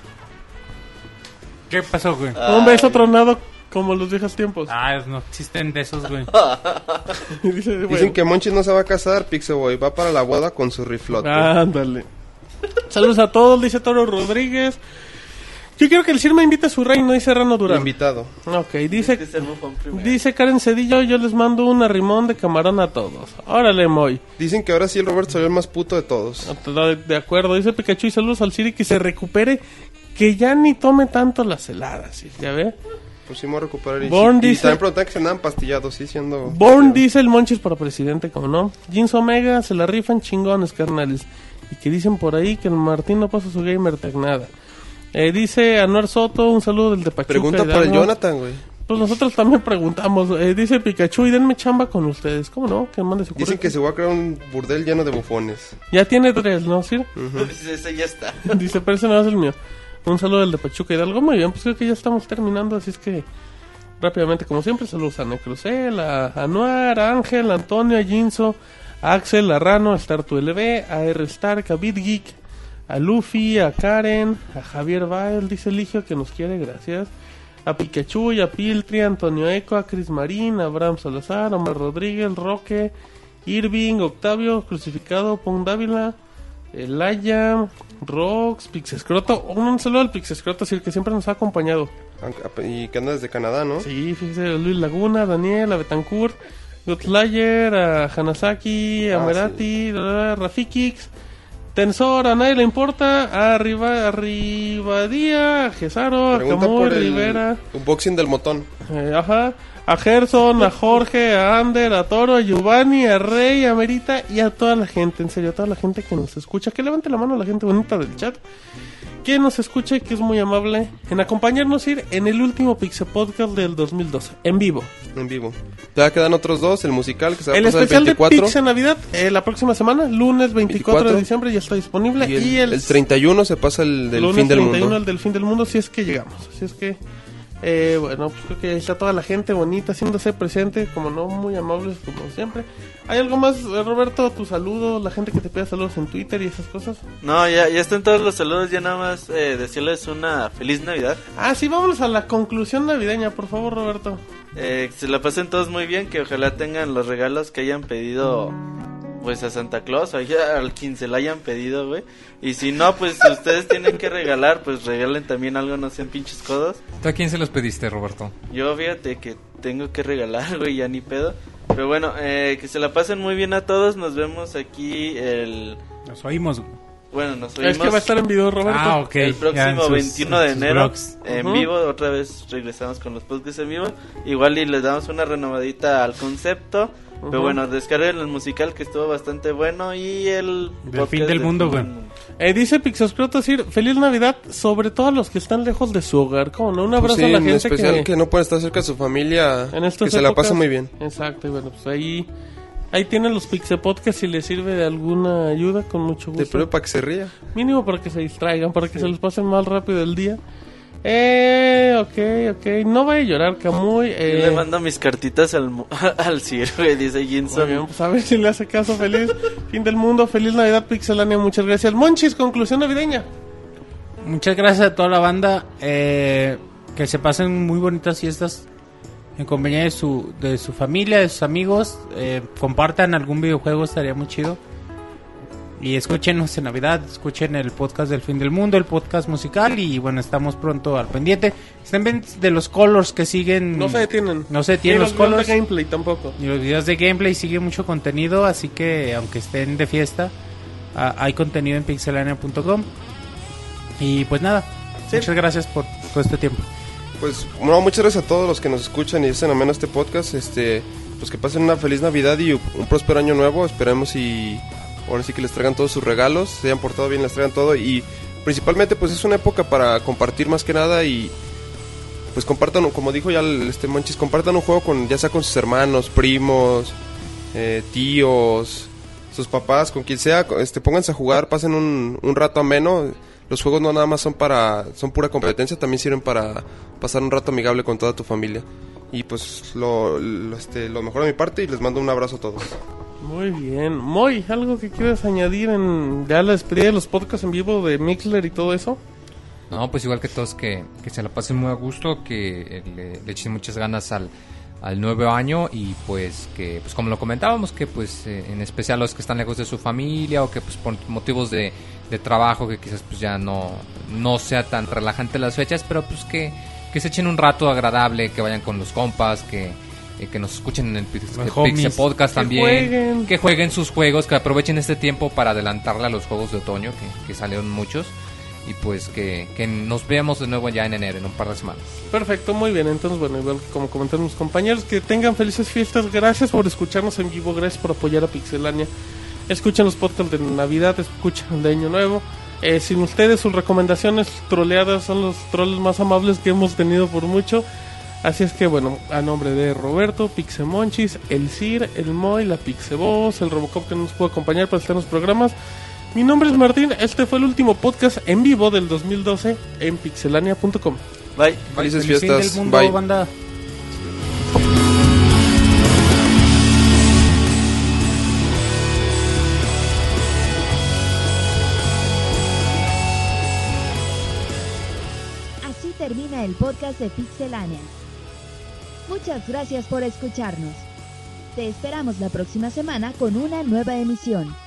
¿Qué pasó, güey? Un beso tronado como los viejos tiempos. Ah, no existen de esos, güey. Dice, Dicen bueno, que Monchis no se va a casar, Pixeboy, va para la boda con su riflote. ándale. Saludos a todos, dice Toro Rodríguez. Yo quiero que el Sir me invite a su reino, dice Rano Durán. Invitado. Ok, dice... Este es el bufón primero. Dice Karen Cedillo, yo les mando un arrimón de camarón a todos. Órale, Moy. Dicen que ahora sí el Robert salió el más puto de todos. De, de acuerdo, dice Pikachu y saludos al Siri que se recupere, que ya ni tome tanto las heladas, ¿sí? ¿Ya ve? Pues sí me voy a recuperar. Y, Born y dice- también preguntan que se andaban pastillados, sí, siendo... Born dice el Monchis para presidente, como no. Jeans Omega, se la rifan chingones, carnales. Y que dicen por ahí que el Martín no pasa su gamer tag nada. Eh, dice Anuar Soto, un saludo del de Pachuca. Pregunta por el Hidalgo. Jonathan, güey. Pues nosotros también preguntamos. Eh, dice Pikachu, y denme chamba con ustedes. ¿Cómo no? Que mande su Dicen currículum. que se va a crear un burdel lleno de bufones. Ya tiene tres, ¿no, Sir? Dice, ese ya está. Dice, pero ese no es el mío. Un saludo del de Pachuca Hidalgo. Muy bien, pues creo que ya estamos terminando, así es que rápidamente, como siempre, saludos a Necrocel, a Anuar, a Ángel, a Antonio, a Jinso, a Axel, a Rano, a Startu L V, a R. Stark, a BitGeek, a Luffy, a Karen, a Javier Bael, dice Ligio que nos quiere, gracias. A Pikachu y a Piltri, a Antonio Eco, a Chris Marín, a Abraham Salazar, a Omar Rodríguez, Roque, Irving, Octavio, Crucificado, Pong Dávila, Elaya, Rox, Pixescroto. Un saludo al Pixescroto, sí, que siempre nos ha acompañado. Y que anda desde Canadá, ¿no? Sí, fíjese, a Luis Laguna, a Daniel, a Betancourt, Gotlayer, a Hanasaki, a Ah, Merati, a Rafikix, Tensor, a nadie le importa, a, Riva, a Rivadía, a Gesaro, a Pregunta Camuy por el Rivera, unboxing del motón. eh, ajá, a Gerson, a Jorge, a Ander, a Toro, a Giovanni, a Rey, a Merita y a toda la gente, en serio, a toda la gente que nos escucha. Que levante la mano a la gente bonita del chat, que nos escucha y que es muy amable en acompañarnos ir en el último Pixel Podcast del dos mil doce, en vivo. En vivo. Te quedan otros dos, el musical que se va a El pasar especial el de veinticuatro Pixel Navidad, eh, la próxima semana, lunes veinticuatro, veinticuatro de diciembre, ya está disponible. y el, Y el, el treinta y uno se pasa el del lunes fin del treinta y uno, mundo. el del fin del mundo, si es que llegamos. Si es que, eh, bueno, pues creo que ahí está toda la gente bonita haciéndose presente, como no, muy amables, como siempre. ¿Hay algo más, eh, Roberto? Tu saludo, la gente que te pide saludos en Twitter y esas cosas. No, ya, ya están todos los saludos. Ya nada más eh, decirles una feliz Navidad. Ah, sí, vámonos a la conclusión navideña, por favor, Roberto. Eh, que se la pasen todos muy bien. Que ojalá tengan los regalos que hayan pedido pues a Santa Claus, o a quien se la hayan pedido, güey. Y si no, pues ustedes tienen que regalar, pues regalen también algo, no sean pinches codos. ¿Tú a quién se los pediste, Roberto? Yo fíjate que tengo que regalar, güey, ya ni pedo. Pero bueno, eh, que se la pasen muy bien a todos, nos vemos aquí el... Nos oímos, güey. Bueno, nos oímos. Es que va a estar en video, Roberto. Ah, ok. El próximo sus, veintiuno de enero blogs. en uh-huh. vivo. Otra vez regresamos con los podcasts en vivo. Igual y les damos una renovadita al concepto. Uh-huh. Pero bueno, descarguen el musical que estuvo bastante bueno. Y el del fin del mundo, güey. Eh, dice Pixoscroto decir, feliz Navidad, sobre todo a los que están lejos de su hogar. ¿Cómo no? Un abrazo pues sí, a la en gente especial que... que no pueden estar cerca de su familia, en estas que se épocas, la pasa muy bien. Exacto, y bueno, pues ahí... Ahí tienen los Pixel Podcast, si les sirve de alguna ayuda, con mucho gusto. De prueba para que se ría. Mínimo para que se distraigan, para que sí. se les pase más rápido el día. Eh, ok, ok. No vaya a llorar, Camuy. Eh. Yo le mando mis cartitas al, al Ciro, güey, dice Ginson. Bien, pues a ver si le hace caso. Feliz fin del mundo, feliz Navidad, Pixelania. Muchas gracias. Monchis, conclusión navideña. Muchas gracias a toda la banda. Eh, que se pasen muy bonitas fiestas en compañía de su, de su familia, de sus amigos. Eh, compartan algún videojuego, estaría muy chido. Y escúchenos en Navidad, escuchen el podcast del fin del mundo, el podcast musical. Y bueno, estamos pronto al pendiente. Estén pendientes de los colors que siguen. No se detienen. No se detienen los, los colors. de gameplay tampoco. Y los videos de gameplay, sigue mucho contenido. Así que aunque estén de fiesta, uh, hay contenido en pixelania punto com. Y pues nada, sí. Muchas gracias por todo este tiempo. Pues no, muchas gracias a todos los que nos escuchan y hacen ameno este podcast. Este, pues que pasen una feliz Navidad y un próspero año nuevo. Esperemos y ahora sí que les traigan todos sus regalos, se hayan portado bien, les traigan todo. Y principalmente pues es una época para compartir más que nada. Y pues compartan, como dijo ya el, este Monchis, compartan un juego con, ya sea con sus hermanos, primos, eh, tíos, sus papás, con quien sea. Este, pónganse a jugar, pasen un, un rato ameno. Los juegos no nada más son para, son pura competencia, también sirven para pasar un rato amigable con toda tu familia. Y pues lo, lo, este, lo mejor de mi parte y les mando un abrazo a todos. Muy bien. Moy, ¿algo que quieras añadir en ya la despedida de los podcasts en vivo de Mixler y todo eso? No, pues igual que todos, que, que se la pasen muy a gusto, que le, le echen muchas ganas al, al nuevo año y pues que, pues como lo comentábamos, que pues eh, en especial los que están lejos de su familia o que pues por motivos de, de trabajo que quizás pues ya no, no sea tan relajante las fechas, pero pues que, que se echen un rato agradable, que vayan con los compas, que, eh, que nos escuchen en el Pixel Podcast que también, jueguen. que jueguen sus juegos, que aprovechen este tiempo para adelantarle a los juegos de otoño, que, que salieron muchos. Y pues que, que nos veamos de nuevo ya en enero, en un par de semanas. Perfecto, muy bien. Entonces, bueno, igual como comentaron mis compañeros, que tengan felices fiestas. Gracias por escucharnos en vivo, gracias por apoyar a Pixelania. Escuchen los podcasts de Navidad, escuchen el de Año Nuevo. Eh, sin ustedes, sus recomendaciones troleadas son los trolls más amables que hemos tenido por mucho. Así es que, bueno, a nombre de Roberto, Pixemonchis, el Cir, el Moy, la Pixeboss, el Robocop que nos pudo acompañar para estar en los programas. Mi nombre es Martín, este fue el último podcast en vivo del dos mil doce en pixelania punto com. Bye. Felices Feliz fiestas. fin del mundo, Bye. Banda. Así termina el podcast de Pixelania. Muchas gracias por escucharnos. Te esperamos la próxima semana con una nueva emisión.